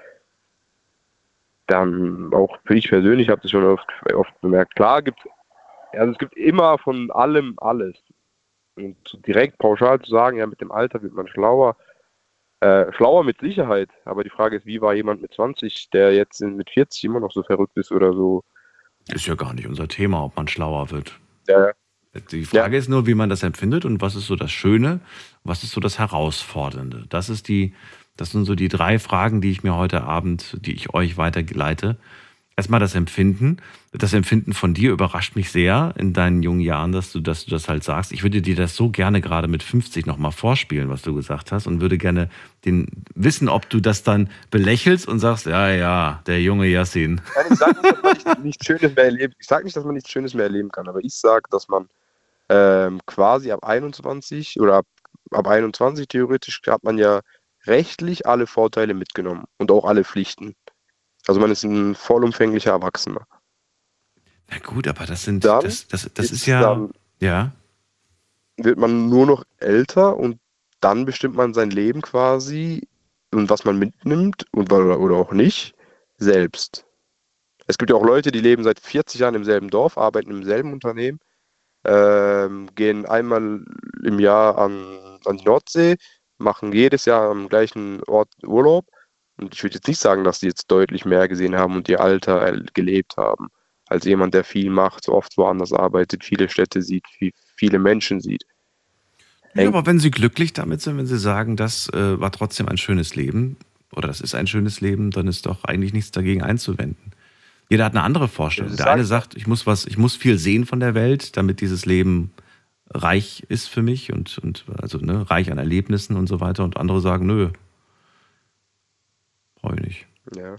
Dann auch für ich persönlich habe das schon oft, oft bemerkt. Klar, gibt, also es gibt immer von allem alles. Und direkt pauschal zu sagen, ja, mit dem Alter wird man schlauer, Äh, schlauer mit Sicherheit, aber die Frage ist, wie war jemand mit zwanzig, der jetzt mit vierzig immer noch so verrückt ist oder so? Ist ja gar nicht unser Thema, ob man schlauer wird. Ja. Die Frage ja. ist nur, wie man das empfindet und was ist so das Schöne, was ist so das Herausfordernde. Das ist die, das sind so die drei Fragen, die ich mir heute Abend, die ich euch weiterleite. Erstmal das Empfinden. Das Empfinden von dir überrascht mich sehr in deinen jungen Jahren, dass du, dass du das halt sagst. Ich würde dir das so gerne gerade mit fünfzig nochmal vorspielen, was du gesagt hast, und würde gerne den wissen, ob du das dann belächelst und sagst, ja, ja, der junge Yassin. Nein, ich sage nicht, dass man nicht, nichts Schönes mehr erleben, ich sage nicht, dass man nichts Schönes mehr erleben kann, aber ich sage, dass man ähm, quasi ab einundzwanzig oder ab, ab einundzwanzig theoretisch hat man ja rechtlich alle Vorteile mitgenommen und auch alle Pflichten. Also man ist ein vollumfänglicher Erwachsener. Na gut, aber das sind, dann das, das, das ist ja, dann ja. Wird man nur noch älter und dann bestimmt man sein Leben quasi und was man mitnimmt und oder, oder auch nicht, selbst. Es gibt ja auch Leute, die leben seit vierzig Jahren im selben Dorf, arbeiten im selben Unternehmen, ähm, gehen einmal im Jahr an, an die Nordsee, machen jedes Jahr am gleichen Ort Urlaub. Und ich würde jetzt nicht sagen, dass die jetzt deutlich mehr gesehen haben und ihr Alter gelebt haben, als jemand, der viel macht, so oft woanders arbeitet, viele Städte sieht, viele Menschen sieht. Ja, aber wenn sie glücklich damit sind, wenn sie sagen, das äh, war trotzdem ein schönes Leben oder das ist ein schönes Leben, dann ist doch eigentlich nichts dagegen einzuwenden. Jeder hat eine andere Vorstellung. Der eine sagt, ich muss was, ich muss viel sehen von der Welt, damit dieses Leben reich ist für mich und, und also ne, reich an Erlebnissen und so weiter. Und andere sagen, nö, brauche ich nicht. Ja.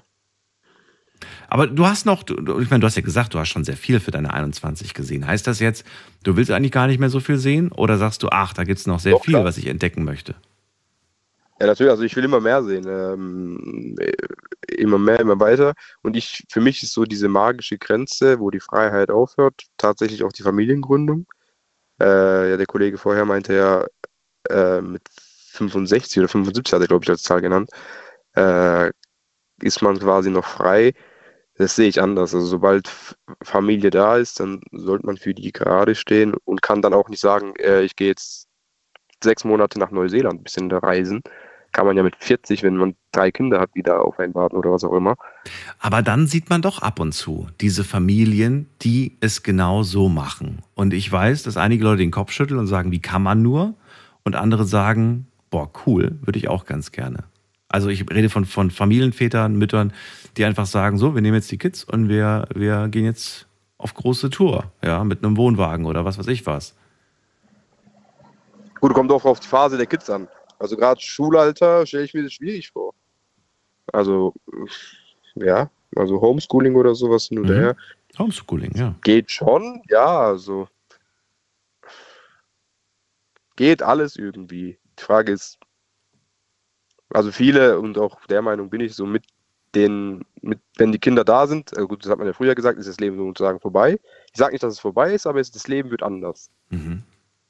Aber du hast noch, ich meine, du hast ja gesagt, du hast schon sehr viel für deine einundzwanzig gesehen. Heißt das jetzt, du willst eigentlich gar nicht mehr so viel sehen? Oder sagst du, ach, da gibt es noch sehr Doch, viel, klar. was ich entdecken möchte? Ja, natürlich, also ich will immer mehr sehen. Ähm, immer mehr, immer weiter. Und ich, für mich ist so diese magische Grenze, wo die Freiheit aufhört, tatsächlich auch die Familiengründung. Äh, ja, der Kollege vorher meinte ja, äh, mit fünfundsechzig oder fünfundsiebzig hat er, glaube ich, als Zahl genannt, äh, ist man quasi noch frei. Das sehe ich anders. Also sobald F- Familie da ist, dann sollte man für die gerade stehen und kann dann auch nicht sagen, äh, ich gehe jetzt sechs Monate nach Neuseeland ein bisschen reisen. Kann man ja mit vierzig, wenn man drei Kinder hat, wieder auf einen warten oder was auch immer. Aber dann sieht man doch ab und zu diese Familien, die es genau so machen. Und ich weiß, dass einige Leute den Kopf schütteln und sagen, wie kann man nur? Und andere sagen, boah, cool, würde ich auch ganz gerne. Also ich rede von, von Familienvätern, Müttern, die einfach sagen, so, wir nehmen jetzt die Kids und wir, wir gehen jetzt auf große Tour, ja, mit einem Wohnwagen oder was weiß ich was. Gut, kommt auch auf die Phase der Kids an. Also gerade Schulalter stelle ich mir das schwierig vor. Also, ja, also Homeschooling oder sowas hin und Mhm. her. Homeschooling, ja. Geht schon, ja, also geht alles irgendwie. Die Frage ist, also viele und auch der Meinung bin ich so mit den, mit, wenn die Kinder da sind, äh gut, das hat man ja früher gesagt, ist das Leben sozusagen vorbei. Ich sage nicht, dass es vorbei ist, aber es, das Leben wird anders. Mhm.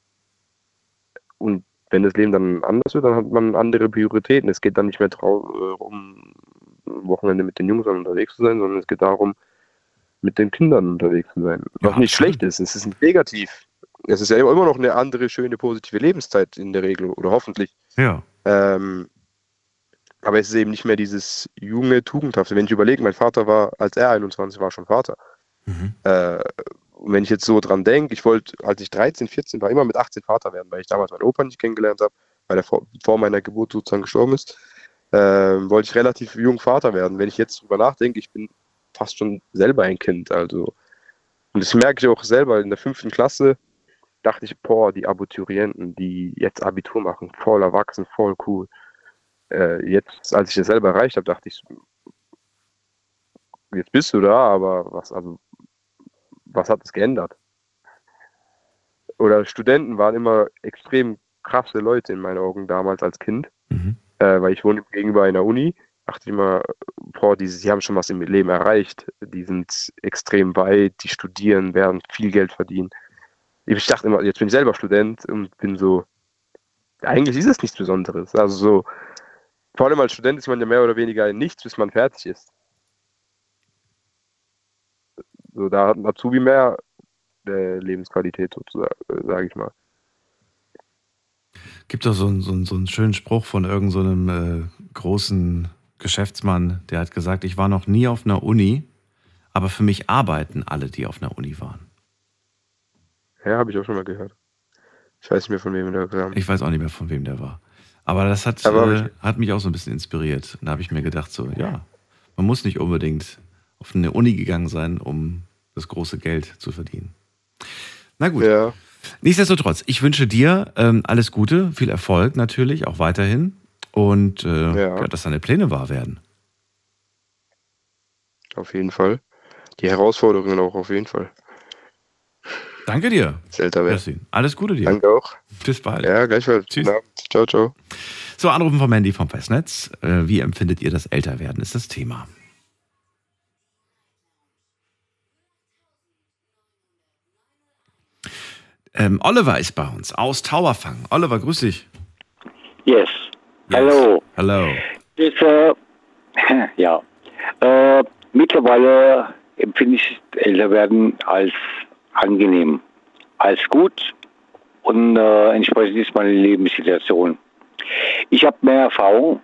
Und wenn das Leben dann anders wird, dann hat man andere Prioritäten. Es geht dann nicht mehr darum, Wochenende mit den Jungs unterwegs zu sein, sondern es geht darum, mit den Kindern unterwegs zu sein. Was nicht schlecht ist, es ist nicht negativ. Es ist ja immer noch eine andere, schöne, positive Lebenszeit in der Regel oder hoffentlich. Ja. Ähm, aber es ist eben nicht mehr dieses junge, tugendhafte. Wenn ich überlege, mein Vater war, als er einundzwanzig war, schon Vater. Mhm. Äh, und wenn ich jetzt so dran denke, ich wollte, als ich dreizehn, vierzehn war, immer mit achtzehn Vater werden, weil ich damals meinen Opa nicht kennengelernt habe, weil er vor, vor meiner Geburt sozusagen gestorben ist, äh, wollte ich relativ jung Vater werden. Wenn ich jetzt drüber nachdenke, ich bin fast schon selber ein Kind. Also. Und das merke ich auch selber. In der fünften Klasse dachte ich, boah, die Abiturienten, die jetzt Abitur machen, voll erwachsen, voll cool. Äh, jetzt, als ich das selber erreicht habe, dachte ich, jetzt bist du da, aber was, also, was hat es geändert? Oder Studenten waren immer extrem krasse Leute in meinen Augen damals als Kind, Mhm. äh, weil ich wohne gegenüber einer Uni. Dachte ich immer, boah, die, die haben schon was im Leben erreicht. Die sind extrem weit, die studieren, werden viel Geld verdienen. Ich dachte immer, jetzt bin ich selber Student und bin so, eigentlich ist es nichts Besonderes. Also so, vor allem als Student ist man ja mehr oder weniger in nichts, bis man fertig ist. So, da hat ein Azubi mehr äh, Lebensqualität sozusagen, äh, sage ich mal. Gibt doch so einen, so einen, so einen schönen Spruch von irgendeinem so einem, äh, großen Geschäftsmann, der hat gesagt, ich war noch nie auf einer Uni, aber für mich arbeiten alle, die auf einer Uni waren. Ja, habe ich auch schon mal gehört. Ich weiß nicht mehr, von wem der kam. Ich weiß auch nicht mehr, von wem der war. Aber das hat, Aber äh, ich- hat mich auch so ein bisschen inspiriert. Und da habe ich mir gedacht, so, ja, man muss nicht unbedingt auf eine Uni gegangen sein, um das große Geld zu verdienen. Na gut. Ja. Nichtsdestotrotz, ich wünsche dir ähm, alles Gute, viel Erfolg natürlich, auch weiterhin. Und äh, Ja. ja, dass deine Pläne wahr werden. Auf jeden Fall. Die Herausforderungen auch auf jeden Fall. Danke dir. Das älter werden. Kerstin. Alles Gute dir. Danke auch. Bis bald. Ja, gleichfalls. Tschüss. Guten Abend. Ciao, ciao. So, Anrufen vom Mandy vom Festnetz. Äh, wie empfindet ihr das Älterwerden, ist das Thema. Ähm, Oliver ist bei uns aus Tauberfang. Oliver, grüß dich. Yes. Hallo. Hallo. Das, äh, ja. Äh, mittlerweile empfinde ich das Älterwerden als angenehm, als gut und äh, entsprechend ist meine Lebenssituation. Ich habe mehr Erfahrung.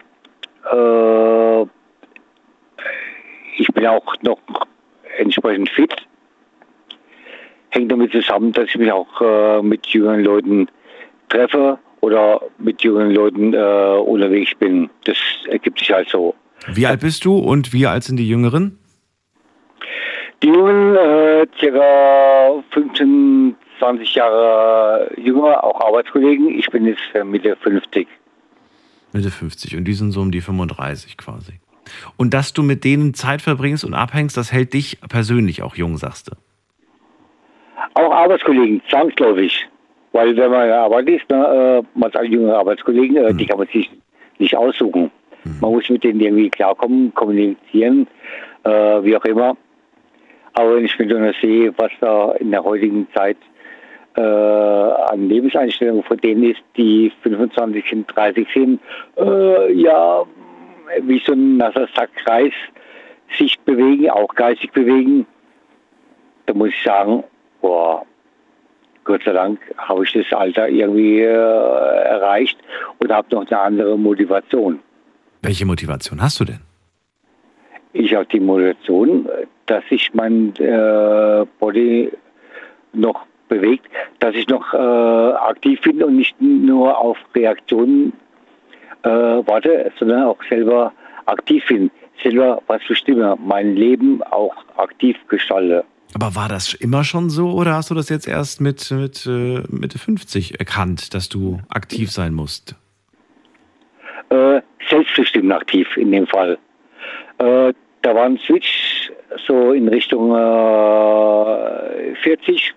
Äh, ich bin auch noch entsprechend fit. Hängt damit zusammen, dass ich mich auch äh, mit jüngeren Leuten treffe oder mit jüngeren Leuten äh, unterwegs bin. Das ergibt sich halt so. Wie alt bist du und wie alt sind die Jüngeren? Die Jungen, äh, circa fünfzehn, zwanzig Jahre jünger, auch Arbeitskollegen. Ich bin jetzt äh, Mitte fünfzig. Mitte fünfzig und die sind so um die fünfunddreißig quasi. Und dass du mit denen Zeit verbringst und abhängst, das hält dich persönlich auch jung, sagst du. Auch Arbeitskollegen, zwangsläufig. Weil wenn man in der Arbeit ist, ne, äh, man sagt jüngere Arbeitskollegen, äh, die kann man sich nicht aussuchen. Man muss mit denen irgendwie klarkommen, kommunizieren, äh, wie auch immer. Aber wenn ich mir nur sehe, was da in der heutigen Zeit äh, an Lebenseinstellungen von denen ist, die fünfundzwanzig und dreißig sind, äh, ja, wie so ein nasser Sackkreis sich bewegen, auch geistig bewegen, da muss ich sagen, boah, Gott sei Dank habe ich das Alter irgendwie äh, erreicht und habe noch eine andere Motivation. Welche Motivation hast du denn? Ich habe die Motivation, dass sich mein äh, Body noch bewegt, dass ich noch äh, aktiv bin und nicht nur auf Reaktionen äh, warte, sondern auch selber aktiv bin, selber was bestimme, mein Leben auch aktiv gestalte. Aber war das immer schon so oder hast du das jetzt erst mit, mit äh, Mitte fünfzig erkannt, dass du aktiv sein musst? Äh, selbstbestimmt aktiv in dem Fall. Äh, da war ein Switch so in Richtung äh, vierzig.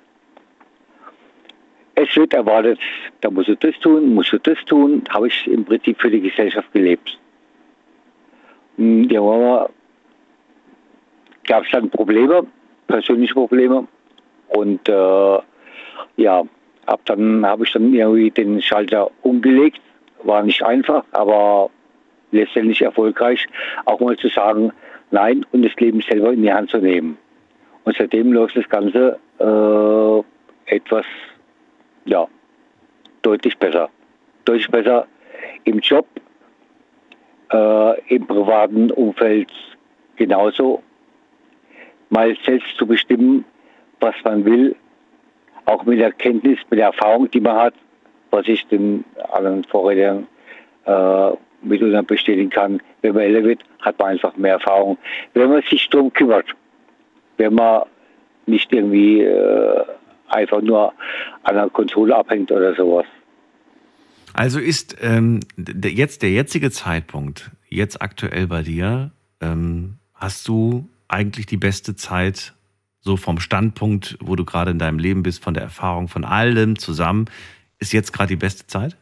Es wird erwartet, da musst du das tun, musst du das tun. Habe ich im Prinzip für die Gesellschaft gelebt. Irgendwann gab es dann Probleme, persönliche Probleme. Und äh, ja, ab dann habe ich dann irgendwie den Schalter umgelegt. War nicht einfach, aber letztendlich erfolgreich, auch mal zu sagen, nein, und das Leben selber in die Hand zu nehmen. Und seitdem läuft das Ganze äh, etwas, ja, deutlich besser. Deutlich besser im Job, äh, im privaten Umfeld genauso. Mal selbst zu bestimmen, was man will, auch mit der Kenntnis, mit der Erfahrung, die man hat, was ich den anderen Vorrednern äh, mitunter bestätigen kann. Wenn man älter wird, hat man einfach mehr Erfahrung. Wenn man sich darum kümmert, wenn man nicht irgendwie äh, einfach nur an der Konsole abhängt oder sowas. Also ist ähm, der, jetzt der jetzige Zeitpunkt, jetzt aktuell bei dir, ähm, hast du eigentlich die beste Zeit, so vom Standpunkt, wo du gerade in deinem Leben bist, von der Erfahrung, von allem zusammen, ist jetzt gerade die beste Zeit?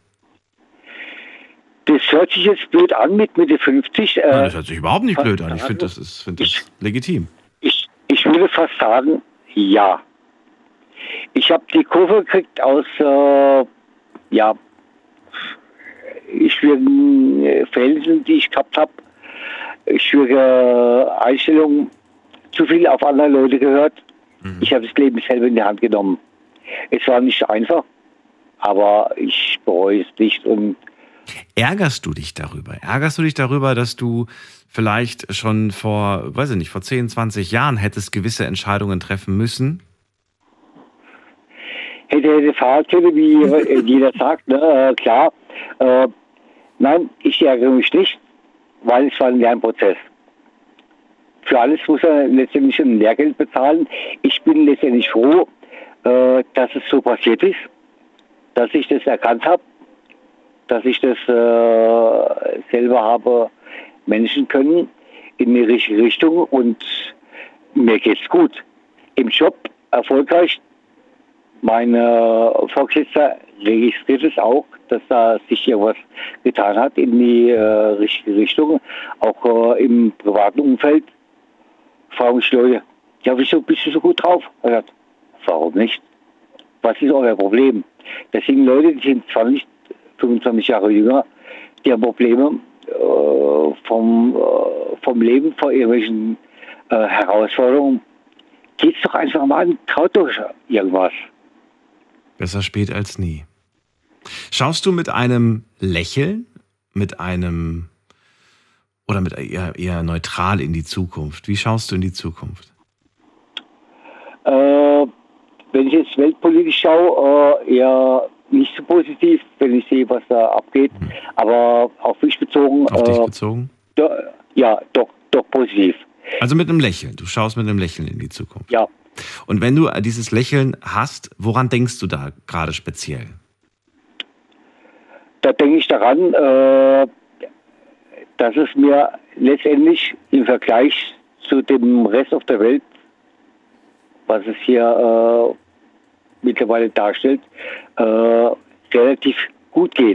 Das hört sich jetzt blöd an mit Mitte fünfzig. Äh, Nein, das hört sich überhaupt nicht blöd an. Ich finde das, ist, find das ich, legitim. Ich, ich würde fast sagen, ja. Ich habe die Kurve gekriegt aus äh, ja, schwierigen äh, Verhältnissen, die ich gehabt habe. Schwierige Einstellungen, zu viel auf andere Leute gehört. Mhm. Ich habe das Leben selber in die Hand genommen. Es war nicht einfach, aber ich bereue es nicht. Und ärgerst du dich darüber? Ärgerst du dich darüber, dass du vielleicht schon vor, weiß ich nicht, vor zehn, zwanzig Jahren hättest gewisse Entscheidungen treffen müssen? Hätte, hätte, Fahrradkette, wie jeder sagt, ne? äh, klar. Äh, nein, ich ärgere mich nicht, weil es war ein Lernprozess. Für alles muss er letztendlich ein Lehrgeld bezahlen. Ich bin letztendlich froh, äh, dass es so passiert ist, dass ich das erkannt habe, dass ich das äh, selber habe managen können in die richtige Richtung und mir geht's gut. Im Job erfolgreich. Mein Vorgesetzter registriert es auch, dass da sich irgendwas getan hat in die äh, richtige Richtung, auch äh, im privaten Umfeld. Fragen mich Leute, ja, wieso bist du so gut drauf? Er sagt, warum nicht? Was ist euer Problem? Das sind Leute, die sind zwanzig, fünfundzwanzig Jahre jünger, die haben Probleme äh, vom, äh, vom Leben, vor irgendwelchen äh, Herausforderungen. Geht's doch einfach mal an, traut doch irgendwas. Besser spät als nie. Schaust du mit einem Lächeln, mit einem oder mit eher, eher neutral in die Zukunft? Wie schaust du in die Zukunft? Äh, wenn ich jetzt weltpolitisch schaue, äh, eher nicht so positiv, wenn ich sehe, was da abgeht. Hm. Aber auf mich bezogen. Auf äh, dich bezogen? Do, ja, doch, doch positiv. Also mit einem Lächeln. Du schaust mit einem Lächeln in die Zukunft. Ja. Und wenn du dieses Lächeln hast, woran denkst du da gerade speziell? Da denke ich daran, äh, dass es mir letztendlich im Vergleich zu dem Rest auf der Welt, was es hier äh, mittlerweile darstellt, äh, relativ gut geht.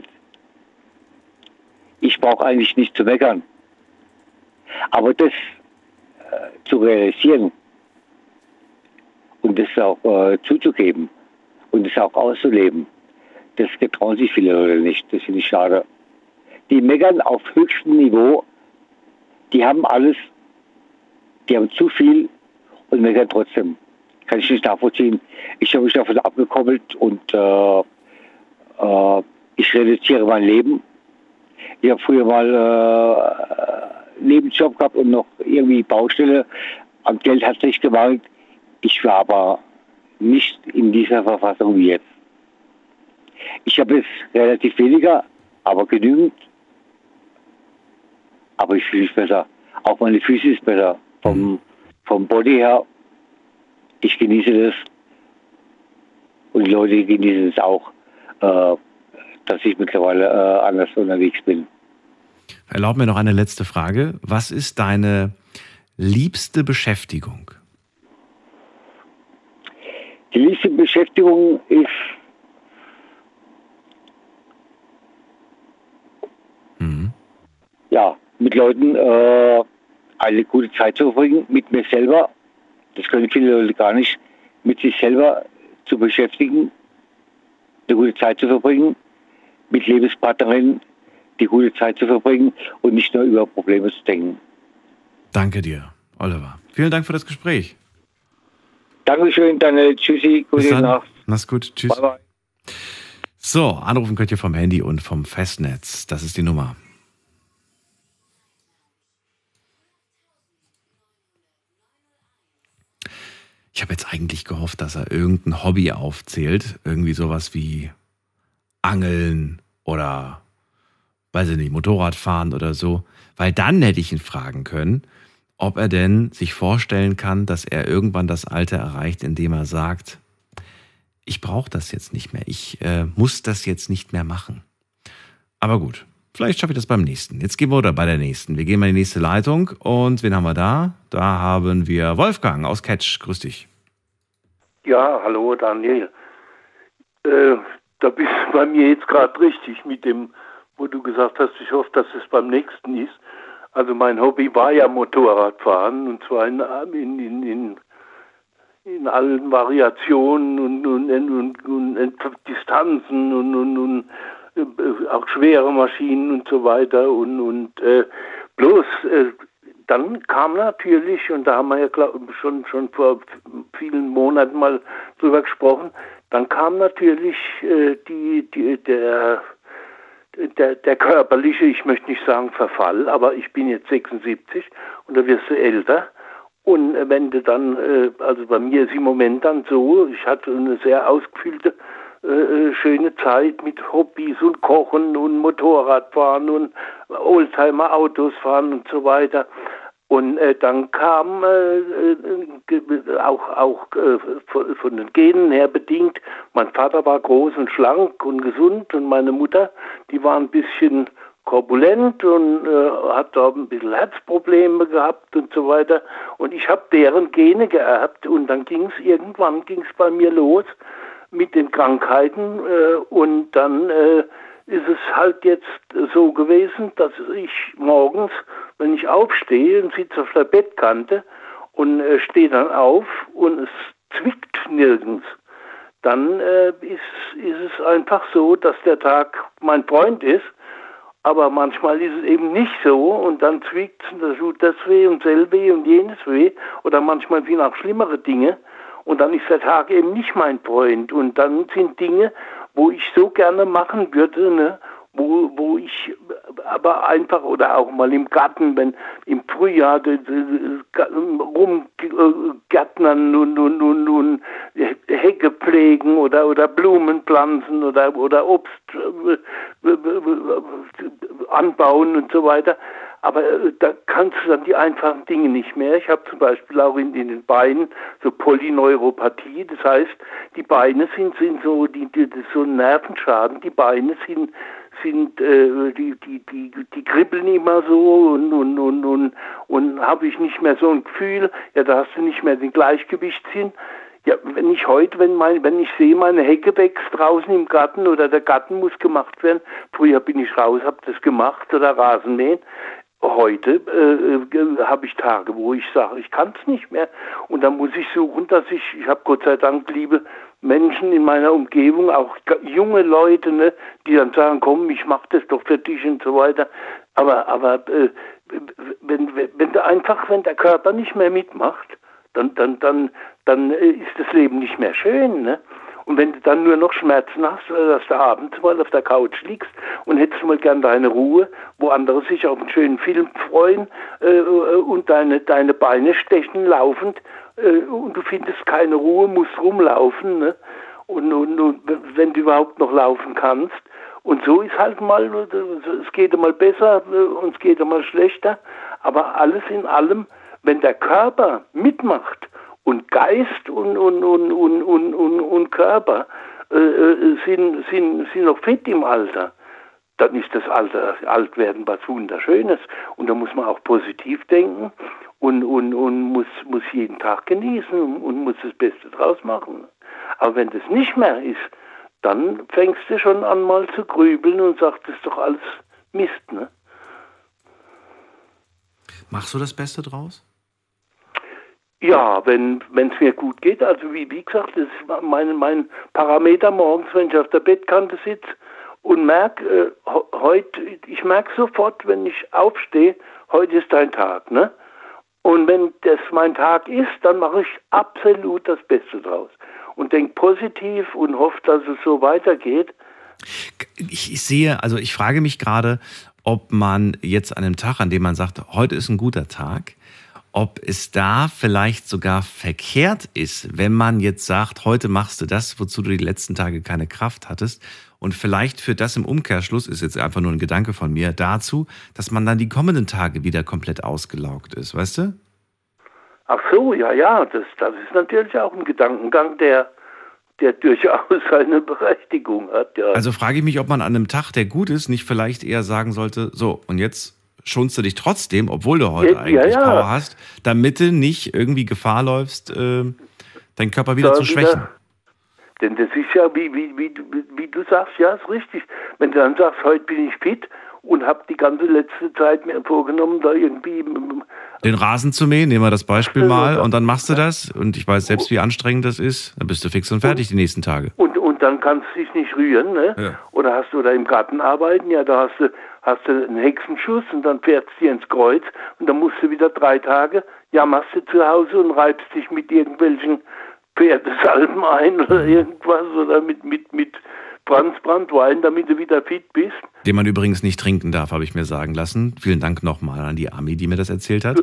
Ich brauche eigentlich nicht zu meckern. Aber das äh, zu realisieren und das auch äh, zuzugeben und das auch auszuleben, das getrauen sich viele Leute nicht. Das finde ich schade. Die meckern auf höchstem Niveau, die haben alles, die haben zu viel und meckern trotzdem. Kann ich nicht nachvollziehen. Ich habe mich davon abgekoppelt und äh, äh, ich reduziere mein Leben. Ich habe früher mal äh, einen Nebenjob gehabt und noch irgendwie Baustelle. Am Geld hat es nicht gemangelt. Ich war aber nicht in dieser Verfassung wie jetzt. Ich habe jetzt relativ weniger, aber genügend. Aber ich fühle mich besser. Auch meine Füße ist besser. Vom, vom Body her. ich genieße das und die Leute genießen es auch, äh, dass ich mittlerweile äh, anders unterwegs bin. Erlaub mir noch eine letzte Frage. Was ist deine liebste Beschäftigung? Die liebste Beschäftigung ist mhm. ja, mit Leuten äh, eine gute Zeit zu verbringen, mit mir selber. Das können viele Leute gar nicht, mit sich selber zu beschäftigen, eine gute Zeit zu verbringen, mit Lebenspartnerinnen die gute Zeit zu verbringen und nicht nur über Probleme zu denken. Danke dir, Oliver. Vielen Dank für das Gespräch. Dankeschön, Daniel. Tschüssi, gute Nacht. Mach's gut, tschüss. Bye, bye. So, anrufen könnt ihr vom Handy und vom Festnetz. Das ist die Nummer. Ich habe jetzt eigentlich gehofft, dass er irgendein Hobby aufzählt. Irgendwie sowas wie Angeln oder, weiß ich nicht, Motorradfahren oder so. Weil dann hätte ich ihn fragen können, ob er denn sich vorstellen kann, dass er irgendwann das Alter erreicht, in dem er sagt, ich brauche das jetzt nicht mehr. Ich äh, muss das jetzt nicht mehr machen. Aber gut, vielleicht schaffe ich das beim nächsten. Jetzt gehen wir oder bei der nächsten. Wir gehen mal in die nächste Leitung. Und wen haben wir da? Da haben wir Wolfgang aus Ketsch. Grüß dich. Ja, hallo Daniel. Äh, da bist du bei mir jetzt gerade richtig mit dem, wo du gesagt hast, ich hoffe, dass es beim nächsten ist. Also mein Hobby war ja Motorradfahren und zwar in, in, in, in, in allen Variationen und, und, und, und, und Distanzen und, und, und äh, auch schwere Maschinen und so weiter und, und äh, bloß äh, dann kam natürlich, und da haben wir ja glaub, schon, schon vor vielen Monaten mal drüber gesprochen, dann kam natürlich äh, die, die, der, der, der körperliche, ich möchte nicht sagen Verfall, aber ich bin jetzt sechsundsiebzig und da wirst du älter. Und wenn du dann, äh, also bei mir ist im Moment dann so, ich hatte eine sehr ausgefüllte, äh, schöne Zeit mit Hobbys und Kochen und Motorradfahren und Oldtimer-Autos fahren und so weiter. Und äh, dann kam äh, äh, auch, auch äh, von, von den Genen her bedingt, mein Vater war groß und schlank und gesund und meine Mutter, die war ein bisschen korpulent und äh, hat da ein bisschen Herzprobleme gehabt und so weiter. Und ich habe deren Gene geerbt und dann ging es irgendwann ging's bei mir los mit den Krankheiten äh, und dann äh, ist es halt jetzt so gewesen, dass ich morgens, wenn ich aufstehe und sitze auf der Bettkante und äh, stehe dann auf und es zwickt nirgends, dann äh, ist, ist es einfach so, dass der Tag mein Freund ist, aber manchmal ist es eben nicht so und dann zwickt es und da tut das weh und das weh und jenes weh oder manchmal sind auch schlimmere Dinge und dann ist der Tag eben nicht mein Freund und dann sind Dinge, wo ich so gerne machen würde, ne, wo, wo ich aber einfach, oder auch mal im Garten, wenn im Frühjahr rumgärtnern und, und, und, und Hecke pflegen oder, oder Blumen pflanzen oder, oder Obst anbauen und so weiter. Aber äh, da kannst du dann die einfachen Dinge nicht mehr. Ich habe zum Beispiel auch in, in den Beinen so Polyneuropathie. Das heißt, die Beine sind, sind so, die, die, so ein Nervenschaden. Die Beine sind, sind äh, die, die, die, die kribbeln immer so und, und, und, und, und habe ich nicht mehr so ein Gefühl. Ja, da hast du nicht mehr den Gleichgewichtssinn. Ja, wenn ich heute, wenn mein, wenn ich sehe, meine Hecke wächst draußen im Garten oder der Garten muss gemacht werden. Früher bin ich raus, habe das gemacht oder Rasenmähen. Heute äh, habe ich Tage, wo ich sage, ich kann es nicht mehr. Und dann muss ich suchen, dass ich, ich habe Gott sei Dank liebe Menschen in meiner Umgebung, auch junge Leute, ne, die dann sagen, komm, ich mache das doch für dich und so weiter. Aber, aber äh, wenn, wenn du einfach, wenn der Körper nicht mehr mitmacht, dann, dann, dann, dann ist das Leben nicht mehr schön, ne? Und wenn du dann nur noch Schmerzen hast, dass du abends mal auf der Couch liegst und hättest mal gern deine Ruhe, wo andere sich auf einen schönen Film freuen äh, und deine, deine Beine stechen laufend äh, und du findest keine Ruhe, musst rumlaufen, ne? und, und, und wenn du überhaupt noch laufen kannst. Und so ist halt mal, es geht einmal besser und es geht einmal schlechter, aber alles in allem, wenn der Körper mitmacht Und Geist und, und, und, und, und, und, und Körper äh, sind, sind, sind noch fit im Alter. Dann ist das Alter, Altwerden was Wunderschönes. Und da muss man auch positiv denken und, und, und muss, muss jeden Tag genießen und, und muss das Beste draus machen. Aber wenn das nicht mehr ist, dann fängst du schon an mal zu grübeln und sagst, das ist doch alles Mist, ne? Machst du das Beste draus? Ja, wenn es mir gut geht, also wie, wie gesagt, das ist mein, mein Parameter morgens, wenn ich auf der Bettkante sitze und merke, äh, heute, ich merke sofort, wenn ich aufstehe, heute ist dein Tag, ne? Und wenn das mein Tag ist, dann mache ich absolut das Beste draus und denke positiv und hoffe, dass es so weitergeht. Ich, ich sehe, also ich frage mich gerade, ob man jetzt an einem Tag, an dem man sagt, heute ist ein guter Tag, ob es da vielleicht sogar verkehrt ist, wenn man jetzt sagt, heute machst du das, wozu du die letzten Tage keine Kraft hattest. Und vielleicht führt das im Umkehrschluss, ist jetzt einfach nur ein Gedanke von mir, dazu, dass man dann die kommenden Tage wieder komplett ausgelaugt ist, weißt du? Ach so, ja, ja, das, das ist natürlich auch ein Gedankengang, der, der durchaus seine Berechtigung hat. Ja. Also frage ich mich, ob man an einem Tag, der gut ist, nicht vielleicht eher sagen sollte, so, und jetzt schonst du dich trotzdem, obwohl du heute ja, eigentlich ja, ja. Power hast, damit du nicht irgendwie Gefahr läufst, äh, deinen Körper wieder da zu schwächen. Wieder. Denn das ist ja, wie, wie, wie, wie du sagst, ja, ist richtig. Wenn du dann sagst, heute bin ich fit und habe die ganze letzte Zeit mir vorgenommen, da irgendwie den Rasen zu mähen, nehmen wir das Beispiel mal, und dann machst du das, und ich weiß selbst, wie anstrengend das ist, dann bist du fix und fertig die nächsten Tage. Und, und dann kannst du dich nicht rühren, ne? Ja. Oder hast du da im Garten arbeiten, ja, da hast du, hast du einen Hexenschuss und dann fährst du dir ins Kreuz und dann musst du wieder drei Tage, ja, machst du zu Hause und reibst dich mit irgendwelchen Pferdesalben ein oder irgendwas oder mit, mit, mit Brandwein, damit du wieder fit bist. Den man übrigens nicht trinken darf, habe ich mir sagen lassen. Vielen Dank nochmal an die Ami, die mir das erzählt hat.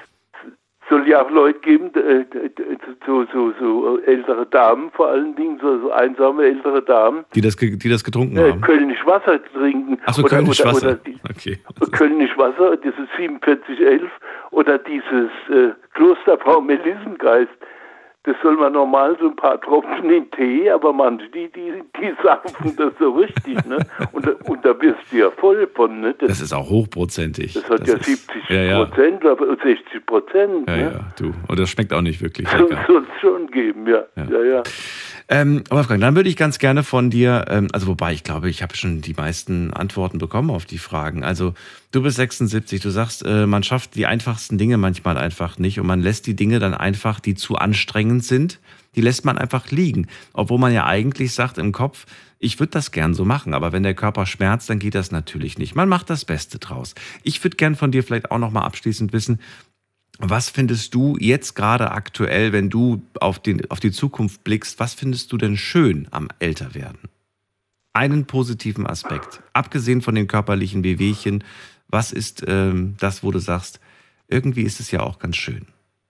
Soll ja auch Leute geben, äh, so, so, so ältere Damen, vor allen Dingen, so, so einsame ältere Damen. Die das, die das getrunken äh, haben? Kölnisch Wasser trinken. Ach so, Kölnisch oder, Wasser. Oder die, okay. Kölnisch Wasser, dieses siebenundvierzig elf oder dieses äh, Klosterfrau Melissengeist. Das soll man normal so ein paar Tropfen in Tee, aber manche, die, die, die saufen das so richtig, ne? Und, und da wirst du ja voll von, ne? Das, das ist auch hochprozentig. Das hat das ja ist, siebzig ja, Prozent, ja. aber sechzig Prozent. Ja, ne? ja, du. Und das schmeckt auch nicht wirklich. Soll es schon geben, ja. ja. ja, ja. Ähm, aber Frank, dann würde ich ganz gerne von dir, ähm, also wobei ich glaube, ich habe schon die meisten Antworten bekommen auf die Fragen. Also du bist sechsundsiebzig, du sagst, äh, man schafft die einfachsten Dinge manchmal einfach nicht und man lässt die Dinge dann einfach, die zu anstrengend sind, die lässt man einfach liegen. Obwohl man ja eigentlich sagt im Kopf, ich würde das gern so machen, aber wenn der Körper schmerzt, dann geht das natürlich nicht. Man macht das Beste draus. Ich würde gern von dir vielleicht auch nochmal abschließend wissen, was findest du jetzt gerade aktuell, wenn du auf, den, auf die Zukunft blickst, was findest du denn schön am Älterwerden? Einen positiven Aspekt, abgesehen von den körperlichen Wehwehchen, was ist ähm, das, wo du sagst, irgendwie ist es ja auch ganz schön?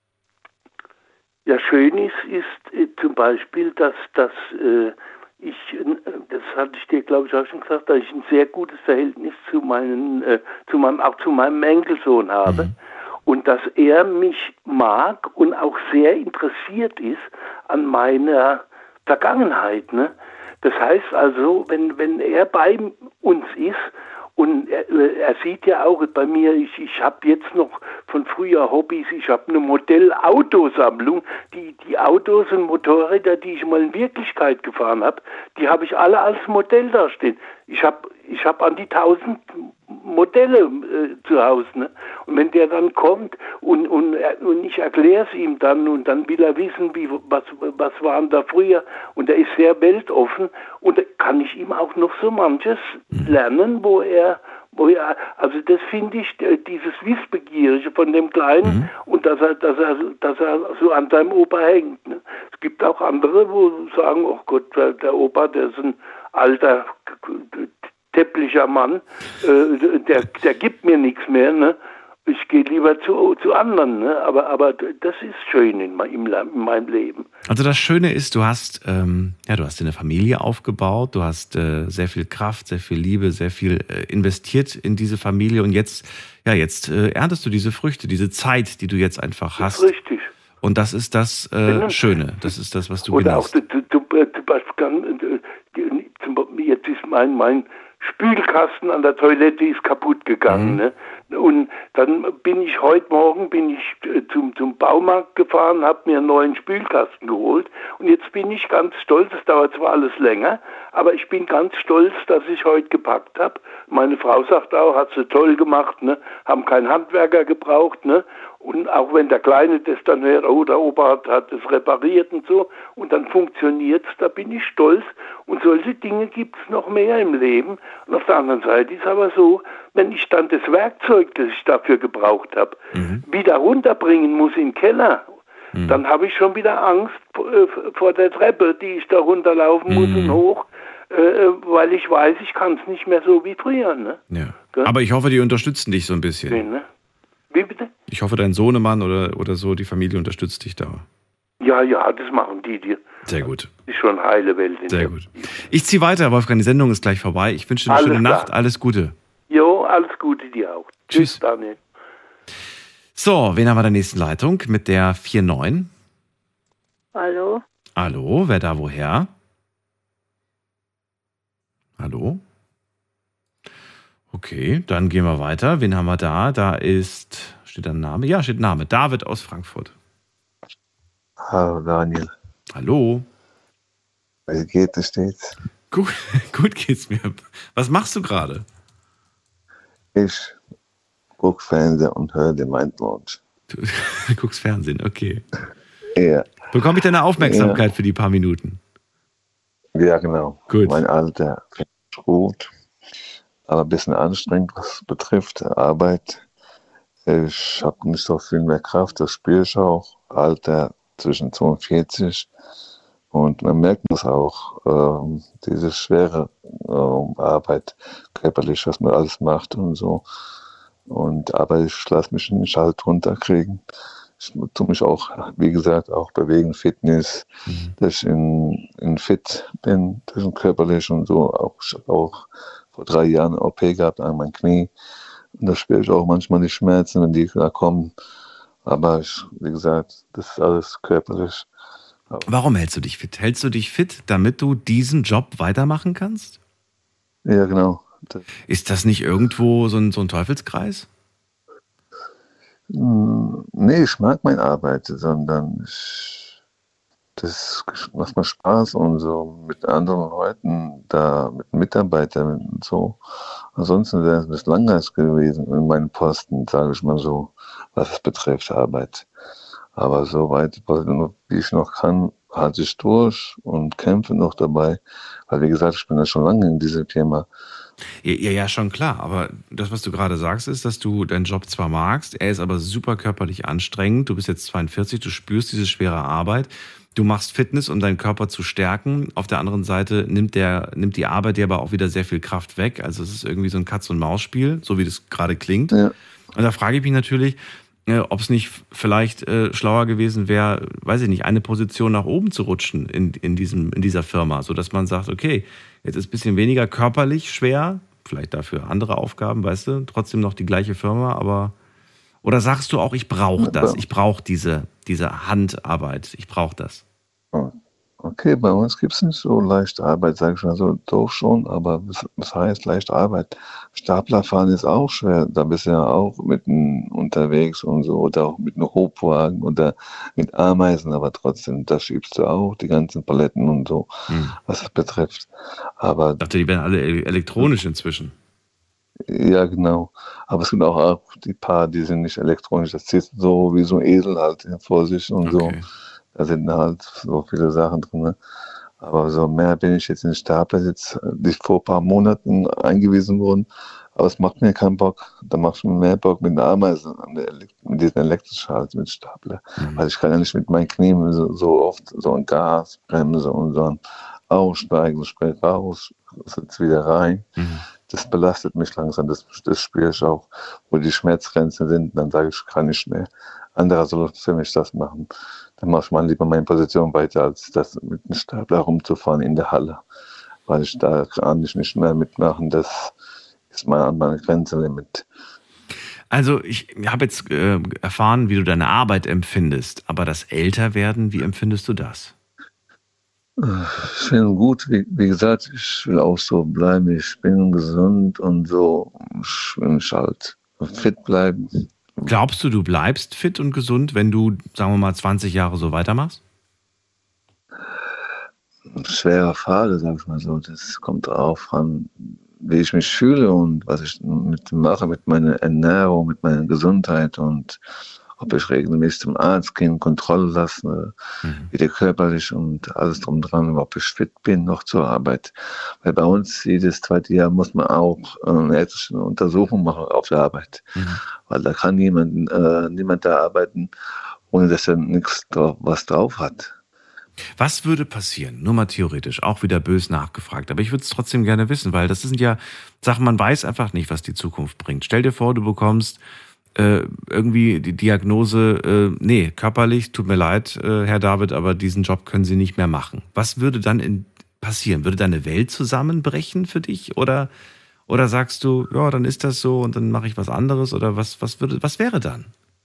Ja, schön ist, ist äh, zum Beispiel, dass, dass äh, ich, äh, das hatte ich dir, glaube ich, auch schon gesagt, dass ich ein sehr gutes Verhältnis zu meinen, äh, zu meinem, auch zu meinem Enkelsohn habe. Mhm. Und dass er mich mag und auch sehr interessiert ist an meiner Vergangenheit. Ne? Das heißt also, wenn, wenn er bei uns ist, und er, er sieht ja auch bei mir, ich, ich habe jetzt noch von früher Hobbys, ich habe eine Modellautosammlung. Die, die Autos und Motorräder, die ich mal in Wirklichkeit gefahren habe, die habe ich alle als Modell da stehen. Ich habe ich hab an die tausend Modelle äh, zu Hause. Ne? Und wenn der dann kommt und, und, und ich erkläre es ihm dann und dann will er wissen, wie, was, was waren da früher. Und er ist sehr weltoffen und da kann ich ihm auch noch so manches lernen, wo er, wo er also das finde ich, dieses Wissbegierige von dem Kleinen mhm. und dass er, dass er, dass er so an seinem Opa hängt. Ne? Es gibt auch andere, wo sagen, oh Gott, der, der Opa, der ist ein alter täpplicher Mann, äh, der, der gibt mir nichts mehr, ne? Ich gehe lieber zu, zu anderen, ne? aber, aber das ist schön in, in, in meinem Leben. Also das Schöne ist, du hast, ähm, ja, du hast eine Familie aufgebaut, du hast äh, sehr viel Kraft, sehr viel Liebe, sehr viel äh, investiert in diese Familie und jetzt, ja, jetzt äh, erntest du diese Früchte, diese Zeit, die du jetzt einfach hast. Das ist richtig. Und das ist das äh, Schöne. Das ist das, was du Oder genießt. auch, du, du, du, du, jetzt ist mein, mein Spülkasten an der Toilette ist kaputt gegangen. Mhm. Ne? Und dann bin ich heute Morgen bin ich zum, zum Baumarkt gefahren, habe mir einen neuen Spülkasten geholt. Und jetzt bin ich ganz stolz, es dauert zwar alles länger, aber ich bin ganz stolz, dass ich heute gepackt habe. Meine Frau sagt auch, hat sie toll gemacht, ne? Haben keinen Handwerker gebraucht. Ne? Und auch wenn der Kleine das dann hört, oh, der Opa hat, hat das repariert und so, und dann funktioniert es, da bin ich stolz. Und solche Dinge gibt es noch mehr im Leben. Und auf der anderen Seite ist aber so, wenn ich dann das Werkzeug, das ich dafür gebraucht habe, mhm. wieder runterbringen muss in den Keller, mhm. dann habe ich schon wieder Angst äh, vor der Treppe, die ich da runterlaufen muss mhm. und hoch, äh, weil ich weiß, ich kann es nicht mehr so wie früher. Ne? Ja. Ja? Aber ich hoffe, die unterstützen dich so ein bisschen. Nee, ne? Wie bitte? Ich hoffe, dein Sohnemann oder, oder so, die Familie unterstützt dich da. Ja, ja, das machen die dir. Sehr gut. Das ist schon eine heile Welt. In Sehr gut. Ich ziehe weiter, Wolfgang, die Sendung ist gleich vorbei. Ich wünsche dir eine alles schöne klar. Nacht, alles Gute. Jo, alles Gute dir auch. Tschüss. Tschüss, Daniel. So, wen haben wir in der nächsten Leitung mit der vier neun? Hallo? Hallo, wer da woher? Hallo? Okay, dann gehen wir weiter. Wen haben wir da? Da ist, steht da ein Name? Ja, steht Name. David aus Frankfurt. Hallo Daniel. Hallo. Wie geht es stets? Gut, gut geht's mir. Was machst du gerade? Ich gucke Fernsehen und höre den Mind Lounge. Du guckst Fernsehen, okay. Ja. Bekomme ich deine Aufmerksamkeit ja. für die paar Minuten? Ja, genau. Gut. Mein Alter ist gut, aber ein bisschen anstrengend, was betrifft Arbeit. Ich habe nicht so viel mehr Kraft, das spüre ich auch. Alter zwischen zweiundvierzig. Und man merkt das auch, ähm, diese schwere ähm, Arbeit, körperlich, was man alles macht und so. Und, aber ich lasse mich nicht halt runterkriegen. Ich tue mich auch, wie gesagt, auch bewegen, Fitness, mhm. dass ich in, in fit bin, dass ich körperlich und so. Auch, ich habe auch vor drei Jahren eine O P gehabt an meinem Knie. Und da spüre ich auch manchmal die Schmerzen, wenn die da kommen. Aber ich, wie gesagt, das ist alles körperlich. Warum hältst du dich fit? Hältst du dich fit, damit du diesen Job weitermachen kannst? Ja, genau. Ist das nicht irgendwo so ein, so ein Teufelskreis? Nee, ich mag meine Arbeit, sondern ich, das macht mir Spaß und so mit anderen Leuten, da mit Mitarbeitern und so. Ansonsten wäre es ein bisschen langweilig gewesen in meinen Posten, sage ich mal so, was es betrifft, Arbeit. Aber so weit, wie ich noch kann, halte ich durch und kämpfe noch dabei. Weil, wie gesagt, ich bin ja schon lange in diesem Thema. Ja, ja, ja, schon klar. Aber das, was du gerade sagst, ist, dass du deinen Job zwar magst, er ist aber super körperlich anstrengend. Du bist jetzt zweiundvierzig, du spürst diese schwere Arbeit. Du machst Fitness, um deinen Körper zu stärken. Auf der anderen Seite nimmt, der, nimmt die Arbeit dir aber auch wieder sehr viel Kraft weg. Also es ist irgendwie so ein Katz-und-Maus-Spiel, so wie das gerade klingt. Ja. Und da frage ich mich natürlich, ob es nicht vielleicht äh, schlauer gewesen wäre, weiß ich nicht, eine Position nach oben zu rutschen in, in, diesem, in dieser Firma, sodass man sagt, okay, jetzt ist ein bisschen weniger körperlich schwer, vielleicht dafür andere Aufgaben, weißt du, trotzdem noch die gleiche Firma, aber oder sagst du auch, ich brauche das, ich brauche diese, diese Handarbeit, ich brauche das? Okay, bei uns gibt es nicht so leichte Arbeit, sage ich mal so, doch schon, aber was, was heißt leichte Arbeit? Staplerfahren ist auch schwer, da bist du ja auch mitten unterwegs und so, oder auch mit einem Hubwagen oder mit Ameisen, aber trotzdem, da schiebst du auch die ganzen Paletten und so, hm. was das betrifft. Aber ich dachte, die werden alle elektronisch inzwischen. Ja, genau. Aber es gibt auch, auch die paar, die sind nicht elektronisch, das zieht so wie so ein Esel halt vor sich und okay. so. Da sind halt so viele Sachen drin. Aber so mehr bin ich jetzt in Stapler jetzt nicht vor ein paar Monaten eingewiesen worden. Aber es macht mir keinen Bock. Da macht mir mehr Bock mit der Ameise, mit diesen elektrischen halt, mit Stapler. Mhm. Weil ich kann ja nicht mit meinen Knien so, so oft so ein Gas, Bremse und so ein Aussteigen, spring raus, sitzt wieder rein. Mhm. Das belastet mich langsam. Das, das spüre ich auch, wo die Schmerzgrenzen sind. Dann sage ich, kann ich mehr. Anderer soll für mich das machen. Dann mache ich mal lieber meine Position weiter, als das mit einem Stapler rumzufahren in der Halle. Weil ich da kann ich nicht mehr mitmachen. Das ist mein, meine Grenzenlimit. Also ich habe jetzt äh, erfahren, wie du deine Arbeit empfindest, aber das Älterwerden, wie empfindest du das? Ich finde gut, wie, wie gesagt, ich will auch so bleiben. Ich bin gesund und so. Ich will halt fit bleiben. Glaubst du, du bleibst fit und gesund, wenn du, sagen wir mal, zwanzig Jahre so weitermachst? Schwere Frage, sag ich mal so. Das kommt darauf an, wie ich mich fühle und was ich mit mache, mit meiner Ernährung, mit meiner Gesundheit und ob ich regelmäßig zum Arzt gehe, Kontrolle lasse, mhm. wieder körperlich und alles drum dran, ob ich fit bin noch zur Arbeit. Weil bei uns jedes zweite Jahr muss man auch eine ärztliche Untersuchung machen auf der Arbeit. Mhm. Weil da kann niemand, äh, niemand da arbeiten, ohne dass er nichts drauf, was drauf hat. Was würde passieren? Nur mal theoretisch, auch wieder böse nachgefragt. Aber ich würde es trotzdem gerne wissen, weil das sind ja Sachen, man weiß einfach nicht, was die Zukunft bringt. Stell dir vor, du bekommst äh, irgendwie die Diagnose, äh, nee, körperlich, tut mir leid, äh, Herr David, aber diesen Job können Sie nicht mehr machen. Was würde dann in, passieren? Würde deine Welt zusammenbrechen für dich? Oder, oder sagst du, ja, dann ist das so und dann mache ich was anderes? Oder was, was, würde, was wäre dann?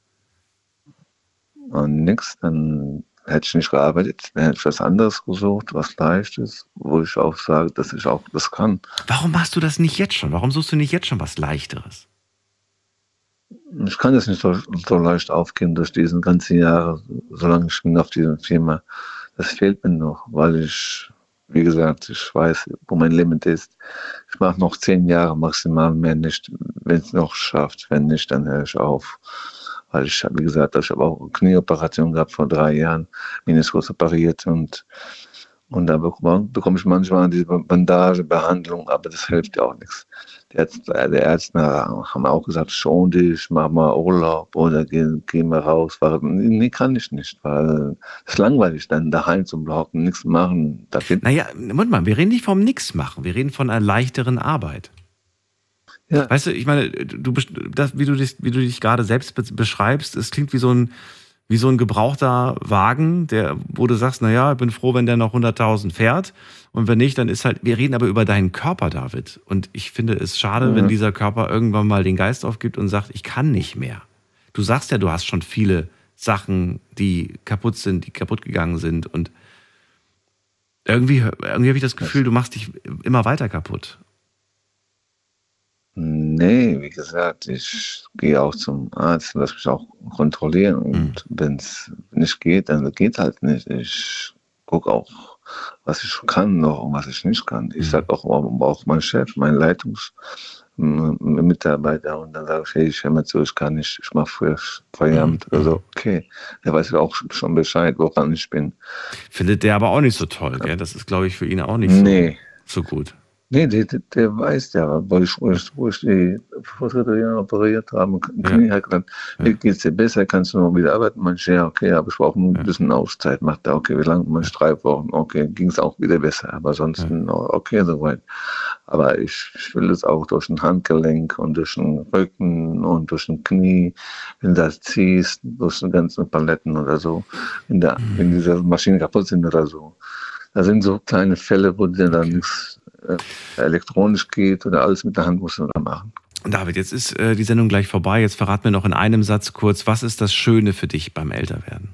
Und nix, dann hätte ich nicht gearbeitet, dann hätte ich was anderes gesucht, was leicht ist, wo ich auch sage, dass ich auch das kann. Warum machst du das nicht jetzt schon? Warum suchst du nicht jetzt schon was Leichteres? Ich kann das nicht so, so leicht aufgeben durch diese ganzen Jahre, solange ich bin auf dieser Firma. Das fehlt mir noch, weil ich, wie gesagt, ich weiß, wo mein Limit ist. Ich mache noch zehn Jahre maximal, mehr nicht, wenn es noch schafft. Wenn nicht, dann höre ich auf. Weil ich habe, wie gesagt, ich habe auch eine Knieoperation gehabt vor drei Jahren, Meniskus operiert und, und da bekomme, bekomme ich manchmal diese Bandagebehandlung, aber das hilft ja auch nichts. Die Ärzte, die Ärzte haben auch gesagt, schon dich, mach mal Urlaub oder geh, geh mal raus. Nee, kann ich nicht, weil es ist langweilig, dann daheim zu blocken, nichts machen. Da naja, Moment mal, wir reden nicht vom Nichts machen, wir reden von einer leichteren Arbeit. Ja. Weißt du, ich meine, du, das, wie, du dich, wie du dich gerade selbst beschreibst, es klingt wie so ein, wie so ein gebrauchter Wagen, der, wo du sagst, naja, ich bin froh, wenn der noch hunderttausend fährt und wenn nicht, dann ist halt, wir reden aber über deinen Körper, David, und ich finde es schade, mhm. wenn dieser Körper irgendwann mal den Geist aufgibt und sagt, ich kann nicht mehr. Du sagst ja, du hast schon viele Sachen, die kaputt sind, die kaputt gegangen sind und irgendwie, irgendwie habe ich das Gefühl, du machst dich immer weiter kaputt. Nee, wie gesagt, ich gehe auch zum Arzt, lass mich auch kontrollieren und mhm. wenn es nicht geht, dann geht halt nicht. Ich gucke auch, was ich kann noch und was ich nicht kann. Ich sage auch, auch mein Chef, mein Leitungsmitarbeiter und dann sage ich, hey, ich höre mal zu, ich kann nicht, ich mache früher Feierabend. Mhm. Also okay, der weiß auch schon Bescheid, woran ich bin. Findet der aber auch nicht so toll, gell? Das ist, glaube ich, für ihn auch nicht so, nee. so gut. Nee, der, der weiß ja, weil ich, wo ich, wo ich die vor drei Jahren operiert habe, Knie hat gesagt, ja. Geht's dir besser, kannst du noch wieder arbeiten? Manche, ja, okay, aber ich brauche nur ein bisschen Auszeit. Macht er, okay, wie lange? Manche drei Wochen, okay, ging es auch wieder besser, aber sonst, ja. okay, soweit. Aber ich, ich will es auch durch ein Handgelenk und durch den Rücken und durch den Knie, wenn du das ziehst, durch die ganzen Paletten oder so, wenn, da, mhm. wenn diese Maschinen kaputt sind oder so. Da sind so kleine Fälle, wo dir dann nichts elektronisch geht oder alles mit der Hand musst du da machen. David, jetzt ist äh, die Sendung gleich vorbei. Jetzt verrat mir noch in einem Satz kurz, was ist das Schöne für dich beim Älterwerden?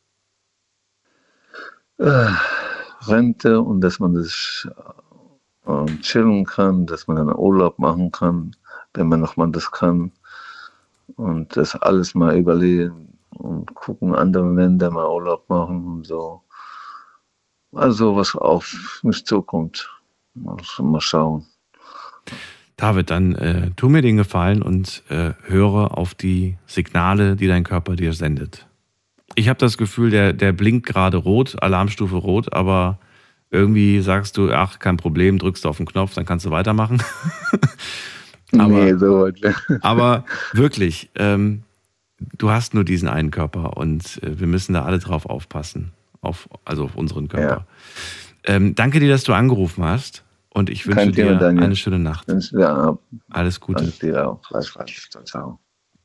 Äh, Rente und dass man das äh, chillen kann, dass man einen Urlaub machen kann, wenn man noch mal das kann und das alles mal überlegen und gucken, andere Länder mal Urlaub machen und so. Also was auf mich zukommt. Mal schauen. David, dann äh, tu mir den Gefallen und äh, höre auf die Signale, die dein Körper dir sendet. Ich habe das Gefühl, der, der blinkt gerade rot, Alarmstufe rot, aber irgendwie sagst du, ach, kein Problem, drückst du auf den Knopf, dann kannst du weitermachen. aber, nee, so weit. aber wirklich, ähm, du hast nur diesen einen Körper und äh, wir müssen da alle drauf aufpassen, auf, also auf unseren Körper. Ja. Ähm, danke dir, dass du angerufen hast und ich wünsche dir Daniel. Eine schöne Nacht. Ja, alles Gute. Dir auch. Ciao.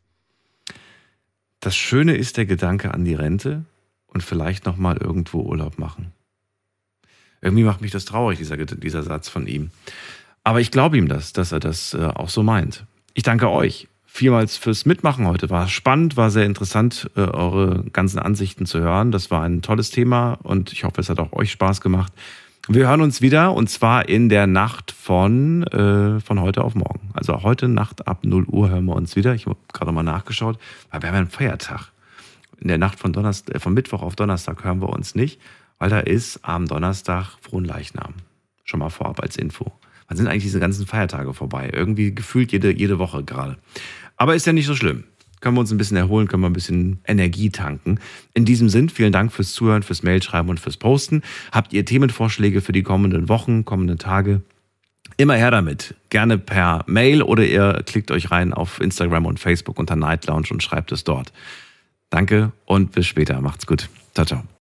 Das Schöne ist der Gedanke an die Rente und vielleicht nochmal irgendwo Urlaub machen. Irgendwie macht mich das traurig, dieser, dieser Satz von ihm. Aber ich glaube ihm das, dass er das äh, auch so meint. Ich danke euch vielmals fürs Mitmachen heute. War spannend, war sehr interessant, äh, eure ganzen Ansichten zu hören. Das war ein tolles Thema und ich hoffe, es hat auch euch Spaß gemacht. Wir hören uns wieder und zwar in der Nacht von, äh, von heute auf morgen. Also heute Nacht ab null Uhr hören wir uns wieder. Ich habe gerade mal nachgeschaut, weil wir haben ja einen Feiertag. In der Nacht von, Donnerstag, äh, von Mittwoch auf Donnerstag hören wir uns nicht, weil da ist am Donnerstag Fronleichnam. Schon mal vorab als Info. Wann sind eigentlich diese ganzen Feiertage vorbei? Irgendwie gefühlt jede, jede Woche gerade. Aber ist ja nicht so schlimm. Können wir uns ein bisschen erholen, können wir ein bisschen Energie tanken. In diesem Sinn, vielen Dank fürs Zuhören, fürs Mailschreiben und fürs Posten. Habt ihr Themenvorschläge für die kommenden Wochen, kommenden Tage? Immer her damit. Gerne per Mail oder ihr klickt euch rein auf Instagram und Facebook unter Night Lounge und schreibt es dort. Danke und bis später. Macht's gut. Ciao, ciao.